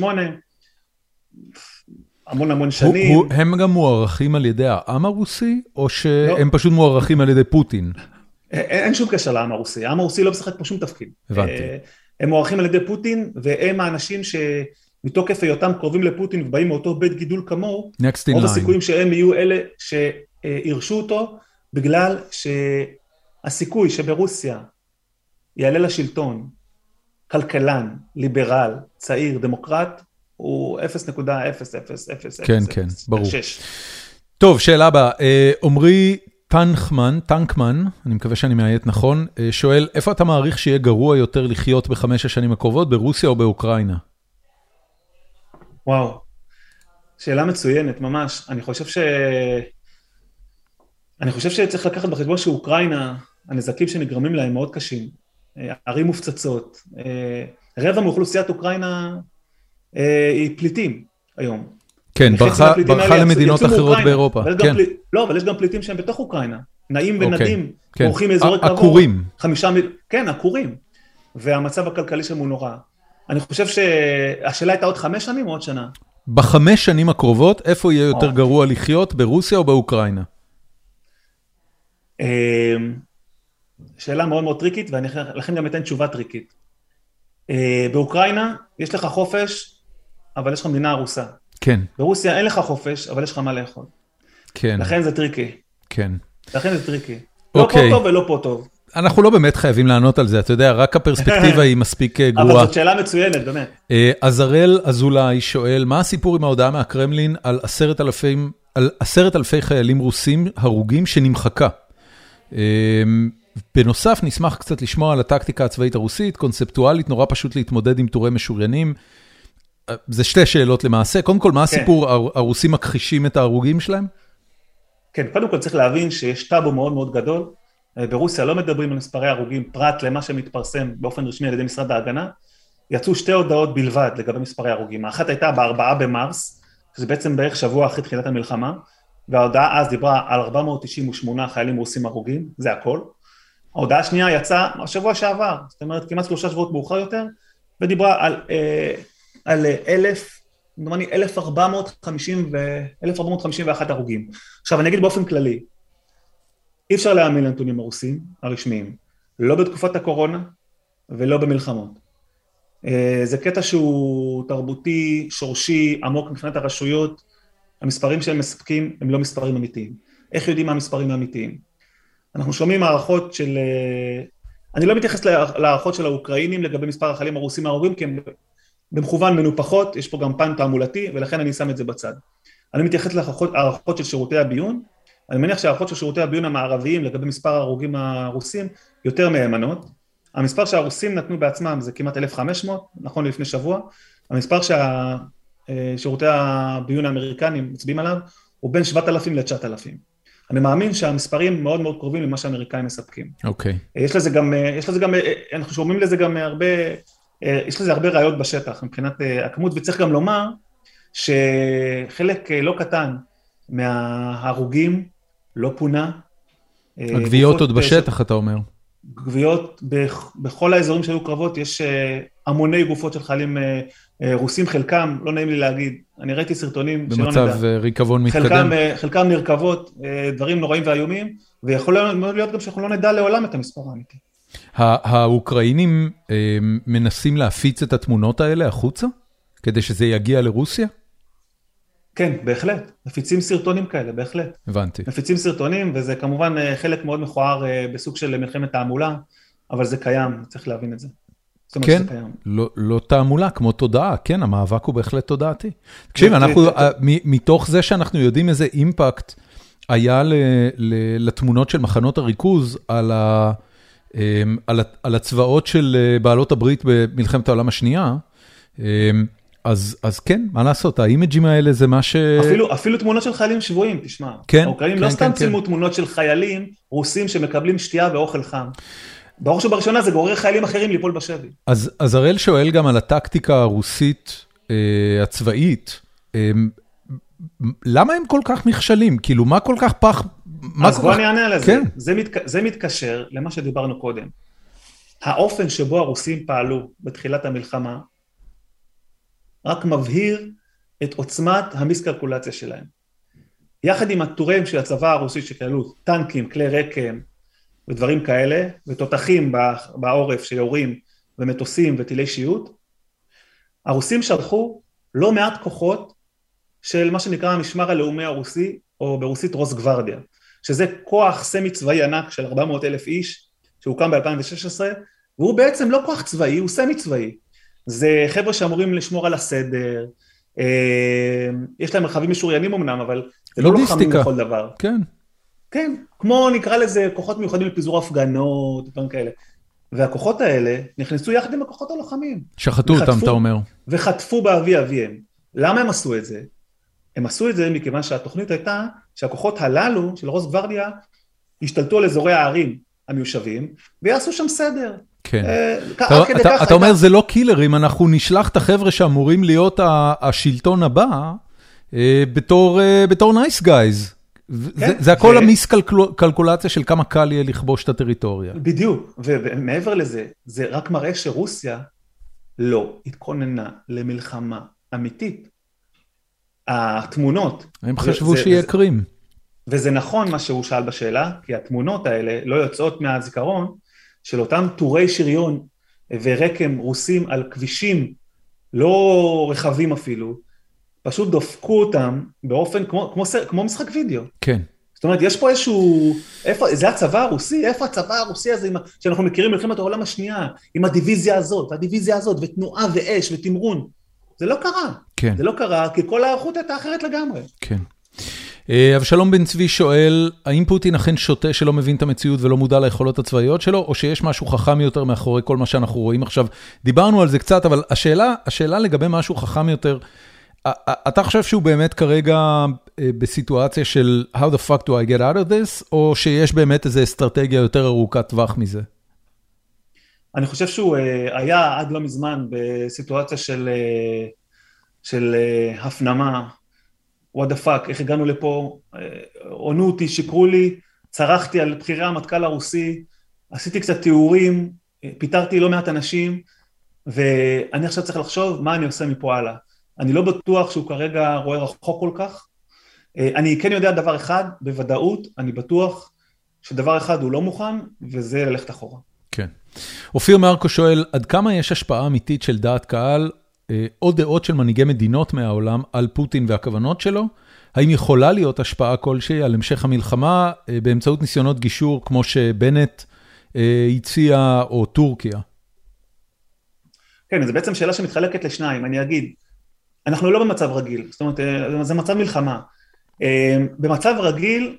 המון שנים. הם גם מוערכים על ידי העם הרוסי, או שהם פשוט מוערכים על ידי פוטין? אין שום קשר לעם הרוסי, העם הרוסי לא משחק פה שום תפקיד. הבנתי. הם מוערכים על ידי פוטין, והם האנשים מתוקף היותם קרובים לפוטין ובאים מאותו בית גידול כמוהו, רוב הסיכויים שהם יהיו אלה שירשו אותו, בגלל שהסיכוי שברוסיה יעלה לשלטון כלכלן, ליברל, צעיר, דמוקרט, הוא 0.000006. כן, כן, ברור. טוב, שאלה הבאה. עומרי טנקמן, אני מקווה שאני מעיית נכון, שואל, איפה אתה מעריך שיהיה גרוע יותר לחיות ב5 השנים הקרובות, ברוסיה או באוקראינה? וואו, שאלה מצוינת, ממש. אני חושב שצריך לקחת בחשבון שאוקראינה, הנזקים שנגרמים להם מאוד קשים, ערים מופצצות, רבע מאוכלוסיית אוקראינה היא פליטים היום. כן, ברחה למדינות אחרות באירופה. לא, אבל יש גם פליטים שהם בתוך אוקראינה, נעים ונדים, בורחים מאזורי קרבות. עקורים. כן, עקורים. והמצב הכלכלי שם הוא נורא. אני חושב שהשאלה הייתה עוד 5 שנים או עוד שנה? ב5 שנים הקרובות, איפה יהיה יותר גרוע לחיות, ברוסיה או באוקראינה? שאלה מאוד מאוד טריקית, ואני לכן גם אתן תשובה טריקית. באוקראינה יש לך חופש, אבל יש לך מדינה הרוסה. כן. ברוסיה אין לך חופש, אבל יש לך מה לאכול. כן. לכן זה טריקי. כן. לכן זה טריקי. לא פה טוב ולא פה טוב. אנחנו לא באמת חייבים לענות על זה, אתה יודע, רק הפרספקטיבה היא מספיק גרועה. אבל זאת שאלה מצוינת, באמת. עזרל אזולאי שואל, מה הסיפור עם ההודעה מהקרמלין על 10,000 חיילים רוסים הרוגים שנמחקה? בנוסף, נשמח קצת לשמוע על הטקטיקה הצבאית הרוסית, קונספטואלית, נורא פשוט להתמודד עם תורי משוריינים. זה 2 שאלות למעשה. קודם כל, מה הסיפור? הרוסים מכחישים את ההרוגים שלהם? כן, קודם כל צריך להבין שיש טאבו מאוד מאוד גדול. ברוסיה לא מדברים על מספרי הרוגים, פרט למה שמתפרסם באופן רשמי על ידי משרד ההגנה. יצאו 2 הודעות בלבד לגבי מספרי הרוגים. האחת הייתה ב4 במרס, שזה בעצם בערך שבוע אחרי תחילת המלחמה, וההודעה אז דיברה על 498 חיילים רוסים הרוגים, זה הכל. ההודעה השנייה יצאה השבוע שעבר, זאת אומרת כמעט 3 שבועות מאוחר יותר, ודיברה על 1,451 הרוגים. עכשיו אני אגיד באופן כללי, אי אפשר להאמין לנתונים הרוסים הרשמיים. לא בתקופת הקורונה ולא במלחמות. זה קטע שהוא תרבותי, שורשי, עמוק מבחינת הרשויות, המספרים שהם מספקים הם לא מספרים אמיתיים. איך יודעים מה המספרים האמיתיים? אנחנו שומעים הערכות של, אני לא מתייחס להערכות של האוקראינים לגבי מספר החיילים הרוסים ההרוגים, כי הם במכוון מנופחות, יש פה גם פן תעמולתי, ולכן אני שם את זה בצד. אני מתייחס להערכות של שירותי הביון, אני מניח שהערכות של שירותי הביון המערביים לגבי מספר ההרוגים הרוסים יותר מהימנות. המספר שהרוסים נתנו בעצמם זה כמעט 1,500, נכון לפני שבוע, המספר ששירותי הביון האמריקנים מצביעים עליו הוא בין 7,000 ל-9,000. אני מאמין שהמספרים מאוד מאוד קרובים למה שהאמריקאים מספקים. אוקיי. יש לזה גם, אנחנו שומעים לזה גם הרבה, יש לזה הרבה ראיות בשטח מבחינת הכמות, וצריך גם לומר שחלק לא קטן מההרוגים לא פונה. הגוויות עוד בשטח, אתה אומר. גוויות, בכל האזורים שהיו קרבות, יש המוני גופות של חיילים רוסים, חלקם, לא נעים לי להגיד, אני ראיתי סרטונים שלא נדע. במצב ריקבון מתקדם. חלקם נרכבות, דברים נוראים ואיומים, ויכול להיות גם שאנחנו לא נדע לעולם את המספר האמיתי. האוקראינים מנסים להפיץ את התמונות האלה החוצה, כדי שזה יגיע לרוסיה? כן, בהחלט. מפיצים סרטונים כאלה, בהחלט. הבנתי. מפיצים סרטונים, וזה כמובן חלק מאוד מכוער בסוג של מלחמת תעמולה, אבל זה קיים, צריך להבין את זה. כן, לא תעמולה, כמו תודעה, כן, המאבק הוא בהחלט תודעתי. תקשיב, מתוך זה שאנחנו יודעים איזה אימפקט היה לתמונות של מחנות הריכוז על הצבאות של בעלות הברית במלחמת העולם השנייה, אז כן, מה לעשות, האימג'ים האלה זה מה ש... אפילו תמונות של חיילים שבויים, תשמע. כן. האוקראינים לא סתם צילמו תמונות של חיילים רוסים שמקבלים שתייה ואוכל חם. ברור שבראשונה זה גורר חיילים אחרים ליפול בשבי. אז הראל שואל גם על הטקטיקה הרוסית הצבאית, למה הם כל כך נכשלים? כאילו, מה כל כך פח... אז בוא אני אענה על זה. זה מתקשר למה שדיברנו קודם. האופן שבו הרוסים פעלו בתחילת המלחמה, רק מבהיר את עוצמת המיסקלקולציה שלהם. יחד עם הטורים של הצבא הרוסי שכללו טנקים, כלי רקם ודברים כאלה, ותותחים בעורף שיורים ומטוסים וטילי שיוט, הרוסים שלחו לא מעט כוחות של מה שנקרא המשמר הלאומי הרוסי, או ברוסית רוס גוורדיה, שזה כוח סמי צבאי ענק של 400,000 איש, שהוקם ב-2016, והוא בעצם לא כוח צבאי, הוא סמי צבאי. זה חבר'ה שאמורים לשמור על הסדר, יש להם רכבים משוריינים אמנם, אבל זה לא לוחמים לכל דבר. כן. כן, כמו נקרא לזה כוחות מיוחדים לפיזור הפגנות, דברים כאלה. והכוחות האלה נכנסו יחד עם הכוחות הלוחמים. שחטו אותם, אתה אומר. וחטפו באבי אביהם. למה הם עשו את זה? הם עשו את זה מכיוון שהתוכנית הייתה שהכוחות הללו של רוס גוורדיה השתלטו על אזורי הערים המיושבים, ויעשו שם סדר. כן. אתה אומר, זה לא קילרים, אנחנו נשלח את החבר'ה שאמורים להיות השלטון הבא, בתור נייס גייז. זה הכל המיסקלקולציה של כמה קל יהיה לכבוש את הטריטוריה. בדיוק, ומעבר לזה, זה רק מראה שרוסיה לא התכוננה למלחמה אמיתית. התמונות... הם חשבו שיהיה קרים. וזה נכון מה שהוא שאל בשאלה, כי התמונות האלה לא יוצאות מהזיכרון, של אותם טורי שריון ורקם רוסים על כבישים לא רחבים אפילו, פשוט דופקו אותם באופן כמו משחק וידאו. כן. זאת אומרת, יש פה איזשהו, זה הצבא הרוסי? איפה הצבא הרוסי הזה שאנחנו מכירים מלחמת העולם השנייה, עם הדיוויזיה הזאת, והדיוויזיה הזאת, ותנועה ואש ותמרון? זה לא קרה. כן. זה לא קרה, כי כל הערכות הייתה אחרת לגמרי. כן. אבשלום בן צבי שואל, האם פוטין אכן שוטה שלא מבין את המציאות ולא מודע ליכולות הצבאיות שלו, או שיש משהו חכם יותר מאחורי כל מה שאנחנו רואים עכשיו? דיברנו על זה קצת, אבל השאלה לגבי משהו חכם יותר, אתה חושב שהוא באמת כרגע בסיטואציה של how the fuck do I get out of this, או שיש באמת איזו אסטרטגיה יותר ארוכת טווח מזה? אני חושב שהוא היה עד לא מזמן בסיטואציה של הפנמה, what the fuck, איך הגענו לפה, עונו אותי, שיקרו לי, צרחתי על בחירי המטכ"ל הרוסי, עשיתי קצת תיאורים, פיתרתי לא מעט אנשים, ואני עכשיו צריך לחשוב מה אני עושה מפה הלאה. אני לא בטוח שהוא כרגע רואה רחוק כל כך. אני כן יודע דבר אחד, בוודאות, אני בטוח שדבר אחד הוא לא מוכן, וזה ללכת אחורה. אופיר מרקו שואל, עד כמה יש השפעה אמיתית של דעת קהל, או דעות של מנהיגי מדינות מהעולם, על פוטין והכוונות שלו? האם יכולה להיות השפעה כלשהי על המשך המלחמה, באמצעות ניסיונות גישור, כמו שבנט הציע, או טורקיה? כן, זו בעצם שאלה שמתחלקת לשניים, אני אגיד, אנחנו לא במצב רגיל, זאת אומרת, זה מצב מלחמה. במצב רגיל,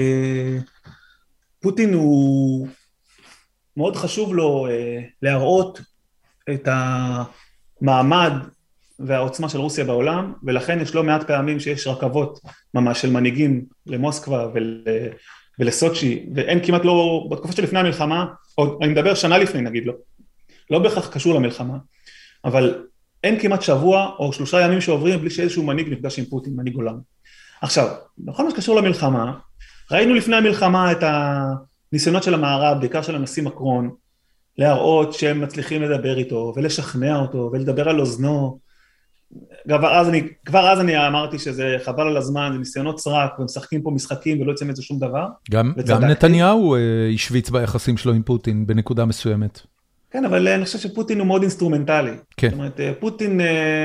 פוטין הוא מאוד חשוב לו להראות את המעמד והעוצמה של רוסיה בעולם, ולכן יש לא מעט פעמים שיש רכבות ממש של מנהיגים למוסקבה ולסוצ'י, ואין כמעט לא, בתקופה שלפני המלחמה, או אני מדבר שנה לפני נגיד, לא בהכרח קשור למלחמה, אבל אין כמעט שבוע או 3 ימים שעוברים בלי שאיזשהו מנהיג נפגש עם פוטין, מנהיג עולם. עכשיו, בכל מה שקשור למלחמה, ראינו לפני המלחמה את הניסיונות של המערב, בעיקר של הנשיא מקרון, להראות שהם מצליחים לדבר איתו ולשכנע אותו ולדבר על אוזנו. כבר אז אני אמרתי שזה חבל על הזמן, זה ניסיונות סרק, ומשחקים פה משחקים ולא יוצא מזה שום דבר. גם נתניהו השוויץ ביחסים שלו עם פוטין בנקודה מסוימת. כן, אבל אני חושב שפוטין הוא מאוד אינסטרומנטלי. כן. זאת אומרת, פוטין,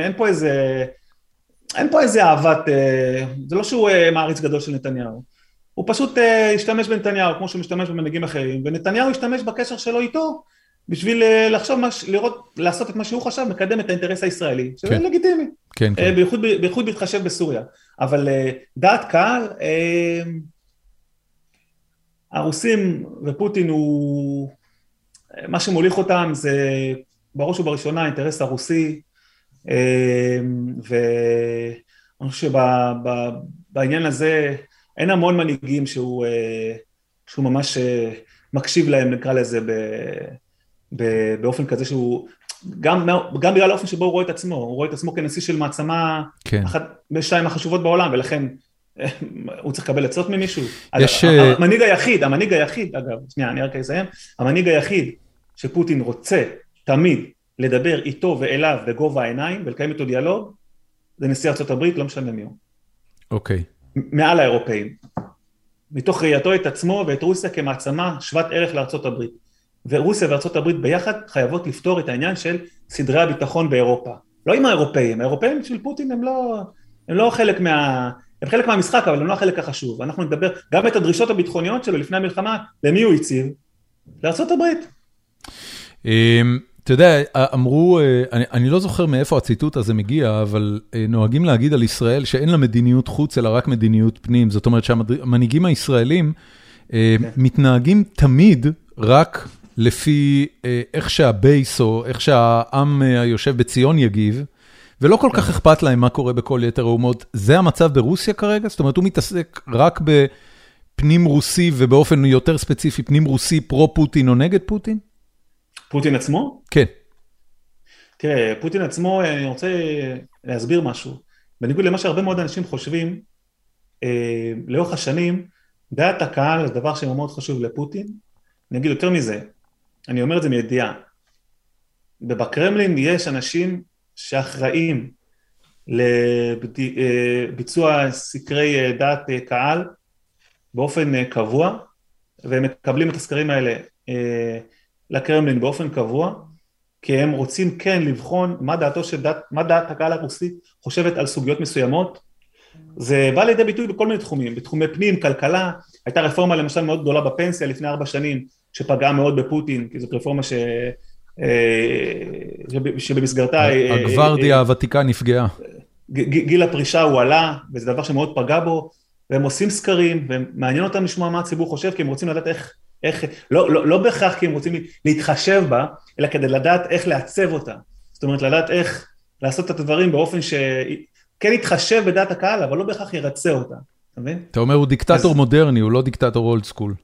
אין פה איזה אהבת, זה לא שהוא מעריץ גדול של נתניהו. הוא פשוט השתמש בנתניהו, כמו שהוא משתמש במנהיגים אחרים, ונתניהו השתמש בקשר שלו איתו, בשביל לעשות את מה שהוא חשב, מקדם את האינטרס הישראלי, שזה לגיטימי. כן, כן. בייחוד בהתחשב בסוריה. אבל דעת קהל, הרוסים ופוטין הוא, מה שמוליך אותם זה בראש ובראשונה האינטרס הרוסי, ואני חושב שבעניין הזה אין המון מנהיגים שהוא ממש מקשיב להם, נקרא לזה, באופן כזה שהוא, גם בגלל האופן שבו הוא רואה את עצמו, הוא רואה את עצמו כנשיא של מעצמה, בשתיים החשובות בעולם, ולכן הוא צריך לקבל עצות ממישהו. המנהיג היחיד, אגב, שנייה, אני רק אסיים, המנהיג היחיד שפוטין רוצה תמיד לדבר איתו ואליו בגובה העיניים, ולקיים איתו דיאלוג, זה נשיא ארצות הברית, לא משנה מי הוא. אוקיי. מעל האירופאים. מתוך ראייתו את עצמו ואת רוסיה כמעצמה שוות ערך לארצות הברית. ורוסיה וארצות הברית ביחד חייבות לפתור את העניין של סדרי הביטחון באירופה. לא עם האירופאים. האירופאים של פוטין הם לא חלק הם חלק מהמשחק, אבל הם לא החלק החשוב. אנחנו נדבר גם את הדרישות הביטחוניות שלו לפני המלחמה, למי הוא הציב? לארצות הברית. אתה יודע, אמרו, אני לא זוכר מאיפה הציטוט הזה מגיע, אבל נוהגים להגיד על ישראל שאין לה מדיניות חוץ, אלא רק מדיניות פנים. זאת אומרת שהמנהיגים הישראלים מתנהגים תמיד רק לפי איך שהבייס או איך שהעם היושב בציון יגיב, ולא כל כך אכפת להם מה קורה בכל יתר האומות. זה המצב ברוסיה כרגע? זאת אומרת, הוא מתעסק רק בפנים רוסי, ובאופן יותר ספציפי, פנים רוסי פרו-פוטין או נגד פוטין? פוטין עצמו? כן. תראה, פוטין עצמו, אני רוצה להסביר משהו. בניגוד למה שהרבה מאוד אנשים חושבים, לאורך השנים, דעת הקהל זה דבר שמאוד חשוב לפוטין. אני אגיד יותר מזה, אני אומר את זה מידיעה. בקרמלין יש אנשים שאחראים לביצוע סקרי דעת קהל באופן קבוע, והם מקבלים את הסקרים האלה לקרמלין באופן קבוע, כי הם רוצים כן לבחון מה דעת הקהל הרוסית חושבת על סוגיות מסוימות. זה בא לידי ביטוי בכל מיני תחומים, בתחומי פנים, כלכלה, הייתה רפורמה למשל מאוד גדולה בפנסיה לפני 4 שנים, שפגעה מאוד בפוטין, כי זאת רפורמה שבמסגרתה הגוורדיה הוותיקה נפגעה. גיל הפרישה הוא עלה, וזה דבר שמאוד פגע בו, והם עושים סקרים, ומעניין אותם לשמוע מה הציבור חושב, כי הם רוצים לדעת איך, לא בהכרח כי הם רוצים להתחשב בה, אלא כדי לדעת איך לעצב אותה. זאת אומרת, לדעת איך לעשות את הדברים באופן שכן יתחשב בדעת הקהל, אבל לא בהכרח ירצה אותה. אתה מבין? אתה אומר, הוא דיקטטור מודרני, הוא לא דיקטטור אולד סקול.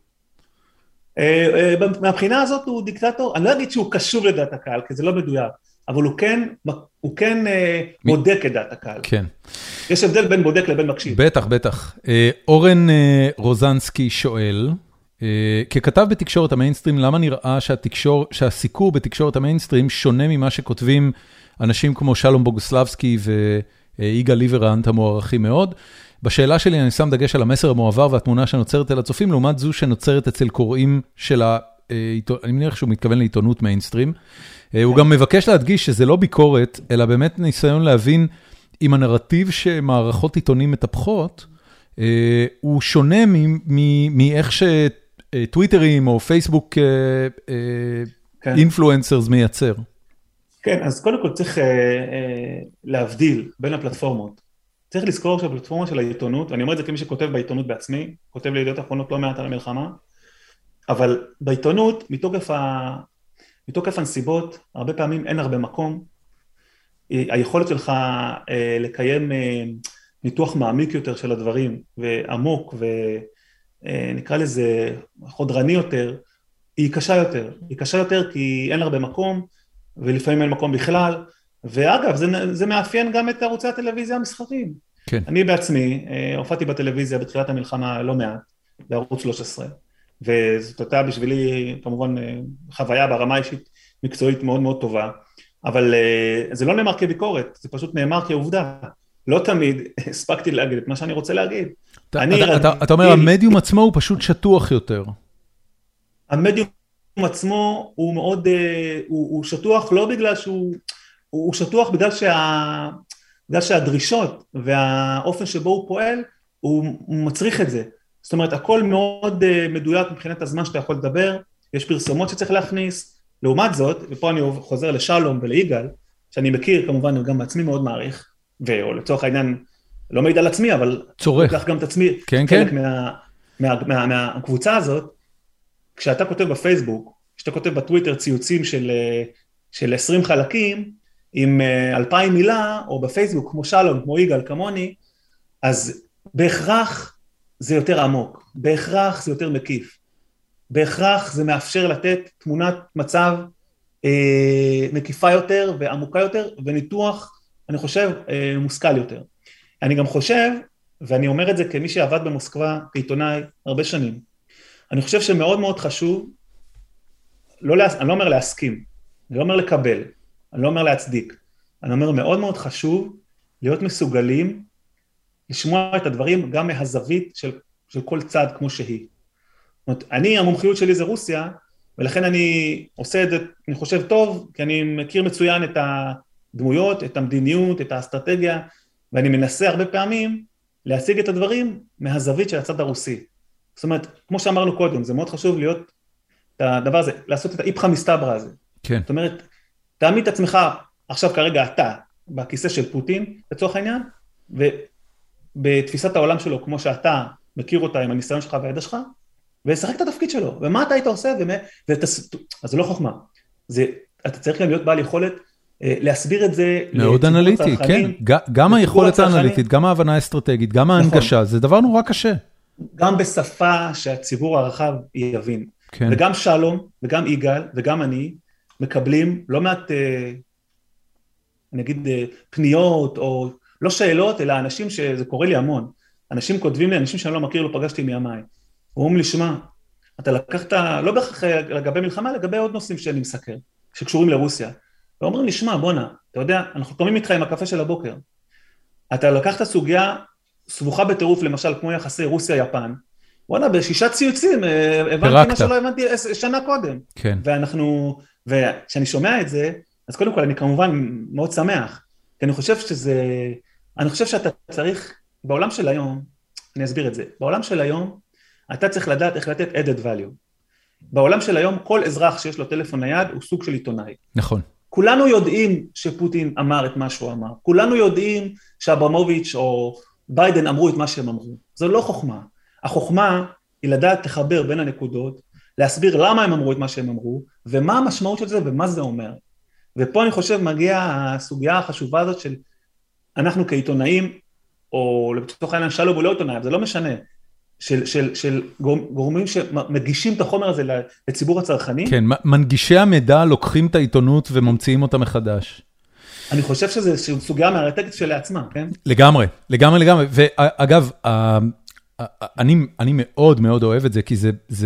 מהבחינה הזאת הוא דיקטטור, אני לא אגיד שהוא קשוב לדעת הקהל, כי זה לא מדויק, אבל הוא כן בודק את דעת הקהל. כן. יש הבדל בין בודק לבין מקשיב. בטח, בטח. אורן רוזנסקי שואל, ככתב בתקשורת המיינסטרים, למה נראה שהסיקור בתקשורת המיינסטרים שונה ממה שכותבים אנשים כמו שלום בוגוסלבסקי ויגאל ליברנט המוערכים מאוד? בשאלה שלי אני שם דגש על המסר המועבר והתמונה שנוצרת אל הצופים, לעומת זו שנוצרת אצל קוראים של אני מניח שהוא מתכוון לעיתונות מיינסטרים, הוא גם מבקש להדגיש שזה לא ביקורת, אלא באמת ניסיון להבין אם הנרטיב שמערכות עיתונים מטפחות, הוא שונה מאיך שטוויטרים או פייסבוק אינפלואנסרס מייצר. כן, אז קודם כל צריך להבדיל בין הפלטפורמות. צריך לזכור שהפלטפורמה של העיתונות, ואני אומר את זה כמי שכותב בעיתונות בעצמי, כותב לידיעות אחרונות לא מעט על המלחמה, אבל בעיתונות, מתוקף הנסיבות, הרבה פעמים אין הרבה מקום, היכולת שלך לקיים ניתוח מעמיק יותר של הדברים, ועמוק, ונקרא לזה חודרני יותר, היא קשה יותר. היא קשה יותר כי אין הרבה מקום, ולפעמים אין מקום בכלל, ואגב, זה מאפיין גם את ערוצי הטלוויזיה המסחריים. כן. אני בעצמי הופעתי בטלוויזיה בתחילת המלחמה לא מעט, בערוץ 13, וזאת הייתה בשבילי כמובן חוויה ברמה אישית מקצועית מאוד מאוד טובה, אבל זה לא נאמר כביקורת, זה פשוט נאמר כעובדה. לא תמיד הספקתי להגיד את מה שאני רוצה להגיד. אתה אומר, המדיום עצמו הוא פשוט שטוח יותר. המדיום עצמו הוא מאוד, הוא שטוח לא בגלל הוא שטוח בגלל שהדרישות והאופן שבו הוא פועל, הוא מצריך את זה. זאת אומרת, הכל מאוד מדויק מבחינת הזמן שאתה יכול לדבר, יש פרסומות שצריך להכניס, לעומת זאת, ופה אני חוזר לשלום וליגאל, שאני מכיר כמובן גם בעצמי מאוד מעריך, או לצורך העניין, לא מעיד על עצמי, אבל צורך. לקח גם את עצמי, כן, חלק כן. מהקבוצה הזאת, כשאתה כותב בפייסבוק, כשאתה כותב בטוויטר ציוצים של 20 חלקים, עם 2,000 מילה, או בפייסבוק כמו שלום, כמו יגאל, כמוני, אז בהכרח זה יותר עמוק, בהכרח זה יותר מקיף, בהכרח זה מאפשר לתת תמונת מצב מקיפה יותר ועמוקה יותר, וניתוח, אני חושב, מושכל יותר. אני גם חושב, ואני אומר את זה כמי שעבד במוסקבה כעיתונאי הרבה שנים, אני חושב שמאוד מאוד חשוב, אני לא אומר להסכים, אני לא אומר לקבל, אני לא אומר להצדיק, אני אומר מאוד מאוד חשוב להיות מסוגלים לשמוע את הדברים גם מהזווית של כל צד כמו שהיא. זאת אומרת, המומחיות שלי זה רוסיה, ולכן אני עושה את זה, אני חושב טוב, כי אני מכיר מצוין את הדמויות, את המדיניות, את האסטרטגיה, ואני מנסה הרבה פעמים להשיג את הדברים מהזווית של הצד הרוסי. זאת אומרת, כמו שאמרנו קודם, זה מאוד חשוב להיות את הדבר הזה, לעשות את האיפכא מסתברא הזה. כן. זאת אומרת, תעמיד את עצמך, עכשיו כרגע אתה, בכיסא של פוטין, לצורך העניין, ובתפיסת העולם שלו, כמו שאתה מכיר אותה עם הניסיון שלך והידע שלך, ושחק את התפקיד שלו, ומה אתה היית עושה, אז זה לא חוכמה. אתה צריך גם להיות בעל יכולת להסביר את זה מאוד אנליטי, כן. גם היכולת האנליטית, גם ההבנה האסטרטגית, גם ההנגשה, זה דבר נורא קשה. גם בשפה שהציבור הרחב יבין. כן. וגם שלום, וגם יגאל, וגם אני, מקבלים לא מעט, נגיד, פניות, או לא שאלות, אלא אנשים שזה קורה לי המון. אנשים כותבים לי, אנשים שאני לא מכיר, לא פגשתי מימיי. אומרים לי, שמע, אתה לקחת, לא בהכרח לגבי מלחמה, לגבי עוד נושאים שאני מסקר, שקשורים לרוסיה. ואומרים לי, שמע, בונה, אתה יודע, אנחנו קוראים איתך עם הקפה של הבוקר. אתה לקחת סוגיה סבוכה בטירוף, למשל, כמו יחסי רוסיה-יפן, בונה, בשישה ציוצים, הבנתי מה שלא הבנתי שנה קודם. כן. וכשאני שומע את זה, אז קודם כל אני כמובן מאוד שמח, כי אני חושב שאתה צריך, בעולם של היום, אני אסביר את זה, בעולם של היום, אתה צריך לדעת איך לתת added value. בעולם של היום, כל אזרח שיש לו טלפון נייד, הוא סוג של עיתונאי. נכון. כולנו יודעים שפוטין אמר את מה שהוא אמר, כולנו יודעים שאברמוביץ' או ביידן אמרו את מה שהם אמרו, זו לא חוכמה. החוכמה היא לדעת לחבר בין הנקודות, להסביר למה הם אמרו את מה שהם אמרו, ומה המשמעות של זה ומה זה אומר. ופה אני חושב מגיעה הסוגיה החשובה הזאת של אנחנו כעיתונאים, או לתוך העניין שלום הוא לא עיתונאים, זה לא משנה, של גורמים שמגישים את החומר הזה לציבור הצרכני. כן, מנגישי המידע לוקחים את העיתונות וממציאים אותה מחדש. אני חושב שזו סוגיה מרתקת שלעצמה, כן? לגמרי, לגמרי, לגמרי. ואגב, אני מאוד מאוד אוהב את זה, כי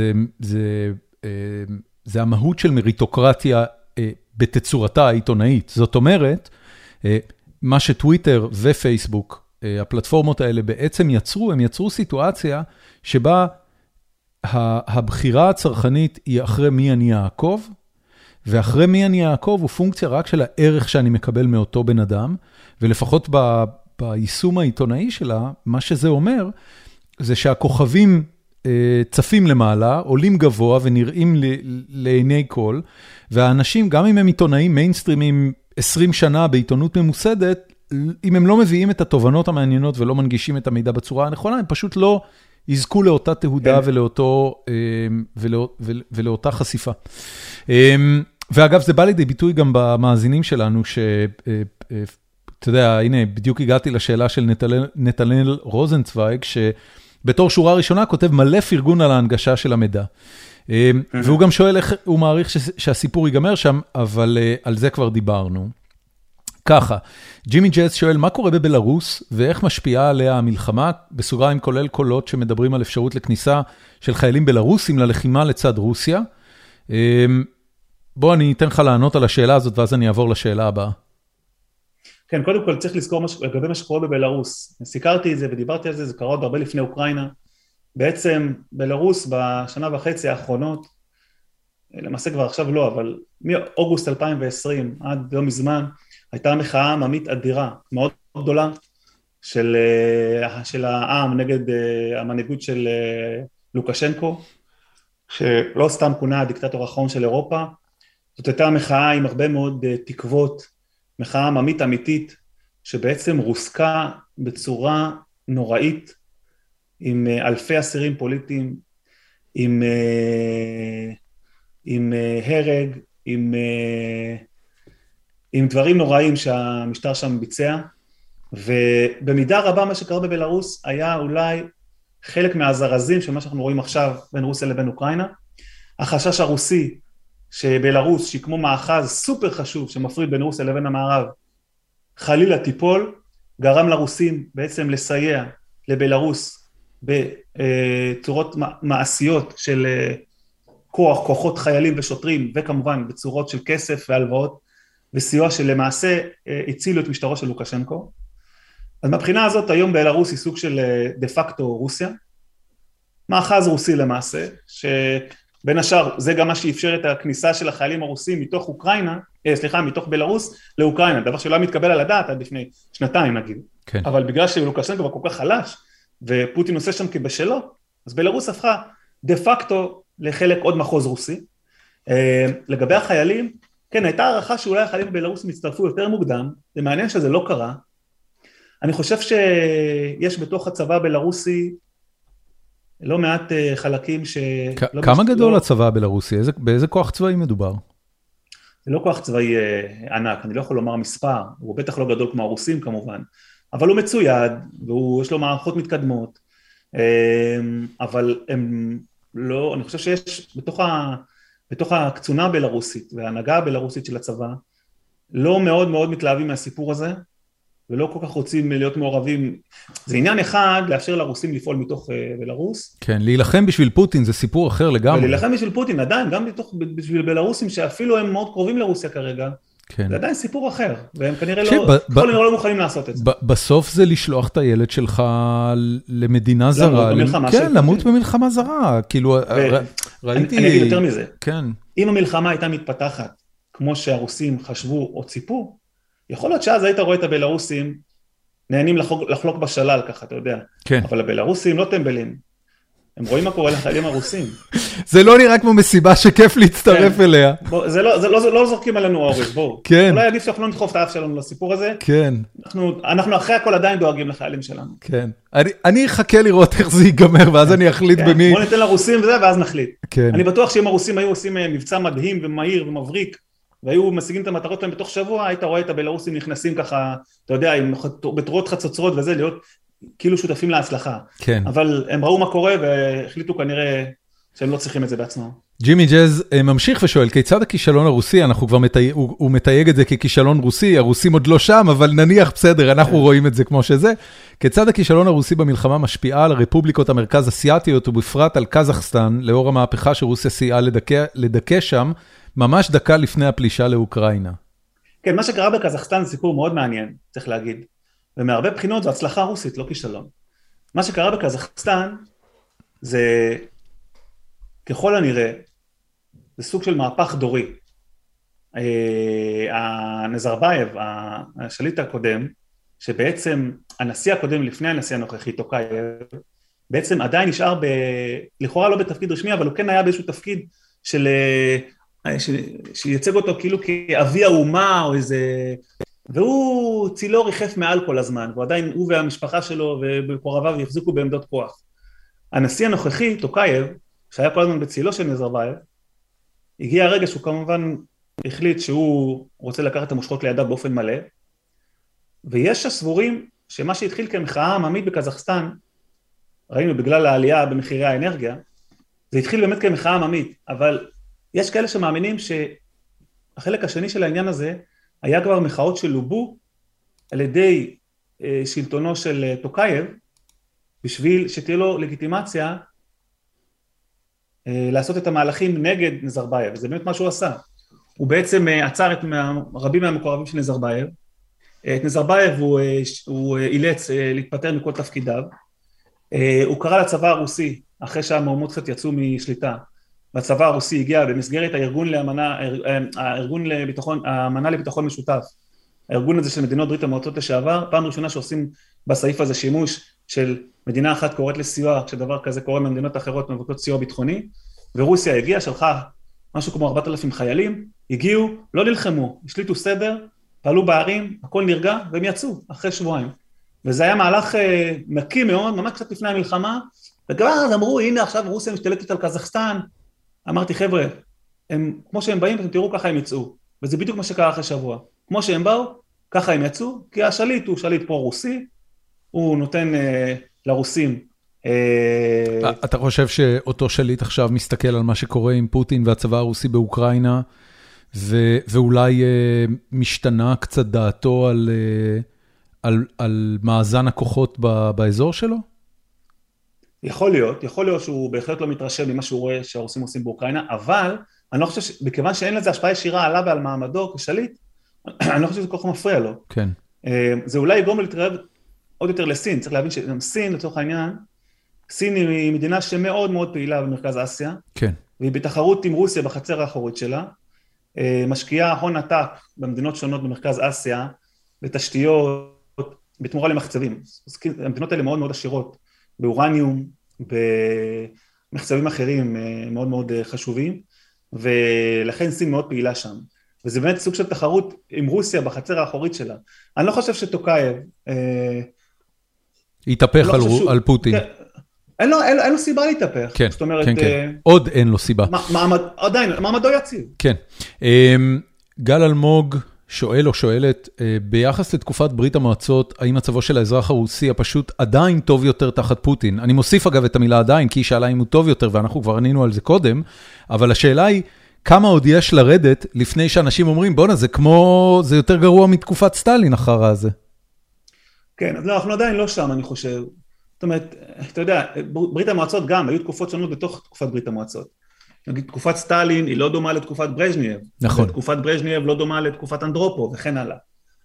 זה המהות של מריטוקרטיה בתצורתה העיתונאית. זאת אומרת, מה שטוויטר ופייסבוק, הפלטפורמות האלה בעצם יצרו, הם יצרו סיטואציה שבה הבחירה הצרכנית היא אחרי מי אני אעקוב, ואחרי מי אני אעקוב הוא פונקציה רק של הערך שאני מקבל מאותו בן אדם, ולפחות ביישום העיתונאי שלה, מה שזה אומר, זה שהכוכבים צפים למעלה, עולים גבוה ונראים לעיני כל, והאנשים, גם אם הם עיתונאים מיינסטרימים 20 שנה בעיתונות ממוסדת, אם הם לא מביאים את התובנות המעניינות ולא מנגישים את המידע בצורה הנכונה, הם פשוט לא יזכו לאותה תהודה ולאותה חשיפה. ואגב, זה בא לידי ביטוי גם במאזינים שלנו, אתה יודע, הנה, בדיוק הגעתי לשאלה של נתנאל רוזנצוויג, שבתור שורה ראשונה כותב מלא פרגון על ההנגשה של המידע. והוא גם שואל איך הוא מעריך שהסיפור ייגמר שם, אבל על זה כבר דיברנו. ככה, ג'ימי ג'אז שואל, מה קורה בבלרוס, ואיך משפיעה עליה המלחמה, בסוגריים כולל קולות שמדברים על אפשרות לכניסה של חיילים בלרוסים ללחימה לצד רוסיה. בוא, אני אתן לך לענות על השאלה הזאת, ואז אני אעבור לשאלה הבאה. כן, קודם כל צריך לזכור לגבי מה שקורה בבלרוס. סיקרתי את זה ודיברתי על זה, זה קרה עוד הרבה לפני אוקראינה. בעצם בלרוס בשנה וחצי האחרונות, למעשה כבר עכשיו לא, אבל מאוגוסט 2020 עד לא מזמן, הייתה מחאה עממית אדירה, מאוד גדולה, של העם נגד המנהיגות של לוקשנקו, שלא סתם כונה הדיקטטור האחרון של אירופה. זאת הייתה מחאה עם הרבה מאוד תקוות, מחאה עממית אמיתית, שבעצם רוסקה בצורה נוראית, עם אלפי אסירים פוליטיים, עם הרג, עם דברים נוראים שהמשטר שם ביצע, ובמידה רבה מה שקרה בבלרוס היה אולי חלק מהזרזים של מה שאנחנו רואים עכשיו בין רוסיה לבין אוקראינה. החשש הרוסי שבלרוס, שהיא כמו מאחז סופר חשוב שמפריד בין רוסיה לבין המערב, חלילה תיפול, גרם לרוסים בעצם לסייע לבלרוס בצורות מעשיות של כוחות חיילים ושוטרים, וכמובן בצורות של כסף והלוואות, וסיוע שלמעשה הצילו את משטרו של לוקשנקו. אז מבחינה הזאת היום בלרוס היא סוג של דה פקטו רוסיה, מאחז רוסי למעשה, שבין השאר זה גם מה שאפשר את הכניסה של החיילים הרוסים מתוך אוקראינה, מתוך בלרוס לאוקראינה, דבר שלא מתקבל על הדעת עד לפני שנתיים נגיד. כן. אבל בגלל שלוקשנקו כל כך חלש, ופוטין עושה שם כבשלו, אז בלרוס הפכה דה פקטו לחלק עוד מחוז רוסי. לגבי החיילים, כן, הייתה הערכה שאולי החיילים בבלרוס מצטרפו יותר מוקדם, זה מעניין שזה לא קרה. אני חושב שיש בתוך הצבא הבלרוסי לא מעט חלקים ש... כמה גדול הצבא הבלרוסי? באיזה כוח צבאי מדובר? זה לא כוח צבאי ענק, אני לא יכול לומר מספר, הוא בטח לא גדול כמו הרוסים כמובן, אבל הוא מצויד, ויש לו מערכות מתקדמות, אבל הם לא, אני חושב שיש בתוך הקצונה הבלרוסית וההנהגה הבלרוסית של הצבא, לא מאוד מאוד מתלהבים מהסיפור הזה, ולא כל כך רוצים להיות מעורבים. זה עניין אחד לאפשר לרוסים לפעול מתוך בלרוס. כן, להילחם בשביל פוטין זה סיפור אחר לגמרי. להילחם בשביל פוטין, עדיין, גם בשביל בלרוסים שאפילו הם מאוד קרובים לרוסיה כרגע, כן. זה עדיין סיפור אחר, והם כנראה לא מוכנים לעשות את זה. בסוף זה לשלוח את הילד שלך למדינה זרה. כן, למות במלחמה זרה. כאילו, ראיתי... אני אגיד יותר מזה. כן. אם המלחמה הייתה מתפתחת, כמו שהרוסים חשבו או ציפו, יכול להיות שאז היית רואה את הבלרוסים נהנים לחלוק בשלל ככה, אתה יודע. כן. אבל הבלרוסים לא טמבלים. הם רואים מה קורה לחיילים הרוסים. זה לא נראה כמו מסיבה שכיף להצטרף אליה. זה לא זורקים עלינו אורז, בואו. כן. אולי עדיף שאנחנו לא נדחוף את האף שלנו לסיפור הזה. כן. אנחנו אחרי הכל עדיין דואגים לחיילים שלנו. כן. אני אחכה לראות איך זה ייגמר, ואז אני אחליט במי... בוא ניתן לרוסים וזה, ואז נחליט. כן. אני בטוח שאם הרוסים היו עושים מבצע מדהים ומהיר ומבריק, והיו משיגים את המטרות שלהם בתוך שבוע, היית רואה את הבלרוסים נכנסים ככה, אתה יודע, בתרועות חצוצרות וזה, להיות כאילו שותפים להצלחה. כן. אבל הם ראו מה קורה והחליטו כנראה שהם לא צריכים את זה בעצמם. ג'ימי ג'אז ממשיך ושואל, כיצד הכישלון הרוסי, אנחנו כבר הוא מתייג את זה ככישלון רוסי, הרוסים עוד לא שם, אבל נניח בסדר, אנחנו רואים את זה כמו שזה. כיצד הכישלון הרוסי במלחמה משפיעה על הרפובליקות המרכז אסיאטיות, ובפרט על קזחסטן, לאור המהפכה שרוסיה סייעה לדכא שם, ממש דקה לפני הפלישה לאוקראינה. כן, מה שקרה בקזחסטן זה סיפור מאוד מעניין, צריך להגיד. ומהרבה בחינות זו הצלחה רוסית, לא כישלון. מה שקרה בקזחסטן זה ככל הנראה, זה סוג של מהפך דורי. נזרבייב, השליט הקודם, שבעצם הנשיא הקודם לפני הנשיא הנוכחי, טוקייב, בעצם עדיין נשאר לכאורה לא בתפקיד רשמי, אבל הוא כן היה באיזשהו תפקיד שייצג אותו כאילו כאבי האומה או איזה, והוא צילו ריחף מעל כל הזמן, והוא עדיין, הוא והמשפחה שלו ובקורביו יחזיקו בעמדות כוח. הנשיא הנוכחי, טוקייב, שהיה כל הזמן בצילו של נזרבייב, הגיע הרגע שהוא כמובן החליט שהוא רוצה לקחת את המושכות לידיו באופן מלא, ויש הסבורים שמה שהתחיל כמחאה עממית בקזחסטן, ראינו בגלל העלייה במחירי האנרגיה, זה התחיל באמת כמחאה עממית, אבל יש כאלה שמאמינים שהחלק השני של העניין הזה, היה כבר מחאות שלובו על ידי שלטונו של טוקייב, בשביל שתהיה לו לגיטימציה לעשות את המהלכים נגד נזרבייב, זה באמת מה שהוא עשה. הוא בעצם עצר את רבים מהמקורבים של נזרבייב, את נזרבייב הוא אילץ להתפטר מכל תפקידיו, הוא קרא לצבא הרוסי, אחרי שהמהומות קצת יצאו משליטה, והצבא הרוסי הגיע במסגרת האמנה לביטחון משותף, הארגון הזה של מדינות ברית המועצות לשעבר, פעם ראשונה שעושים בסעיף הזה שימוש של מדינה אחת קוראת לסיוע, כשדבר כזה קורה ממדינות אחרות מבקשות סיוע ביטחוני, ורוסיה הגיעה, שלחה משהו כמו 4,000 חיילים, הגיעו, לא נלחמו, השליטו סדר, פעלו בערים, הכל נרגע, והם יצאו אחרי שבועיים. וזה היה מהלך נקי מאוד, ממש קצת לפני המלחמה, וגם אז אמרו, הנה עכשיו רוסיה משתלטת על קזחסטן, אמרתי חבר'ה, כמו שהם באים, אתם תראו ככה הם יצאו, וזה בדיוק מה שקרה אחרי שבוע, כמו שהם באו, ככה הם יצאו, כי השליט הוא שליט פרו-רוסי, הוא נותן לרוסים. אתה חושב שאותו שליט עכשיו מסתכל על מה שקורה עם פוטין והצבא הרוסי באוקראינה, ואולי משתנה קצת דעתו על מאזן הכוחות באזור שלו? יכול להיות שהוא בהחלט לא מתרשם ממה שהוא רואה שהרוסים עושים באוקראינה, אבל אני לא חושב, מכיוון שאין לזה השפעה ישירה עליו ועל מעמדו כשליט, אני לא חושב שזה כל כך מפריע לו. כן. זה אולי יגרום להתקרב עוד יותר לסין, צריך להבין שגם סין לצורך העניין, סין היא מדינה שמאוד מאוד פעילה במרכז אסיה, כן. והיא בתחרות עם רוסיה בחצר האחורית שלה, משקיעה הון עתק במדינות שונות במרכז אסיה, בתשתיות, בתמורה למחצבים. המדינות האלה מאוד מאוד עשירות, באורניום, במחצבים אחרים מאוד מאוד חשובים, ולכן סין מאוד פעילה שם. וזה באמת סוג של תחרות עם רוסיה בחצר האחורית שלה. אני לא חושב שטוקייב יתהפך על פוטין. אין לו סיבה להתהפך. כן, כן. עוד אין לו סיבה. עדיין, מעמדו יציב. כן. גל אלמוג שואל או שואלת, ביחס לתקופת ברית המועצות, האם מצבו של האזרח הרוסי הפשוט עדיין טוב יותר תחת פוטין? אני מוסיף אגב את המילה עדיין, כי היא שאלה אם הוא טוב יותר, ואנחנו כבר ענינו על זה קודם, אבל השאלה היא, כמה עוד יש לרדת לפני שאנשים אומרים, בונה, זה יותר גרוע מתקופת סטלין אחר הזה. כן, אז לא, אנחנו עדיין לא שם, אני חושב. זאת אומרת, אתה יודע, ברית המועצות גם, היו תקופות שונות בתוך תקופת ברית המועצות. נגיד, תקופת סטלין היא לא דומה לתקופת ברז'נייב. נכון. תקופת ברז'נייב לא דומה לתקופת אנדרופוב, וכן הלאה.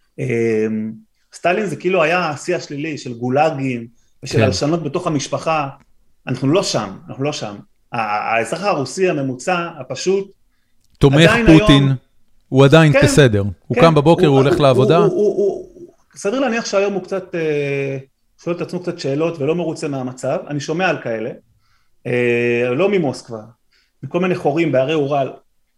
סטלין זה כאילו היה השיא השלילי של גולאגים, ושל הלשנות בתוך המשפחה. אנחנו לא שם. האזרח הרוסי הממוצע, הפשוט, תומך פוטין, הוא עדיין בסדר. הוא קם בבוקר, הוא הולך לעבודה. סביר להניח שהיום הוא קצת שואל את עצמו קצת שאלות ולא מרוצה מהמצב. אני שומע על כאלה, לא ממוסקבה, מכל מיני חורים בערי אורל,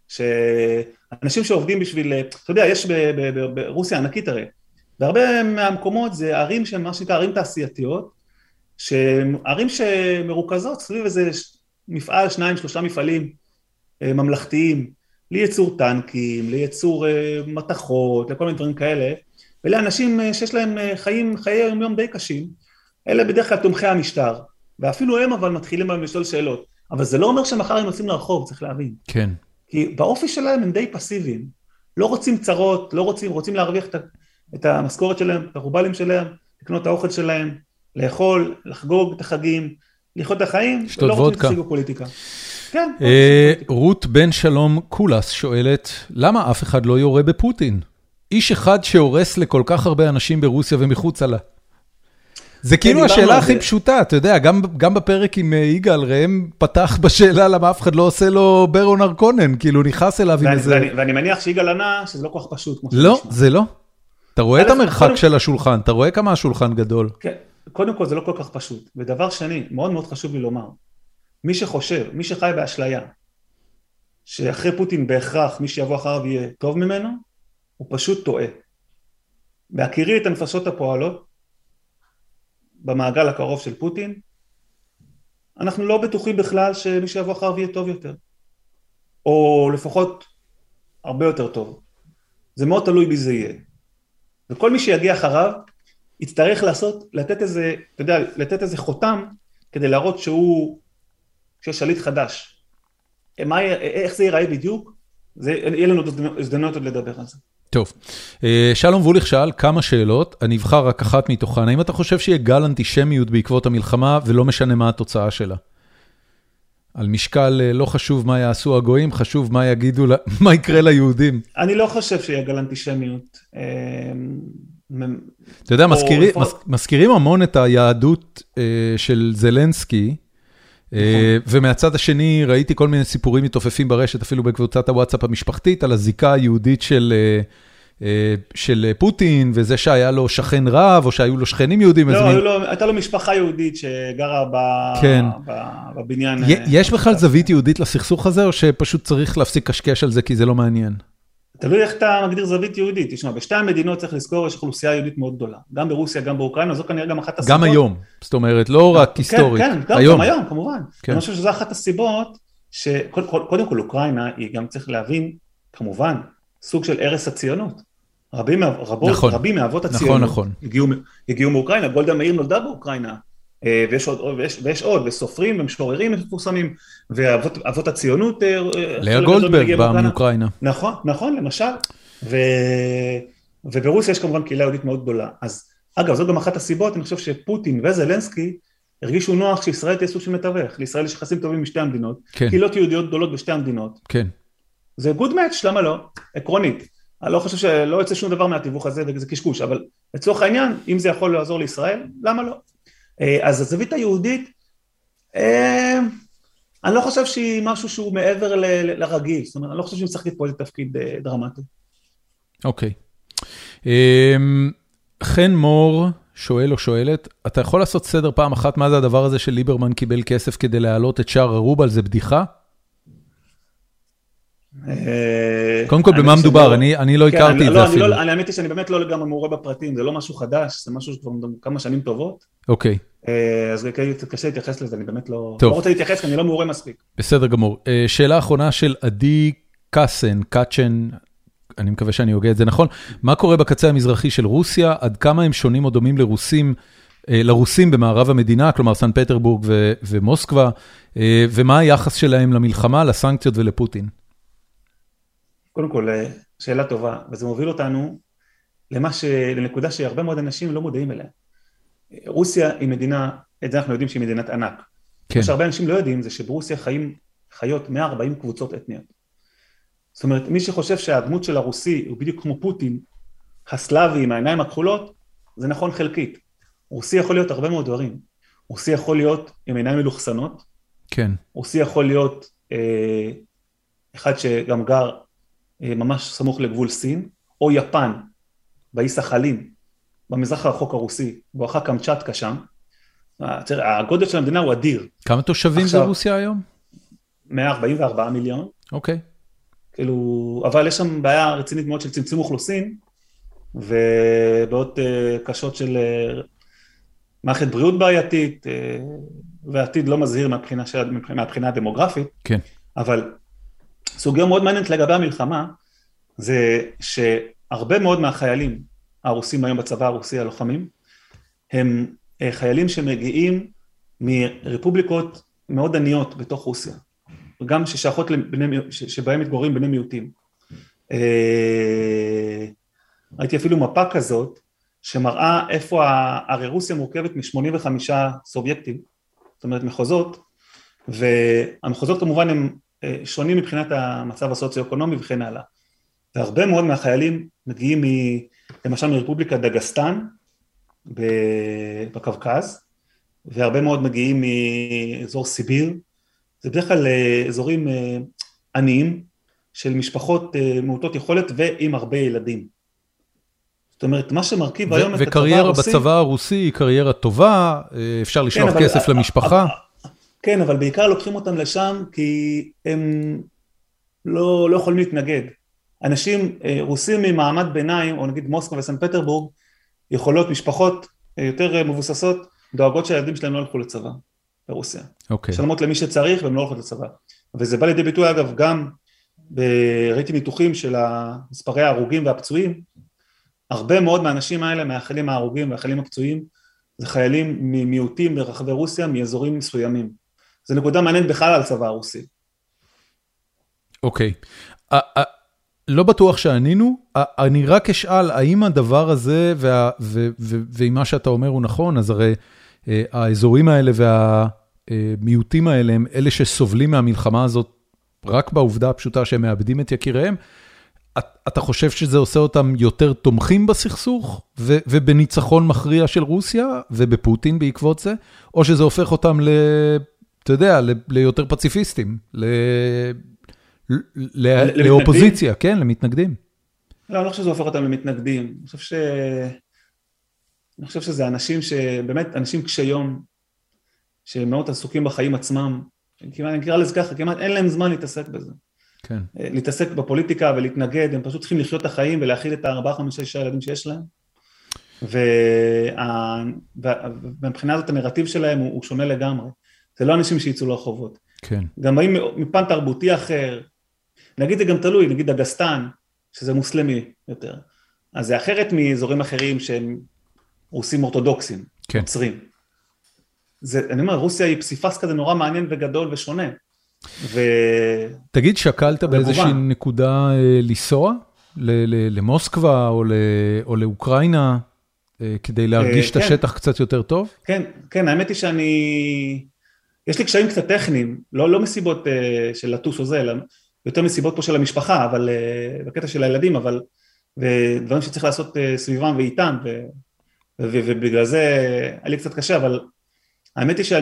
שאנשים שעובדים בשביל, אתה יודע, יש ברוסיה ענקית הרי, והרבה מהמקומות זה ערים שהן מה שנקרא ערים תעשייתיות, ערים שמרוכזות סביב איזה מפעל, 2-3 מפעלים ממלכתיים, לייצור טנקים, לייצור מתכות, לכל מיני דברים כאלה, ואלה אנשים שיש להם חיי יום די קשים, אלה בדרך כלל תומכי המשטר, ואפילו הם אבל מתחילים בהם לשאול שאלות, אבל זה לא אומר שמחר הם יוצאים לרחוב, צריך להבין. כן. כי באופי שלהם הם די פסיביים, לא רוצים צרות, רוצים להרוויח את המשכורת שלהם, את הרובלים שלהם, לקנות את האוכל שלהם, לאכול, לחגוג את החגים, לחיות את החיים, ולא רוצים להשיגו פוליטיקה. כן. רות בן שלום קולס שואלת, למה אף אחד לא יורה בפוטין? איש אחד שהורס לכל כך הרבה אנשים ברוסיה ומחוצה לה. זה כאילו השאלה הכי פשוטה, אתה יודע, גם בפרק עם יגאל, ראם פתח בשאלה למה אף אחד לא עושה לו ברון ארקונן, כאילו נכנס אליו עם איזה... ואני מניח שיגאל ענה שזה לא כל כך פשוט. לא, זה לא. אתה רואה את המרחק של השולחן, אתה רואה כמה השולחן גדול. כן, קודם כל זה לא כל כך פשוט. ודבר שני, מאוד מאוד חשוב לי לומר, מי שחושב, מי שחי באשליה, שאחרי פוטין בהכרח מי שיבוא אחריו יהיה טוב ממנו, הוא פשוט טועה. בהכירי את הנפשות הפועלות, במעגל הקרוב של פוטין, אנחנו לא בטוחים בכלל שמי שיבוא אחריו יהיה טוב יותר. או לפחות הרבה יותר טוב. זה מאוד תלוי בי זה יהיה. וכל מי שיגיע אחריו, יצטרך לתת איזה, אתה יודע, לתת איזה חותם, כדי להראות שיש שליט חדש. איך זה ייראה בדיוק? יהיה לנו הזדמנות עוד לדבר על זה. טוב, שלום ווליך שאל כמה שאלות, אני אבחר רק אחת מתוכן. האם אתה חושב שיהיה גל אנטישמיות בעקבות המלחמה, ולא משנה מה התוצאה שלה? על משקל לא חשוב מה יעשו הגויים, חשוב מה יגידו, מה יקרה ליהודים. אני לא חושב שיהיה גל אנטישמיות. אתה יודע, מזכירים המון את היהדות של זלנסקי, ומהצד השני ראיתי כל מיני סיפורים מתעופפים ברשת, אפילו בקבוצת הוואטסאפ המשפחתית, על הזיקה היהודית של פוטין, וזה שהיה לו שכן רב, או שהיו לו שכנים יהודים. לא, הייתה לו משפחה יהודית שגרה בבניין. יש בכלל זווית יהודית לסכסוך הזה, או שפשוט צריך להפסיק קשקש על זה, כי זה לא מעניין? תלוי איך אתה מגדיר זווית יהודית. תשמע, בשתי המדינות צריך לזכור, יש אוכלוסייה יהודית מאוד גדולה. גם ברוסיה, גם באוקראינה, זו כנראה גם אחת הסיבות. גם היום, זאת אומרת, לא רק היסטורית. כן, גם היום, כמובן. אני חושב שזו אחת הסיבות, שקודם כל אוקראינה, היא גם צריך להבין, כמובן, סוג של ערש הציונות. רבים מאבות הציונות הגיעו מאוקראינה, גולדה מאיר נולדה באוקראינה, ויש עוד, וסופרים ומשוררים מפורסמים, ואבות הציונות... לאה גולדברג באה מאוקראינה. נכון, למשל, וברוסיה יש כמובן קהילה יהודית מאוד גדולה. אז אגב, זאת גם אחת הסיבות, אני חושב שפוטין וזלנסקי הרגישו נוח שישראל תהיה סוג של מתווך, לישראל יש יחסים טובים משתי המדינות, קהילות יהודיות גדולות בשתי המדינות. כן. זה good match, למה לא? עקרונית. אני לא חושב שלא יצא שום דבר מהתיווך הזה, וזה קשקוש, אבל לצורך העניין, אם זה יכול לעזור לישראל, למה לא? אז הזווית היהודית, אני לא חושב שהיא משהו שהוא מעבר לרגיל, זאת אומרת, אני לא חושב שהיא משחקת פה איזה תפקיד דרמטי. אוקיי. חן מור שואל או שואלת, אתה יכול לעשות סדר פעם אחת, מה זה הדבר הזה של ליברמן קיבל כסף כדי להעלות את שער הרובל, זה בדיחה? קודם כל, במה מדובר? אני לא הכרתי את זה אפילו. אני האמת היא שאני באמת לא לגמרי מעורה בפרטים, זה לא משהו חדש, זה משהו שכבר כמה שנים טובות. אוקיי. אז קשה להתייחס לזה, אני באמת לא רוצה להתייחס, כי אני לא מעורה מספיק. בסדר גמור. שאלה אחרונה של עדי קאצ'ן, אני מקווה שאני הוגה את זה נכון. מה קורה בקצה המזרחי של רוסיה? עד כמה הם שונים או דומים לרוסים במערב המדינה, כלומר סן פטרבורג ומוסקבה, ומה היחס שלהם למלחמה, לסנקציות ולפוטין? קודם כל, שאלה טובה, וזה מוביל אותנו לנקודה שהרבה מאוד אנשים לא מודעים אליה. רוסיה היא מדינה, את זה אנחנו יודעים שהיא מדינת ענק. מה שהרבה אנשים לא יודעים זה שברוסיה חיות 140 קבוצות אתניות. זאת אומרת, מי שחושב שהדמות של הרוסי הוא בדיוק כמו פוטין, הסלאבי עם העיניים הכחולות, זה נכון חלקית. רוסי יכול להיות הרבה מאוד דברים. רוסי יכול להיות עם עיניים מלוכסנות. כן. רוסי יכול להיות אחד שגם גר ממש סמוך לגבול סין, או יפן, באי סחלין, במזרח הרחוק הרוסי, בואכה קמצ'טקה שם. הגודל של המדינה הוא אדיר. כמה תושבים ברוסיה היום? 144 מיליון. אוקיי. כאילו, אבל יש שם בעיה רצינית מאוד של צמצום אוכלוסין, ובעוד קשות של מערכת בריאות בעייתית, ועתיד לא מזהיר מהבחינה הדמוגרפית. כן. אבל סוגיה מאוד מעניינת לגבי המלחמה, זה שהרבה מאוד מהחיילים הרוסים היום בצבא הרוסי הלוחמים, הם חיילים שמגיעים מרפובליקות מאוד עניות בתוך רוסיה, וגם ששייכות שבהם מתגוררים בני מיעוטים. ראיתי אפילו מפה כזאת, שמראה איפה, הרי רוסיה מורכבת מ-85 סובייקטים, זאת אומרת מחוזות, והמחוזות כמובן הם שונים מבחינת המצב הסוציו-אקונומי וכן הלאה. והרבה מאוד מהחיילים מגיעים למשל מרפובליקה דגסטן, בקווקז, והרבה מאוד מגיעים מאזור סיביר, זה בדרך כלל אזורים עניים, של משפחות מעוטות יכולת ועם הרבה ילדים. זאת אומרת, מה שמרכיב היום את הצבא הרוסי... וקריירה בצבא הרוסי היא קריירה טובה, אפשר לשלוח כסף למשפחה. כן, אבל בעיקר לוקחים אותם לשם, כי הם לא יכולים להתנגד. אנשים רוסים ממעמד ביניים, או נגיד מוסקבה וסן פטרבורג, יכולות, משפחות יותר מבוססות, דואגות שהילדים שלהם לא הלכו לצבא ברוסיה. שלמות למי שצריך, והם לא הולכות לצבא. וזה בא לידי ביטוי, אגב, גם ראיתי ניתוחים של מספרי ההרוגים והפצועים, הרבה מאוד מהאנשים האלה, מהחיילים ההרוגים והחיילים הפצועים, זה חיילים ממיעוטים ברחבי רוסיה, מאזורים מסוימים. זה נקודה מעניינת בכלל על צבא הרוסי. אוקיי. לא בטוח שענינו, אני רק אשאל, האם הדבר הזה, ועם מה שאתה אומר הוא נכון, אז הרי האזורים האלה והמיעוטים האלה, הם אלה שסובלים מהמלחמה הזאת, רק בעובדה הפשוטה שהם מאבדים את יקיריהם, אתה חושב שזה עושה אותם יותר תומכים בסכסוך, ובניצחון מכריע של רוסיה, ובפוטין בעקבות זה, או שזה הופך אותם אתה יודע, ליותר פציפיסטים, לאופוזיציה, כן, למתנגדים. לא, אני לא חושב שזה הופך אותם למתנגדים. אני חושב שזה אנשים שבאמת, אנשים קשי יום, שמאוד עסוקים בחיים עצמם, אני אקרא לזה ככה, כמעט אין להם זמן להתעסק בזה. כן. להתעסק בפוליטיקה ולהתנגד, הם פשוט צריכים לחיות את החיים ולהכיל את 4-5-6 הילדים שיש להם. ומבחינה הזאת הנרטיב שלהם הוא שונה לגמרי. זה לא אנשים שיצאו לרחובות. כן. גם באים מפן תרבותי אחר, נגיד זה גם תלוי, נגיד דגסטן, שזה מוסלמי יותר, אז זה אחרת מאזורים אחרים שהם רוסים אורתודוקסים, כן. נוצרים. אני אומר, רוסיה היא פסיפס כזה נורא מעניין וגדול ושונה. תגיד, שקלת באיזושהי נקודה לנסוע למוסקבה או לאוקראינה, כדי להרגיש את השטח קצת יותר טוב? כן, כן, האמת היא יש לי קשיים קצת טכניים, לא מסיבות של לטוס או זה, אלא יותר מסיבות פה של המשפחה, אבל בקטע של הילדים, אבל ודברים שצריך לעשות סביבם ואיתם, ובגלל זה היה לי קצת קשה, אבל האמת היא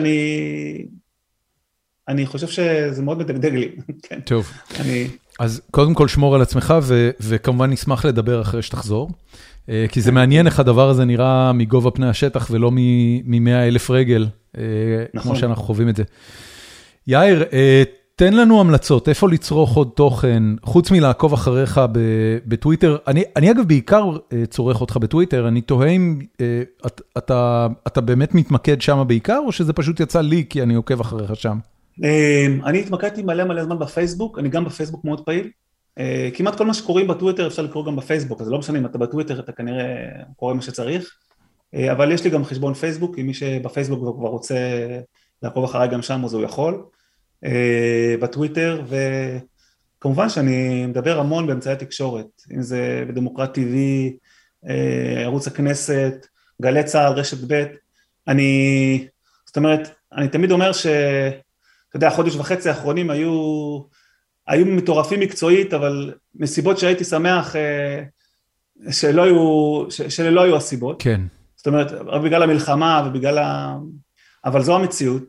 אני חושב שזה מאוד מדגדג לי. טוב, אז קודם כל שמור על עצמך, וכמובן נשמח לדבר אחרי שתחזור, כי זה מעניין איך הדבר הזה נראה מגובה פני השטח, ולא מ100,000 רגל, כמו שאנחנו חווים את זה. יאיר, תן לנו המלצות, איפה לצרוך עוד תוכן, חוץ מלעקוב אחריך בטוויטר, אני אגב בעיקר צורך אותך בטוויטר, אני תוהה אם אתה באמת מתמקד שם בעיקר, או שזה פשוט יצא לי כי אני עוקב אחריך שם? אני התמקדתי מלא זמן בפייסבוק, אני גם בפייסבוק מאוד פעיל, כמעט כל מה שקוראים בטוויטר אפשר לקרוא גם בפייסבוק, אז לא משנה אם אתה בטוויטר אתה כנראה קורא מה שצריך, אבל יש לי גם חשבון פייסבוק, אם מי שבפייסבוק כבר רוצה לעקוב אחריי גם שם, אז הוא יכול, בטוויטר, וכמובן שאני מדבר המון באמצעי התקשורת, אם זה בדמוקרט TV, ערוץ הכנסת, גלי צהל, רשת ב', זאת אומרת, אני תמיד אומר אתה יודע, חודש וחצי האחרונים היו מטורפים מקצועית, אבל מסיבות שהייתי שמח שלא היו הסיבות. כן. זאת אומרת, רק בגלל המלחמה אבל זו המציאות,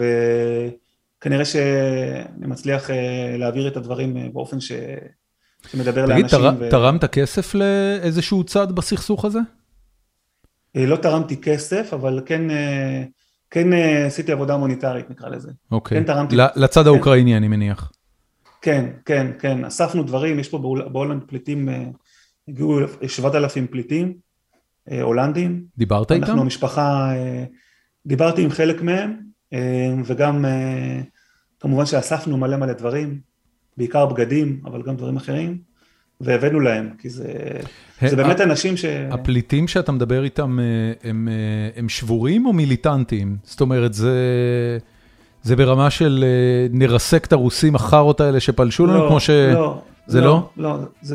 וכנראה שאני מצליח להעביר את הדברים באופן שמדבר לאנשים. תגיד, תרמת כסף לאיזשהו צד בסכסוך הזה? לא תרמתי כסף, אבל כן עשיתי עבודה מוניטרית, נקרא לזה. אוקיי, לצד האוקראיני אני מניח. כן, אספנו דברים, יש פה בהולנד פליטים, הגיעו 7,000 פליטים, הולנדים. דיברת איתם? אנחנו משפחה, דיברתי עם חלק מהם, וגם כמובן שאספנו מלא דברים, בעיקר בגדים, אבל גם דברים אחרים, והבאנו להם, כי זה באמת אנשים הפליטים שאתה מדבר איתם, הם שבורים או מיליטנטיים? זאת אומרת, זה ברמה של נרסק את הרוסים החרות האלה שפלשו לנו, כמו זה לא? לא, זה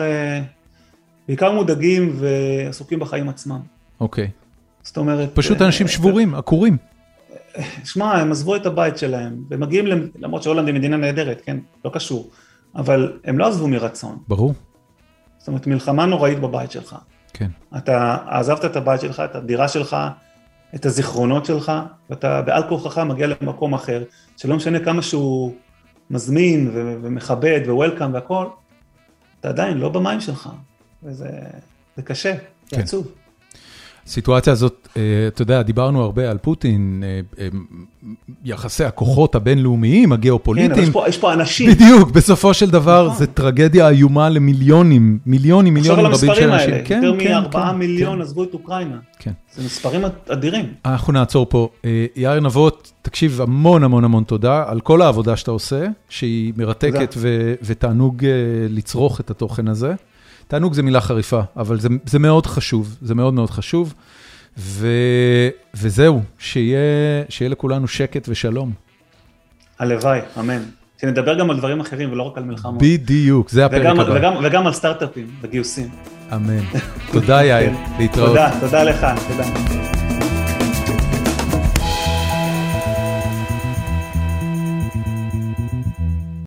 בעיקר מודאגים ועסוקים בחיים עצמם. אוקיי. זאת אומרת... פשוט אנשים שבורים, עקורים. שמע, הם עזבו את הבית שלהם, ומגיעים, למרות שהולנד היא מדינה נהדרת, כן? לא קשור. אבל הם לא עזבו מרצון. ברור. זאת אומרת, מלחמה נוראית בבית שלך. כן. אתה עזבת את הבית שלך, את הדירה שלך, את הזיכרונות שלך, ואתה בעל כוחך מגיע למקום אחר, שלא משנה כמה שהוא מזמין ומכבד ווולקאם והכל, אתה עדיין לא במים שלך, וזה קשה, זה עצוב. הסיטואציה הזאת, אתה יודע, דיברנו הרבה על פוטין, יחסי הכוחות הבינלאומיים, הגיאופוליטיים. כן, אבל יש פה אנשים. בדיוק, בסופו של דבר, זה טרגדיה איומה למיליונים, מיליונים רבים של אנשים. עכשיו על המספרים האלה, יותר מ4 מיליון עזבו את אוקראינה. כן. זה מספרים אדירים. אנחנו נעצור פה. יאיר נבות, תקשיב, המון המון המון תודה על כל העבודה שאתה עושה, שהיא מרתקת ותענוג לצרוך את התוכן הזה. תענוג זה מילה חריפה, אבל זה מאוד חשוב, זה מאוד מאוד חשוב, וזהו, שיהיה לכולנו שקט ושלום. הלוואי, אמן. שנדבר גם על דברים אחרים ולא רק על מלחמות. בדיוק, זה הפרק הבא. וגם על סטארט-אפים וגיוסים. אמן. תודה יאיר, להתראות. תודה לך, תודה.